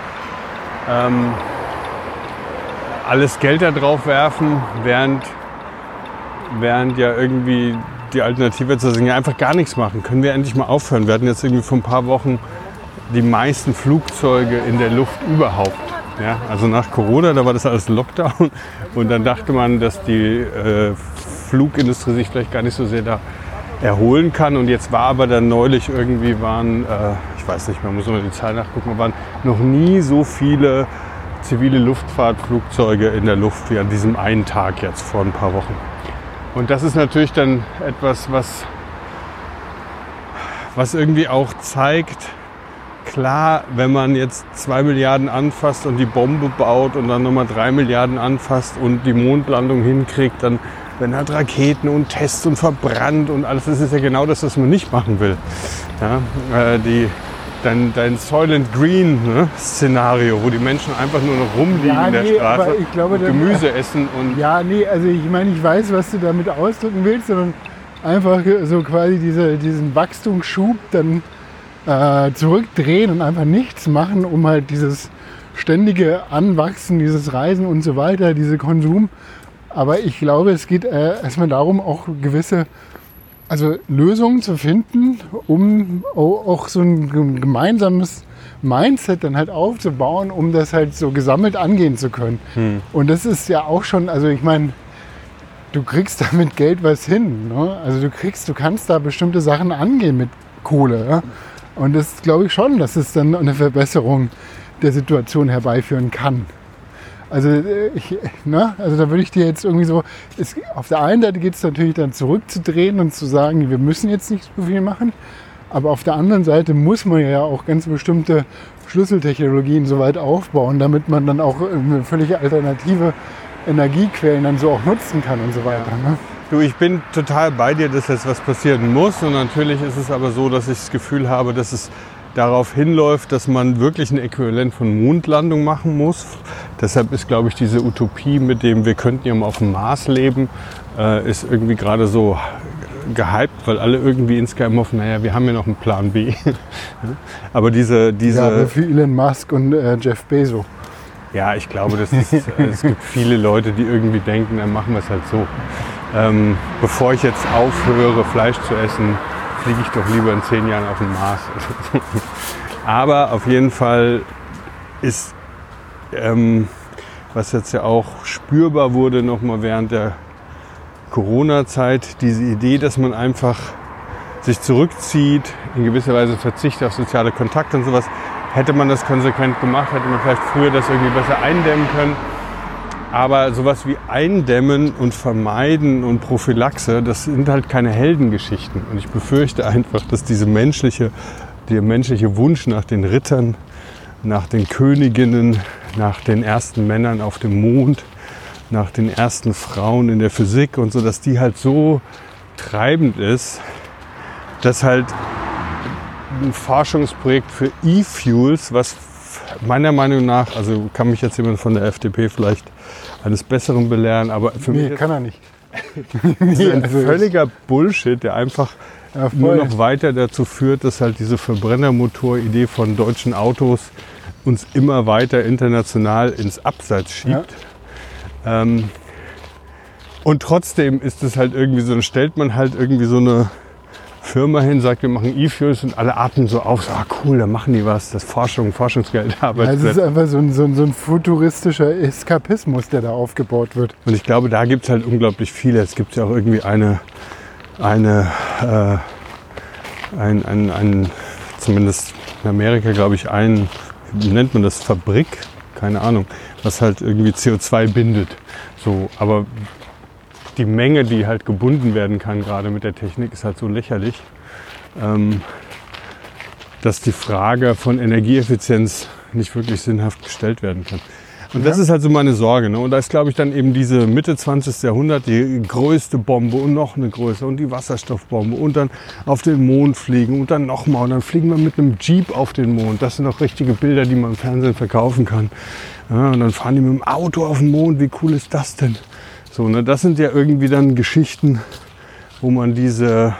alles Geld da drauf werfen, während ja irgendwie die Alternative zu sagen, ja, einfach gar nichts machen. Können wir endlich mal aufhören? Wir hatten jetzt irgendwie vor ein paar Wochen die meisten Flugzeuge in der Luft überhaupt. Ja? Also nach Corona, da war das alles Lockdown. Und dann dachte man, dass die Flugindustrie sich vielleicht gar nicht so sehr da erholen kann. Und jetzt war aber dann neulich irgendwie ich weiß nicht, man muss mal die Zahl nachgucken, waren noch nie so viele zivile Luftfahrtflugzeuge in der Luft wie an diesem einen Tag jetzt vor ein paar Wochen. Und das ist natürlich dann etwas, was irgendwie auch zeigt, klar, wenn man jetzt 2 Milliarden anfasst und die Bombe baut und dann nochmal 3 Milliarden anfasst und die Mondlandung hinkriegt, dann werden halt Raketen und Tests und verbrannt und alles. Das ist ja genau das, was man nicht machen will. Ja, dein Soylent Green, ne, Szenario, wo die Menschen einfach nur noch rumliegen in der Straße aber ich glaube, und Gemüse essen. Und also ich meine, ich weiß, was du damit ausdrücken willst, sondern einfach so quasi diesen Wachstumsschub dann zurückdrehen und einfach nichts machen, um halt dieses ständige Anwachsen, dieses Reisen und so weiter, diese Konsum. Aber ich glaube, es geht erstmal darum, auch gewisse Lösungen zu finden, um auch so ein gemeinsames Mindset dann halt aufzubauen, um das halt so gesammelt angehen zu können. Und das ist ja auch schon, also ich meine, du kriegst da mit Geld was hin. Ne? Also du kannst da bestimmte Sachen angehen mit Kohle. Ja? Und das glaube ich schon, dass es dann eine Verbesserung der Situation herbeiführen kann. Also da würde ich dir jetzt irgendwie so, auf der einen Seite geht es natürlich dann zurückzudrehen und zu sagen, wir müssen jetzt nicht so viel machen, aber auf der anderen Seite muss man ja auch ganz bestimmte Schlüsseltechnologien so weit aufbauen, damit man dann auch eine völlig alternative Energiequellen dann so auch nutzen kann und so weiter. Ne? Du, ich bin total bei dir, dass jetzt was passieren muss und natürlich ist es aber so, dass ich das Gefühl habe, dass es darauf hinläuft, dass man wirklich ein Äquivalent von Mondlandung machen muss. Deshalb ist, glaube ich, diese Utopie mit dem, wir könnten ja mal auf dem Mars leben, ist irgendwie gerade so gehypt, weil alle irgendwie insgeheim hoffen, naja, wir haben ja noch einen Plan B. Aber diese ja, für Elon Musk und Jeff Bezos. Ja, ich glaube, es gibt viele Leute, die irgendwie denken, dann machen wir es halt so. Bevor ich jetzt aufhöre, Fleisch zu essen, fliege ich doch lieber in 10 Jahren auf den Mars. Aber auf jeden Fall ist, was jetzt ja auch spürbar wurde nochmal während der Corona-Zeit, diese Idee, dass man einfach sich zurückzieht, in gewisser Weise Verzicht auf soziale Kontakte und sowas. Hätte man das konsequent gemacht, hätte man vielleicht früher das irgendwie besser eindämmen können. Aber sowas wie Eindämmen und Vermeiden und Prophylaxe, das sind halt keine Heldengeschichten. Und ich befürchte einfach, dass der menschliche Wunsch nach den Rittern, nach den Königinnen, nach den ersten Männern auf dem Mond, nach den ersten Frauen in der Physik und so, dass die halt so treibend ist, dass halt ein Forschungsprojekt für E-Fuels, was meiner Meinung nach, also kann mich jetzt jemand von der FDP vielleicht eines Besseren belehren, aber für mich kann er nicht. ist ein völliger Bullshit, der einfach nur noch weiter dazu führt, dass halt diese Verbrennermotor-Idee von deutschen Autos uns immer weiter international ins Abseits schiebt. Ja. Und trotzdem ist es halt irgendwie so, dann stellt man halt irgendwie so eine Firma hin, sagt, wir machen E-Fuels und alle atmen so auf, so, cool, da machen die was, das Forschungsgeld, Arbeit. Also es ist einfach so ein futuristischer Eskapismus, der da aufgebaut wird. Und ich glaube, da gibt es halt unglaublich viele. Es gibt ja auch irgendwie zumindest in Amerika, glaube ich, wie nennt man das, Fabrik, keine Ahnung, was halt irgendwie CO2 bindet. So, aber die Menge, die halt gebunden werden kann, gerade mit der Technik, ist halt so lächerlich, dass die Frage von Energieeffizienz nicht wirklich sinnhaft gestellt werden kann. Und das ist halt so meine Sorge. Ne? Und da ist, glaube ich, dann eben diese Mitte 20. Jahrhundert die größte Bombe und noch eine größere und die Wasserstoffbombe und dann auf den Mond fliegen und dann nochmal und dann fliegen wir mit einem Jeep auf den Mond. Das sind auch richtige Bilder, die man im Fernsehen verkaufen kann. Ja, und dann fahren die mit dem Auto auf den Mond. Wie cool ist das denn? So, ne? Das sind ja irgendwie dann Geschichten, wo man diese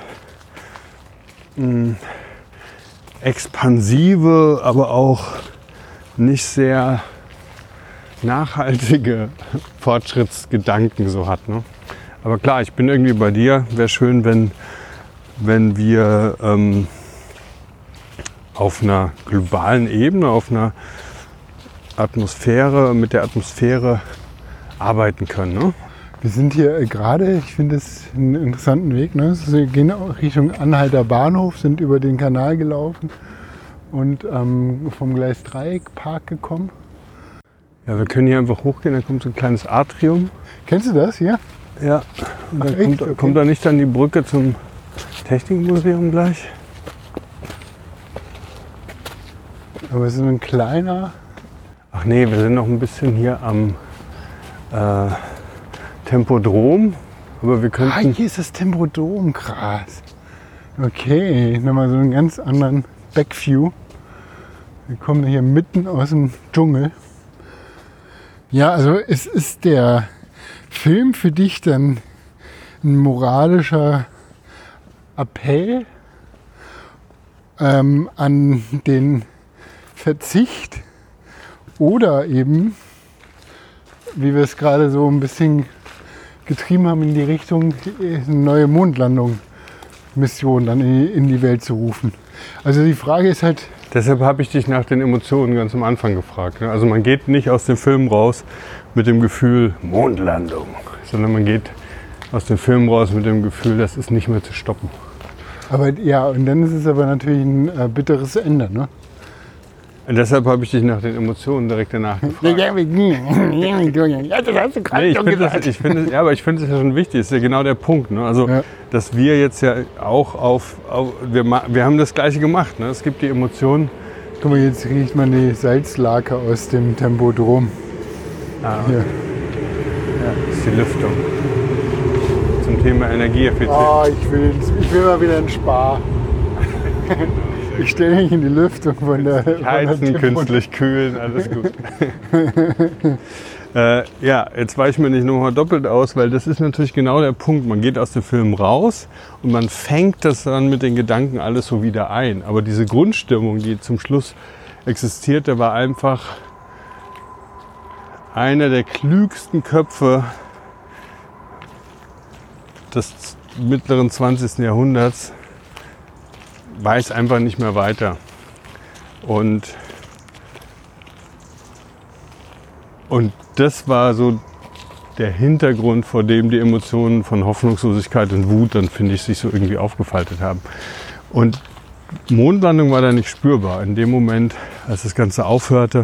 expansive, aber auch nicht sehr nachhaltige Fortschrittsgedanken so hat. Ne? Aber klar, ich bin irgendwie bei dir. Wäre schön, wenn wir auf einer globalen Ebene, auf einer Atmosphäre, mit der Atmosphäre arbeiten können. Ne? Wir sind hier gerade, ich finde es einen interessanten Weg. Ne? Wir gehen auch Richtung Anhalter Bahnhof, sind über den Kanal gelaufen und vom Gleis 3 Park gekommen. Ja, wir können hier einfach hochgehen, da kommt so ein kleines Atrium. Kennst du das hier? Ja, und dann kommt da nicht dann die Brücke zum Technikmuseum gleich? Aber es ist ein kleiner... Ach nee, wir sind noch ein bisschen hier am Tempodrom, aber wir könnten... hier ist das Tempodrom, krass. Okay, nochmal so einen ganz anderen Backview. Wir kommen hier mitten aus dem Dschungel. Ja, also es ist der Film für dich dann ein moralischer Appell an den Verzicht oder eben, wie wir es gerade so ein bisschen getrieben haben, in die Richtung, eine neue Mondlandung-Mission dann in die Welt zu rufen. Also die Frage ist halt... Deshalb habe ich dich nach den Emotionen ganz am Anfang gefragt. Also man geht nicht aus dem Film raus mit dem Gefühl Mondlandung, sondern man geht aus dem Film raus mit dem Gefühl, das ist nicht mehr zu stoppen. Aber ja, und dann ist es aber natürlich ein bitteres Ende, ne? Und deshalb habe ich dich nach den Emotionen direkt danach gefragt. Ja, das hast du gerade schon gesagt. Ich finde es ja schon wichtig, das ist ja genau der Punkt. Ne? Also, dass wir jetzt ja auch wir haben das Gleiche gemacht. Ne? Es gibt die Emotionen. Guck mal, jetzt riecht man die Salzlake aus dem Tempodrom. Ah, okay. Ja, das ist die Lüftung. Zum Thema Energieeffizienz. Oh, ich will mal wieder in Spa. Ich stelle mich in die Lüftung von der... Heizen, künstlich kühlen, alles gut. Ja, jetzt weichen wir nicht nochmal doppelt aus, weil das ist natürlich genau der Punkt. Man geht aus dem Film raus und man fängt das dann mit den Gedanken alles so wieder ein. Aber diese Grundstimmung, die zum Schluss existierte, war einfach einer der klügsten Köpfe des mittleren 20. Jahrhunderts, weiß einfach nicht mehr weiter. Und das war so der Hintergrund, vor dem die Emotionen von Hoffnungslosigkeit und Wut dann, finde ich, sich so irgendwie aufgefaltet haben. Und Mondlandung war da nicht spürbar. In dem Moment, als das Ganze aufhörte,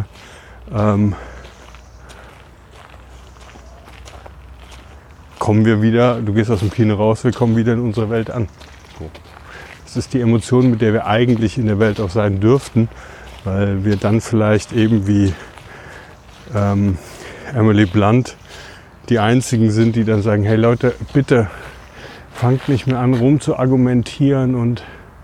kommen wir wieder, du gehst aus dem Kino raus, wir kommen wieder in unsere Welt an. So. Das ist die Emotion, mit der wir eigentlich in der Welt auch sein dürften, weil wir dann vielleicht eben wie Emily Blunt die Einzigen sind, die dann sagen, hey Leute, bitte fangt nicht mehr an rum zu argumentieren und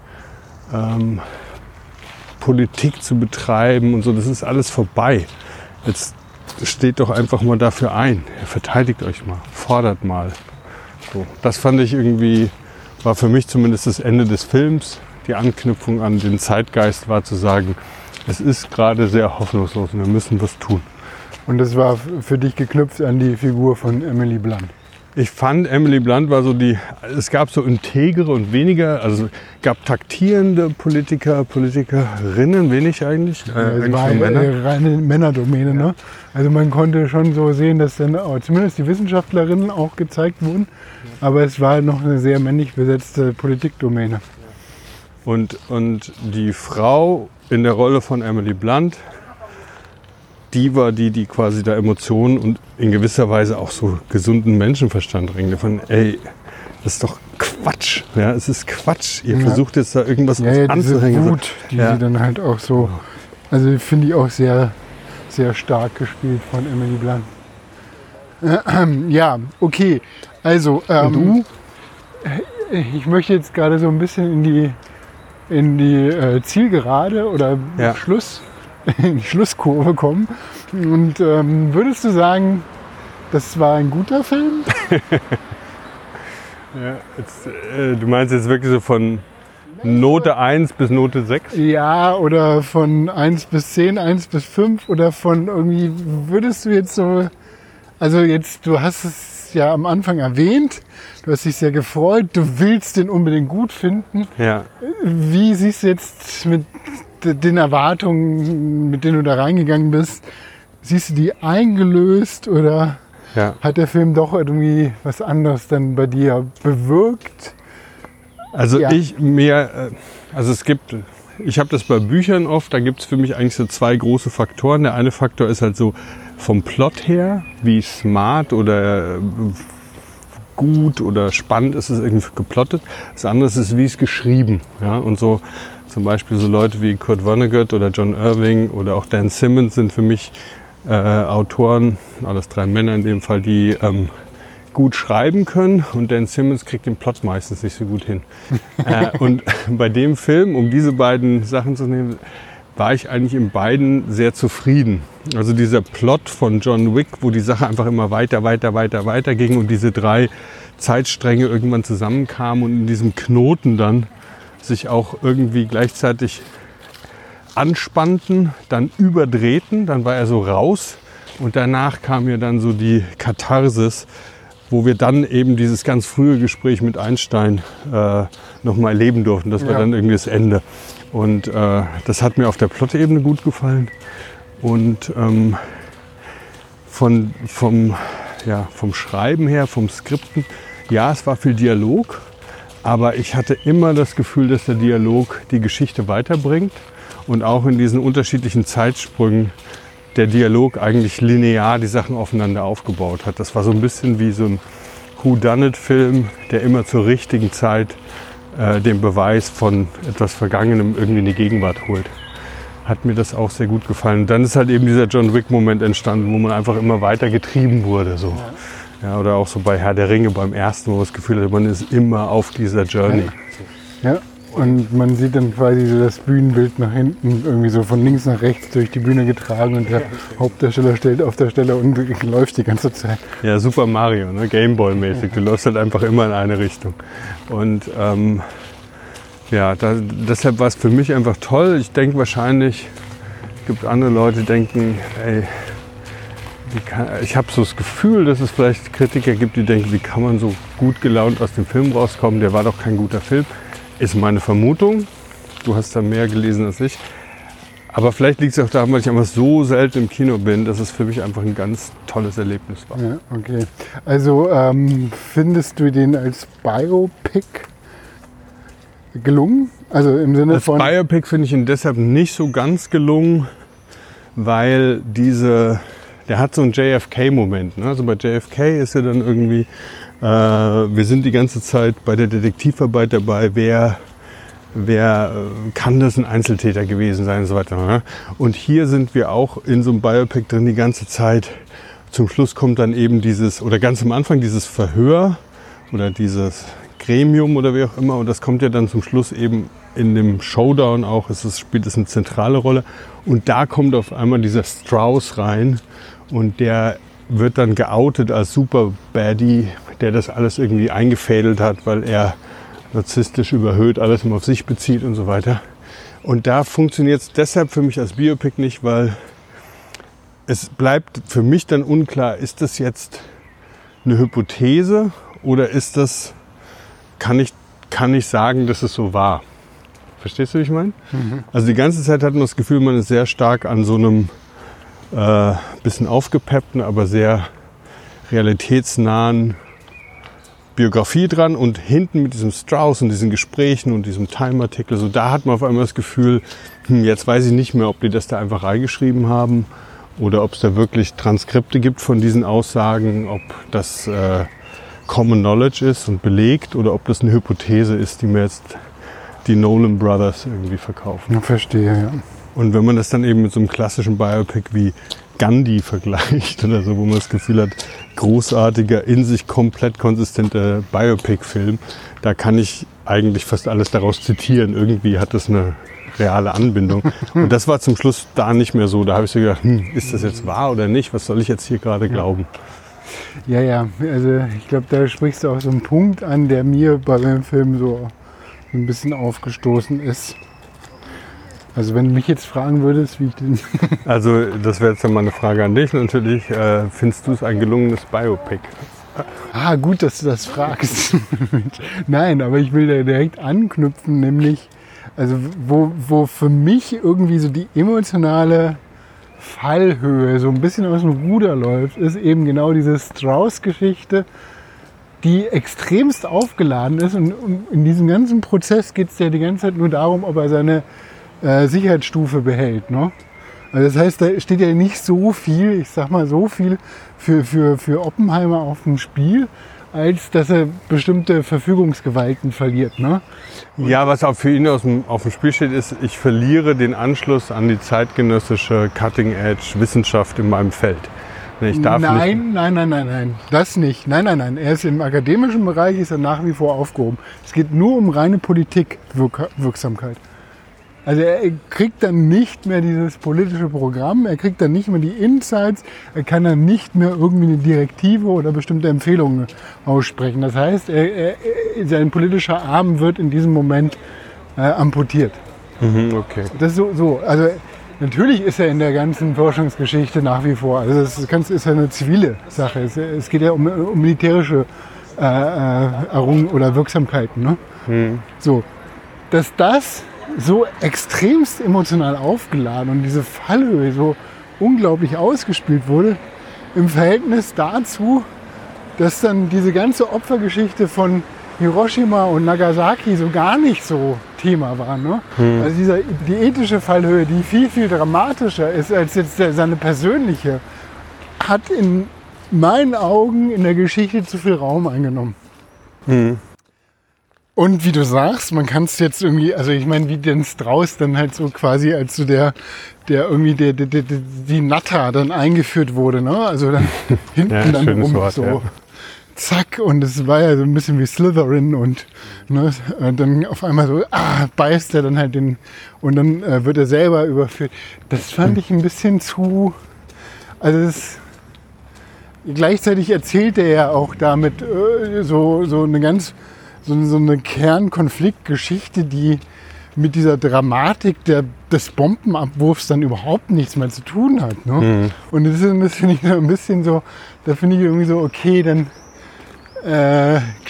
Politik zu betreiben und so, das ist alles vorbei. Jetzt steht doch einfach mal dafür ein, verteidigt euch mal, fordert mal. So, das fand ich irgendwie, war für mich zumindest das Ende des Films. Die Anknüpfung an den Zeitgeist war zu sagen, es ist gerade sehr hoffnungslos und wir müssen was tun. Und das war für dich geknüpft an die Figur von Emily Blunt? Ich fand, Emily Blunt war so es gab so integere und weniger, also gab taktierende Politikerinnen, wenig eigentlich. Es war eine reine Männerdomäne. Ne? Also man konnte schon so sehen, dass dann auch, zumindest die Wissenschaftlerinnen auch gezeigt wurden, aber es war noch eine sehr männlich besetzte Politikdomäne. Und die Frau in der Rolle von Emily Blunt, die war die quasi da Emotionen und in gewisser Weise auch so gesunden Menschenverstand bringt. Von, ey, das ist doch Quatsch. Ja, es ist Quatsch. Ihr versucht jetzt da irgendwas anzuhängen. Diese Wut, die sie dann halt auch so, also finde ich auch sehr, sehr stark gespielt von Emily Blunt. Ja, okay. Also, und du? Ich möchte jetzt gerade so ein bisschen in die Zielgerade oder in die Schlusskurve kommen. Und würdest du sagen, das war ein guter Film? Ja, du meinst jetzt wirklich so von Note 1 bis Note 6? Ja, oder von 1 bis 10, 1 bis 5 oder von irgendwie, würdest du jetzt so, also jetzt, du hast es ja am Anfang erwähnt, du hast dich sehr gefreut, du willst den unbedingt gut finden. Ja. Wie siehst du jetzt mit den Erwartungen, mit denen du da reingegangen bist, siehst du die eingelöst oder hat der Film doch irgendwie was anderes dann bei dir bewirkt? Also ich habe das bei Büchern oft, da gibt es für mich eigentlich so zwei große Faktoren. Der eine Faktor ist halt so vom Plot her, wie smart oder gut oder spannend ist es irgendwie geplottet. Das andere ist, wie es geschrieben. Ja? Und so zum Beispiel so Leute wie Kurt Vonnegut oder John Irving oder auch Dan Simmons sind für mich Autoren, alles 3 Männer in dem Fall, die gut schreiben können. Und Dan Simmons kriegt den Plot meistens nicht so gut hin. Und bei dem Film, um diese beiden Sachen zu nehmen, war ich eigentlich in beiden sehr zufrieden. Also dieser Plot von John Wick, wo die Sache einfach immer weiter ging und diese 3 Zeitstränge irgendwann zusammenkamen und in diesem Knoten dann sich auch irgendwie gleichzeitig anspannten, dann überdrehten, dann war er so raus und danach kam ja dann so die Katharsis, wo wir dann eben dieses ganz frühe Gespräch mit Einstein nochmal erleben durften. Das war dann irgendwie das Ende. Und das hat mir auf der Plot-Ebene gut gefallen. Und vom Schreiben her, vom Skripten, ja, es war viel Dialog. Aber ich hatte immer das Gefühl, dass der Dialog die Geschichte weiterbringt und auch in diesen unterschiedlichen Zeitsprüngen der Dialog eigentlich linear die Sachen aufeinander aufgebaut hat. Das war so ein bisschen wie so ein Whodunit-Film, der immer zur richtigen Zeit den Beweis von etwas Vergangenem irgendwie in die Gegenwart holt. Hat mir das auch sehr gut gefallen. Und dann ist halt eben dieser John Wick-Moment entstanden, wo man einfach immer weiter getrieben wurde. So. Ja, oder auch so bei Herr der Ringe beim ersten, wo man das Gefühl hat, man ist immer auf dieser Journey. Ja, und man sieht dann quasi so das Bühnenbild nach hinten, irgendwie so von links nach rechts durch die Bühne getragen und der Hauptdarsteller steht auf der Stelle und läuft die ganze Zeit. Ja, Super Mario, ne? Gameboy-mäßig. Du läufst halt einfach immer in eine Richtung. Und deshalb war es für mich einfach toll. Ich denke wahrscheinlich, es gibt andere Leute, die denken, ey, ich habe so das Gefühl, dass es vielleicht Kritiker gibt, die denken, wie kann man so gut gelaunt aus dem Film rauskommen, der war doch kein guter Film. Ist meine Vermutung. Du hast da mehr gelesen als ich. Aber vielleicht liegt es auch daran, weil ich einfach so selten im Kino bin, dass es für mich einfach ein ganz tolles Erlebnis war. Ja, okay. Also findest du den als Biopic gelungen? Also im Sinne Als von... Biopic finde ich ihn deshalb nicht so ganz gelungen, weil der hat so einen JFK-Moment. Ne? Also bei JFK ist ja dann irgendwie, wir sind die ganze Zeit bei der Detektivarbeit dabei, wer kann das ein Einzeltäter gewesen sein und so weiter. Ne? Und hier sind wir auch in so einem Biopic drin die ganze Zeit. Zum Schluss kommt dann eben ganz am Anfang dieses Verhör oder dieses Gremium oder wie auch immer. Und das kommt ja dann zum Schluss eben in dem Showdown auch. Spielt es eine zentrale Rolle. Und da kommt auf einmal dieser Strauss rein und der wird dann geoutet als Super Baddie, der das alles irgendwie eingefädelt hat, weil er narzisstisch überhöht, alles immer auf sich bezieht und so weiter. Und da funktioniert es deshalb für mich als Biopic nicht, weil es bleibt für mich dann unklar, ist das jetzt eine Hypothese oder kann ich sagen, dass es so war. Verstehst du, wie ich meine? Mhm. Also die ganze Zeit hat man das Gefühl, man ist sehr stark an so einem bisschen aufgepeppten, aber sehr realitätsnahen Biografie dran und hinten mit diesem Strauss und diesen Gesprächen und diesem Time-Artikel, so da hat man auf einmal das Gefühl, jetzt weiß ich nicht mehr, ob die das da einfach reingeschrieben haben oder ob es da wirklich Transkripte gibt von diesen Aussagen, ob das Common Knowledge ist und belegt oder ob das eine Hypothese ist, die mir jetzt die Nolan Brothers irgendwie verkaufen. Ich verstehe, ja. Und wenn man das dann eben mit so einem klassischen Biopic wie Gandhi vergleicht oder so, wo man das Gefühl hat, großartiger, in sich komplett konsistenter Biopic-Film, da kann ich eigentlich fast alles daraus zitieren. Irgendwie hat das eine reale Anbindung. Und das war zum Schluss da nicht mehr so. Da habe ich so gedacht, ist das jetzt wahr oder nicht? Was soll ich jetzt hier gerade glauben? Ja, also ich glaube, da sprichst du auch so einen Punkt an, der mir bei dem Film so ein bisschen aufgestoßen ist. Also wenn du mich jetzt fragen würdest, wie ich den... Also das wäre jetzt dann mal eine Frage an dich natürlich. Findest du es ein gelungenes Biopic? Gut, dass du das fragst. Nein, aber ich will da direkt anknüpfen, nämlich, also wo für mich irgendwie so die emotionale Fallhöhe so ein bisschen aus dem Ruder läuft, ist eben genau diese Strauss-Geschichte, die extremst aufgeladen ist. Und in diesem ganzen Prozess geht es ja die ganze Zeit nur darum, ob er seine Sicherheitsstufe behält. Ne? Also das heißt, da steht ja nicht so viel, ich sag mal so viel für Oppenheimer auf dem Spiel, als dass er bestimmte Verfügungsgewalten verliert. Ne? Ja, was auch für ihn auf dem Spiel steht, ist, ich verliere den Anschluss an die zeitgenössische Cutting-Edge-Wissenschaft in meinem Feld. Nein, das nicht. Nein. Er ist im akademischen Bereich, ist er nach wie vor aufgehoben. Es geht nur um reine Politikwirksamkeit. Also er kriegt dann nicht mehr dieses politische Programm, er kriegt dann nicht mehr die Insights, er kann dann nicht mehr irgendwie eine Direktive oder bestimmte Empfehlungen aussprechen. Das heißt, sein politischer Arm wird in diesem Moment amputiert. Okay. Das ist so. Also natürlich ist er in der ganzen Forschungsgeschichte nach wie vor. Also das ist ja eine zivile Sache. Es geht ja um militärische Errungen oder Wirksamkeiten. Ne? So, dass das so extremst emotional aufgeladen und diese Fallhöhe so unglaublich ausgespielt wurde, im Verhältnis dazu, dass dann diese ganze Opfergeschichte von Hiroshima und Nagasaki so gar nicht so Thema war. Ne? Also die ethische Fallhöhe, die viel, viel dramatischer ist als jetzt seine persönliche, hat in meinen Augen in der Geschichte zu viel Raum eingenommen. Und wie du sagst, man kann es jetzt irgendwie, also ich meine, wie den Strauß dann halt so quasi als so der irgendwie die Natter dann eingeführt wurde, ne? Also dann hinten ja, dann rum Wort, so. Ja. Zack, und es war ja so ein bisschen wie Slytherin und dann auf einmal so, beißt er dann halt den und dann wird er selber überführt. Das fand ich ein bisschen zu, also gleichzeitig erzählt er ja auch damit so eine Kernkonfliktgeschichte, die mit dieser Dramatik des Bombenabwurfs dann überhaupt nichts mehr zu tun hat. Ne? Und das finde ich so ein bisschen so, da finde ich irgendwie so, okay, dann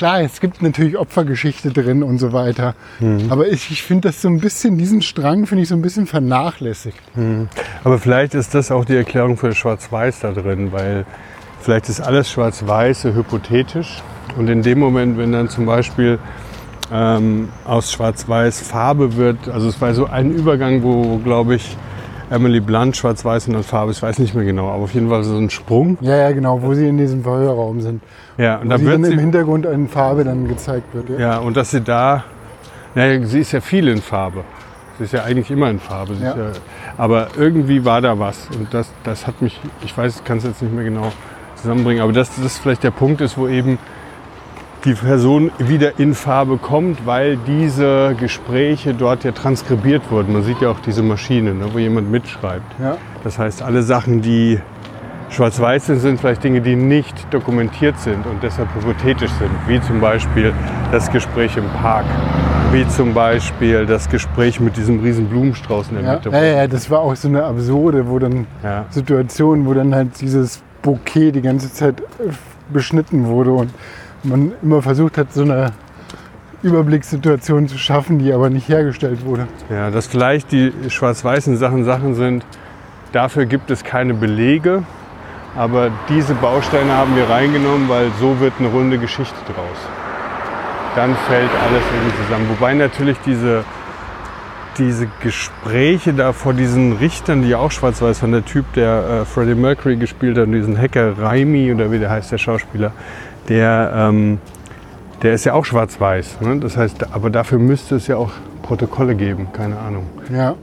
klar, es gibt natürlich Opfergeschichte drin und so weiter. Aber ich finde das so ein bisschen, diesen Strang finde ich so ein bisschen vernachlässigt. Aber vielleicht ist das auch die Erklärung für Schwarz-Weiß da drin, weil vielleicht ist alles Schwarz-Weiße hypothetisch. Und in dem Moment, wenn dann zum Beispiel aus Schwarz-Weiß Farbe wird, also es war so ein Übergang, wo glaube ich, Emily Blunt, Schwarz-Weiß und dann Farbe, ich weiß nicht mehr genau, aber auf jeden Fall so ein Sprung. Ja, genau, wo sie in diesem Verhörraum sind. Ja, und wo da sie wird dann sie im Hintergrund in Farbe dann gezeigt wird. Ja, und dass sie da, sie ist ja viel in Farbe. Sie ist ja eigentlich immer in Farbe. Ja. Aber irgendwie war da was. Und das hat mich, ich weiß, ich kann es jetzt nicht mehr genau zusammenbringen, aber dass das vielleicht der Punkt ist, wo eben die Person wieder in Farbe kommt, weil diese Gespräche dort ja transkribiert wurden. Man sieht ja auch diese Maschine, wo jemand mitschreibt. Ja. Das heißt, alle Sachen, die schwarz-weiß sind vielleicht Dinge, die nicht dokumentiert sind und deshalb hypothetisch sind. Wie zum Beispiel das Gespräch im Park. Wie zum Beispiel das Gespräch mit diesem riesen Blumenstrauß in der Mitte. Ja, das war auch so eine absurde, wo dann Situation, wo dann halt dieses Bouquet die ganze Zeit beschnitten wurde und man immer versucht hat, so eine Überblickssituation zu schaffen, die aber nicht hergestellt wurde. Ja, dass vielleicht die schwarz-weißen Sachen sind, dafür gibt es keine Belege, aber diese Bausteine haben wir reingenommen, weil so wird eine runde Geschichte draus. Dann fällt alles irgendwie zusammen. Wobei natürlich diese Gespräche da vor diesen Richtern, die ja auch schwarz-weiß waren, der Typ, der Freddie Mercury gespielt hat, diesen Hacker Raimi oder wie der heißt, der Schauspieler, der ist ja auch schwarz-weiß. Ne? Das heißt, aber dafür müsste es ja auch Protokolle geben, keine Ahnung. Ja.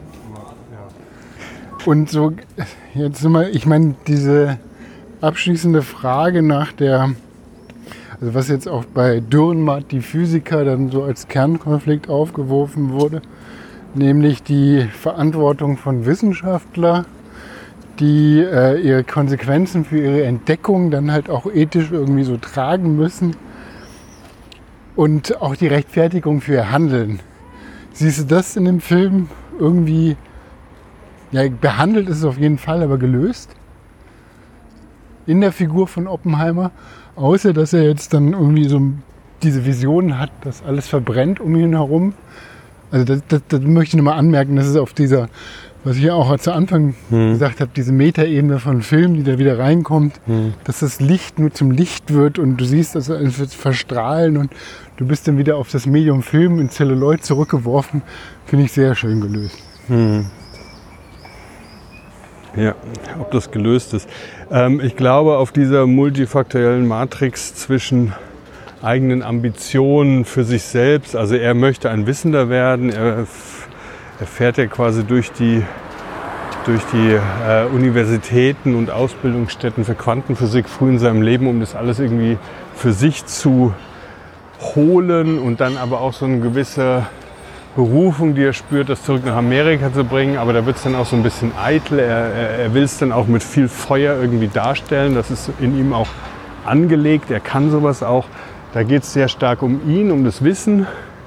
Und so, jetzt mal, ich meine, diese abschließende Frage nach der, also was jetzt auch bei Dürrenmatt, die Physiker, dann so als Kernkonflikt aufgeworfen wurde, nämlich die Verantwortung von Wissenschaftlern, die ihre Konsequenzen für ihre Entdeckung dann halt auch ethisch irgendwie so tragen müssen und auch die Rechtfertigung für ihr Handeln. Siehst du das in dem Film irgendwie, ja, behandelt ist es auf jeden Fall, aber gelöst? In der Figur von Oppenheimer, außer dass er jetzt dann irgendwie so diese Vision hat, dass alles verbrennt um ihn herum. Also das möchte ich nochmal anmerken, das ist auf dieser, was ich ja auch zu Anfang gesagt habe, diese Metaebene von Film, die da wieder reinkommt, dass das Licht nur zum Licht wird und du siehst, dass es wird verstrahlen und du bist dann wieder auf das Medium Film in Celluloid zurückgeworfen, finde ich sehr schön gelöst. Ja, ob das gelöst ist. Ich glaube, auf dieser multifaktoriellen Matrix zwischen eigenen Ambitionen für sich selbst, also er möchte ein Wissender werden, er fährt ja quasi durch die Universitäten und Ausbildungsstätten für Quantenphysik früh in seinem Leben, um das alles irgendwie für sich zu holen und dann aber auch so eine gewisse Berufung, die er spürt, das zurück nach Amerika zu bringen, aber da wird es dann auch so ein bisschen eitel, er will es dann auch mit viel Feuer irgendwie darstellen, das ist in ihm auch angelegt, er kann sowas auch. Da geht es sehr stark um ihn, um das Wissen.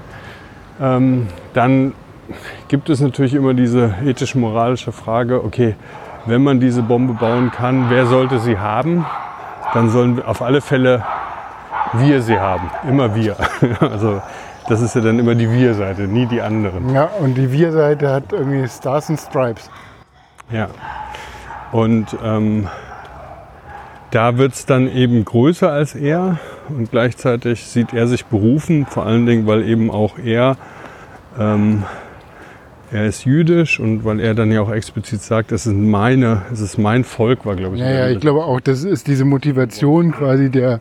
Dann gibt es natürlich immer diese ethisch-moralische Frage, okay, wenn man diese Bombe bauen kann, wer sollte sie haben? Dann sollen auf alle Fälle wir sie haben, immer wir. Also das ist ja dann immer die Wir-Seite, nie die anderen. Ja, und die Wir-Seite hat irgendwie Stars and Stripes. Ja, und da wird es dann eben größer als er und gleichzeitig sieht er sich berufen, vor allen Dingen, weil eben auch er ist jüdisch und weil er dann ja auch explizit sagt, es ist mein Volk, war glaube ich. Ja, ich glaube auch, das ist diese Motivation quasi der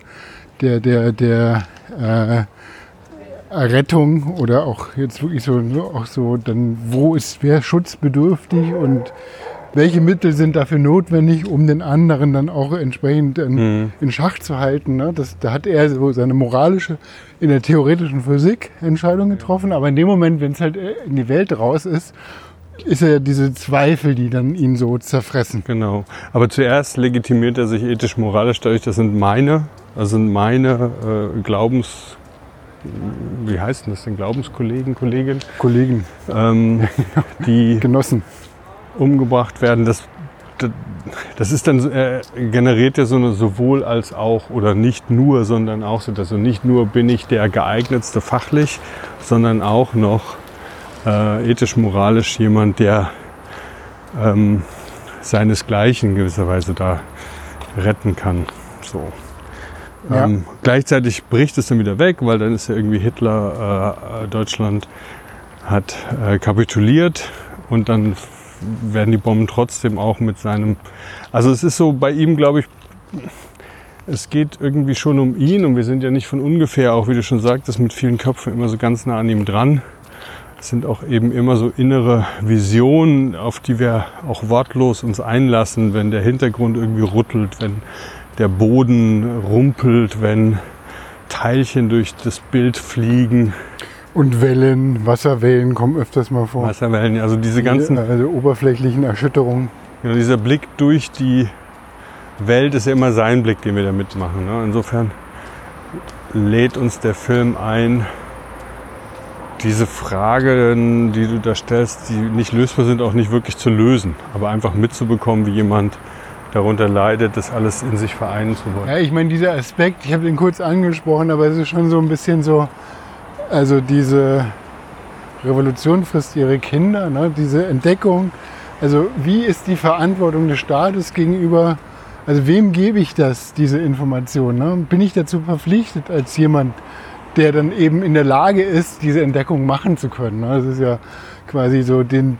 Errettung oder auch jetzt wirklich so, dann wo ist wer schutzbedürftig und welche Mittel sind dafür notwendig, um den anderen dann auch entsprechend in Schach zu halten. Ne? Da hat er so seine moralische, in der theoretischen Physik Entscheidung getroffen, aber in dem Moment, wenn es halt in die Welt raus ist er diese Zweifel, die dann ihn so zerfressen. Genau, aber zuerst legitimiert er sich ethisch-moralisch dadurch, das sind meine wie heißt denn das denn, Glaubenskollegen, Kolleginnen? Kollegen. Die Genossen. umgebracht werden. Das das ist dann, generiert ja so eine sowohl als auch oder nicht nur, sondern auch so, also nicht nur bin ich der geeignetste fachlich, sondern auch noch ethisch, moralisch jemand, der seinesgleichen gewisserweise da retten kann. So. Ja. Gleichzeitig bricht es dann wieder weg, weil dann ist ja irgendwie Hitler, Deutschland hat kapituliert und dann werden die Bomben trotzdem auch mit seinem... Also es ist so bei ihm, glaube ich, es geht irgendwie schon um ihn und wir sind ja nicht von ungefähr, auch wie du schon sagtest, mit vielen Köpfen immer so ganz nah an ihm dran. Es sind auch eben immer so innere Visionen, auf die wir auch wortlos uns einlassen, wenn der Hintergrund irgendwie rüttelt, wenn der Boden rumpelt, wenn Teilchen durch das Bild fliegen. Und Wellen, Wasserwellen kommen öfters mal vor. Wasserwellen, also diese ganzen... Also oberflächlichen Erschütterungen. Ja, dieser Blick durch die Welt ist ja immer sein Blick, den wir da mitmachen. Ne? Insofern lädt uns der Film ein, diese Fragen, die du da stellst, die nicht lösbar sind, auch nicht wirklich zu lösen. Aber einfach mitzubekommen, wie jemand darunter leidet, das alles in sich vereinen zu wollen. Ja, ich meine, dieser Aspekt, ich habe den kurz angesprochen, aber es ist schon so ein bisschen so, also diese Revolution frisst ihre Kinder, ne? Diese Entdeckung. Also wie ist die Verantwortung des Staates gegenüber, also wem gebe ich das, diese Information? Ne? Bin ich dazu verpflichtet als jemand, der dann eben in der Lage ist, diese Entdeckung machen zu können? Ne? Das ist ja quasi so den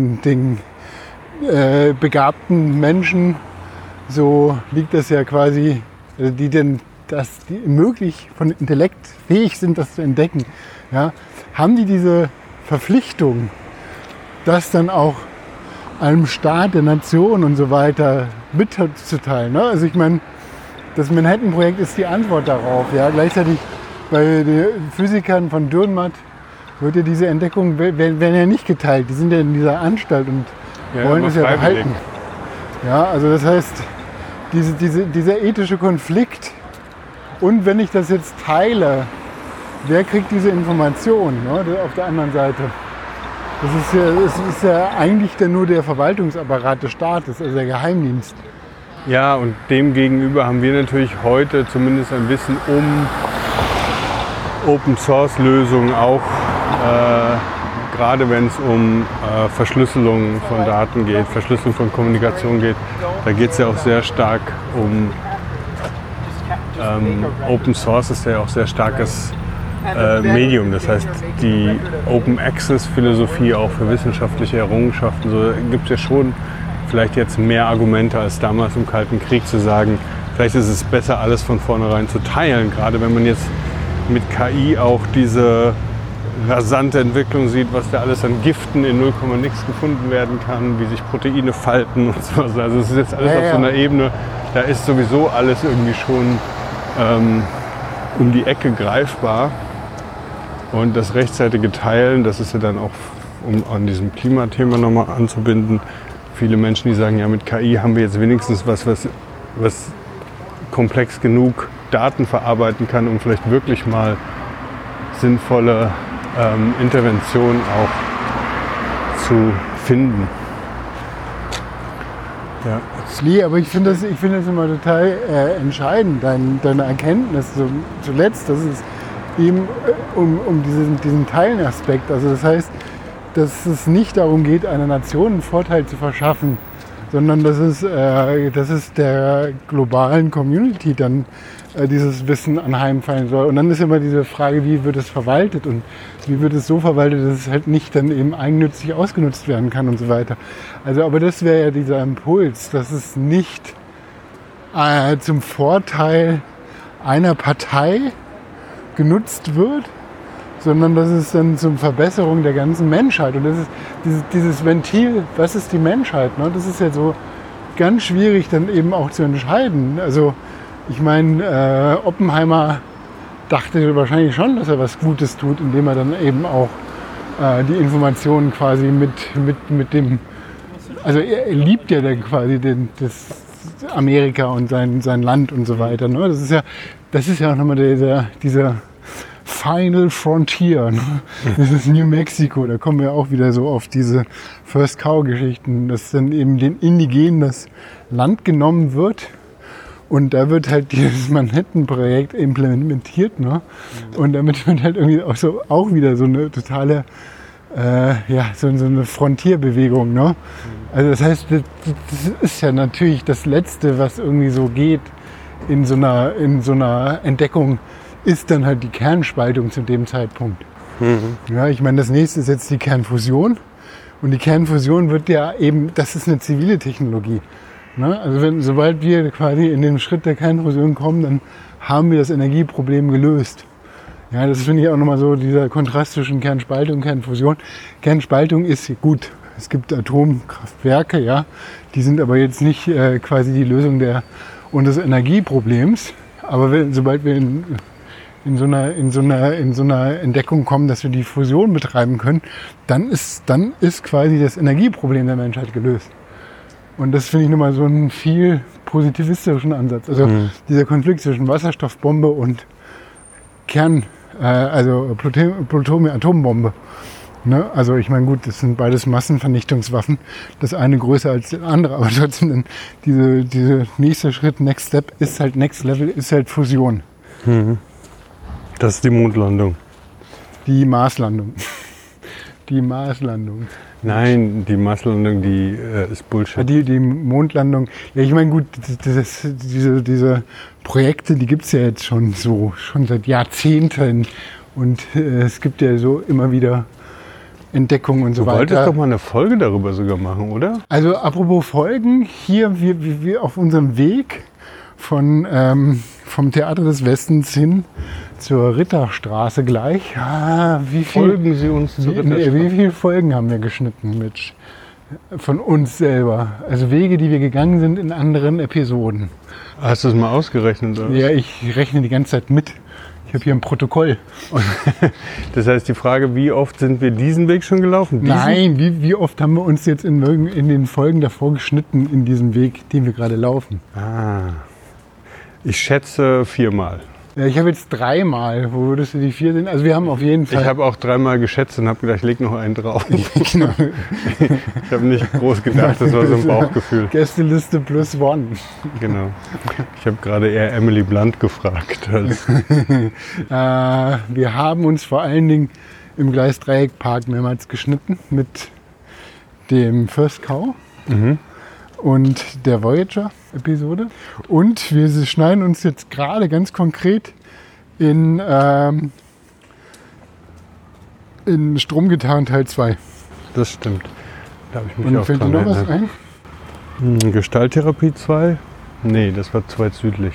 begabten Menschen, so liegt das ja quasi, also die möglich von Intellekt fähig sind, das zu entdecken, ja, haben die diese Verpflichtung, das dann auch einem Staat, der Nation und so weiter mitzuteilen. Ne? Also ich meine, das Manhattan-Projekt ist die Antwort darauf. Ja? Gleichzeitig bei den Physikern von Dürrenmatt wird ja diese Entdeckung werden ja nicht geteilt. Die sind ja in dieser Anstalt und wollen es ja behalten. Ja, also das heißt, dieser ethische Konflikt, und wenn ich das jetzt teile, wer kriegt diese Information, ne, auf der anderen Seite? Das ist ja eigentlich nur der Verwaltungsapparat des Staates, also der Geheimdienst. Ja, und dem gegenüber haben wir natürlich heute zumindest ein Wissen um Open-Source-Lösungen auch, gerade wenn es um Verschlüsselung von Daten geht, Verschlüsselung von Kommunikation geht. Da geht es ja auch sehr stark um Open Source ist ja auch sehr starkes Medium. Das heißt, die Open Access Philosophie auch für wissenschaftliche Errungenschaften, so gibt es ja schon vielleicht jetzt mehr Argumente als damals im Kalten Krieg zu sagen, vielleicht ist es besser, alles von vornherein zu teilen, gerade wenn man jetzt mit KI auch diese rasante Entwicklung sieht, was da alles an Giften in 0, nix gefunden werden kann, wie sich Proteine falten und so. Also es ist jetzt alles auf so einer Ebene, da ist sowieso alles irgendwie schon um die Ecke greifbar. Und das rechtzeitige Teilen, das ist ja dann auch, um an diesem Klimathema nochmal anzubinden, viele Menschen, die sagen, ja, mit KI haben wir jetzt wenigstens was komplex genug Daten verarbeiten kann, um vielleicht wirklich mal sinnvolle Interventionen auch zu finden. Ja. Nee, aber ich finde das immer total entscheidend, deine Erkenntnis zuletzt, dass es eben um diesen Teilenaspekt, also das heißt, dass es nicht darum geht, einer Nation einen Vorteil zu verschaffen, sondern dass es der globalen Community dann dieses Wissen anheimfallen soll. Und dann ist immer diese Frage, wie wird es verwaltet und wie wird es so verwaltet, dass es halt nicht dann eben eigennützig ausgenutzt werden kann und so weiter. Also, aber das wäre ja dieser Impuls, dass es nicht zum Vorteil einer Partei genutzt wird, sondern dass es dann zur Verbesserung der ganzen Menschheit. Und das ist dieses Ventil, was ist die Menschheit? Ne? Das ist ja so ganz schwierig dann eben auch zu entscheiden. Also ich meine, Oppenheimer dachte wahrscheinlich schon, dass er was Gutes tut, indem er dann eben auch die Informationen quasi mit dem, also er liebt ja dann quasi das Amerika und sein Land und so weiter. Ne? Das ist ja auch nochmal dieser Final Frontier. Ne? Das ist New Mexico. Da kommen wir auch wieder so auf diese First Cow-Geschichten, dass dann eben den Indigenen das Land genommen wird. Und da wird halt dieses Manhattan-Projekt implementiert. Ne? Und damit wird halt irgendwie auch wieder so eine totale, so eine Frontierbewegung. Ne? Also das heißt, das ist ja natürlich das Letzte, was irgendwie so geht in so einer Entdeckung, ist dann halt die Kernspaltung zu dem Zeitpunkt. Ja, ich meine, das nächste ist jetzt die Kernfusion. Und die Kernfusion wird ja eben, das ist eine zivile Technologie. Ne? Also sobald wir quasi in den Schritt der Kernfusion kommen, dann haben wir das Energieproblem gelöst. Ja, das finde ich auch nochmal so, dieser Kontrast zwischen Kernspaltung und Kernfusion. Kernspaltung ist gut. Es gibt Atomkraftwerke, ja, die sind aber jetzt nicht quasi die Lösung unseres Energieproblems. Aber sobald wir in so einer Entdeckung kommen, dass wir die Fusion betreiben können, dann ist quasi das Energieproblem der Menschheit gelöst. Und das finde ich nochmal so einen viel positivistischen Ansatz. Also dieser Konflikt zwischen Wasserstoffbombe und Plutonium-Atombombe. Ne? Also ich meine, gut, das sind beides Massenvernichtungswaffen. Das eine größer als das andere, aber trotzdem diese nächste Schritt, Next Step, ist halt Next Level, ist halt Fusion. Das ist die Mondlandung. Die Marslandung. Die Marslandung. Nein, die Marslandung, die ist Bullshit. Die Mondlandung. Ja, ich meine, gut, diese Projekte, die gibt es ja jetzt schon seit Jahrzehnten. Und es gibt ja so immer wieder Entdeckungen und so weiter. Du wolltest doch mal eine Folge darüber sogar machen, oder? Also apropos Folgen, hier wir auf unserem Weg vom Theater des Westens hin zur Ritterstraße gleich. Folgen Sie uns zur Ritterstraße? Wie viele Folgen haben wir geschnitten, Mitch? Von uns selber. Also Wege, die wir gegangen sind in anderen Episoden. Hast du es mal ausgerechnet? Oder? Ja, ich rechne die ganze Zeit mit. Ich habe hier ein Protokoll. Das heißt, die Frage, wie oft sind wir diesen Weg schon gelaufen? Nein, wie oft haben wir uns jetzt in den Folgen davor geschnitten in diesem Weg, den wir gerade laufen? Ich schätze 4-mal. Ja, ich habe jetzt 3-mal. Wo würdest du die 4 sehen? Also wir haben auf jeden Fall... Ich habe auch 3-mal geschätzt und habe gedacht, ich lege noch einen drauf. Genau. Ich habe nicht groß gedacht, das war so ein Bauchgefühl. Gästeliste +1. Genau. Ich habe gerade eher Emily Blunt gefragt. Wir haben uns vor allen Dingen im Gleisdreieckpark mehrmals geschnitten mit dem First Cow. Und der Voyager-Episode. Und wir schneiden uns jetzt gerade ganz konkret in Stromgetan Teil 2. Das stimmt. Da habe ich mich Und auch fällt dir dran noch was erinnert. ein? Gestalttherapie 2? Nee, das war 2 südlich.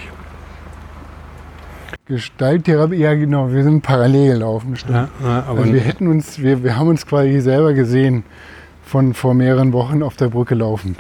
Gestalttherapie, ja genau, wir sind parallel gelaufen. Ja, aber also wir haben uns quasi selber gesehen von vor mehreren Wochen auf der Brücke laufend.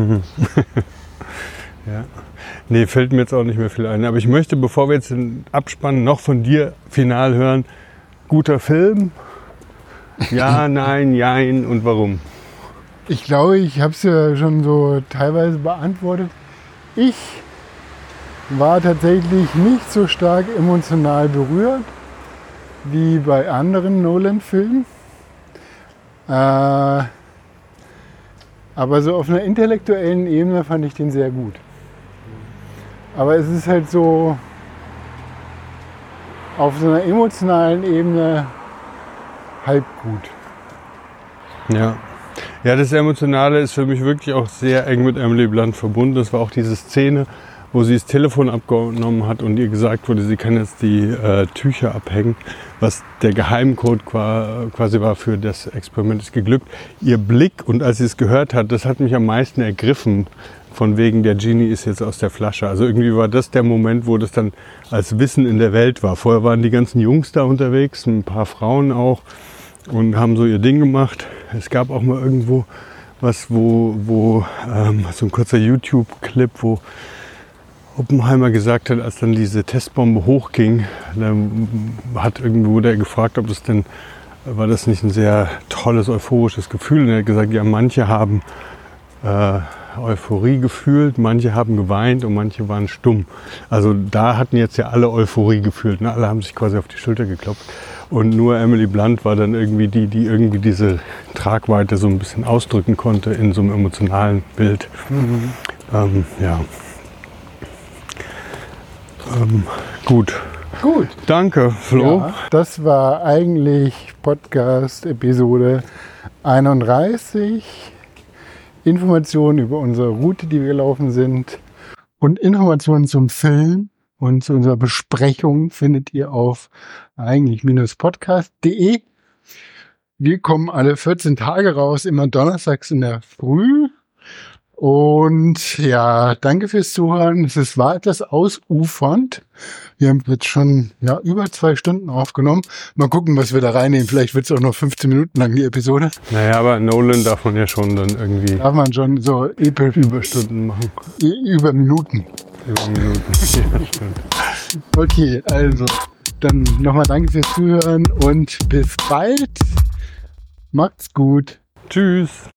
Ja. Nee, fällt mir jetzt auch nicht mehr viel ein. Aber ich möchte, bevor wir jetzt den Abspann noch von dir final hören, guter Film? Ja, nein, jein und warum? Ich glaube, ich habe es ja schon so teilweise beantwortet. Ich war tatsächlich nicht so stark emotional berührt wie bei anderen Nolan-Filmen. Aber so auf einer intellektuellen Ebene fand ich den sehr gut. Aber es ist halt so auf so einer emotionalen Ebene halb gut. Ja. Ja, das Emotionale ist für mich wirklich auch sehr eng mit Emily Blunt verbunden. Das war auch diese Szene, wo sie das Telefon abgenommen hat und ihr gesagt wurde, sie kann jetzt die Tücher abhängen, was der Geheimcode quasi war für das Experiment, ist geglückt. Ihr Blick, und als sie es gehört hat, das hat mich am meisten ergriffen, von wegen der Genie ist jetzt aus der Flasche. Also irgendwie war das der Moment, wo das dann als Wissen in der Welt war. Vorher waren die ganzen Jungs da unterwegs, ein paar Frauen auch, und haben so ihr Ding gemacht. Es gab auch mal irgendwo was, wo so ein kurzer YouTube-Clip, wo Oppenheimer gesagt hat, als dann diese Testbombe hochging, dann wurde er gefragt, ob das denn, war das nicht ein sehr tolles, euphorisches Gefühl? Und er hat gesagt, ja, manche haben Euphorie gefühlt, manche haben geweint und manche waren stumm. Also da hatten jetzt ja alle Euphorie gefühlt, ne? Alle haben sich quasi auf die Schulter geklopft. Und nur Emily Blunt war dann irgendwie die irgendwie diese Tragweite so ein bisschen ausdrücken konnte in so einem emotionalen Bild. Ja. Gut. Danke, Flo. Ja, das war eigentlich Podcast-Episode 31. Informationen über unsere Route, die wir gelaufen sind. Und Informationen zum Film und zu unserer Besprechung findet ihr auf eigentlich-podcast.de. Wir kommen alle 14 Tage raus, immer donnerstags in der Früh. Und ja, danke fürs Zuhören. Es war etwas ausufernd. Wir haben jetzt schon über 2 Stunden aufgenommen. Mal gucken, was wir da reinnehmen. Vielleicht wird es auch noch 15 Minuten lang, die Episode. Naja, aber Nolan darf man ja schon dann irgendwie... Darf man schon so episch Überstunden machen. Über Minuten. Über Minuten, ja, stimmt. Okay, also dann nochmal danke fürs Zuhören und bis bald. Macht's gut. Tschüss.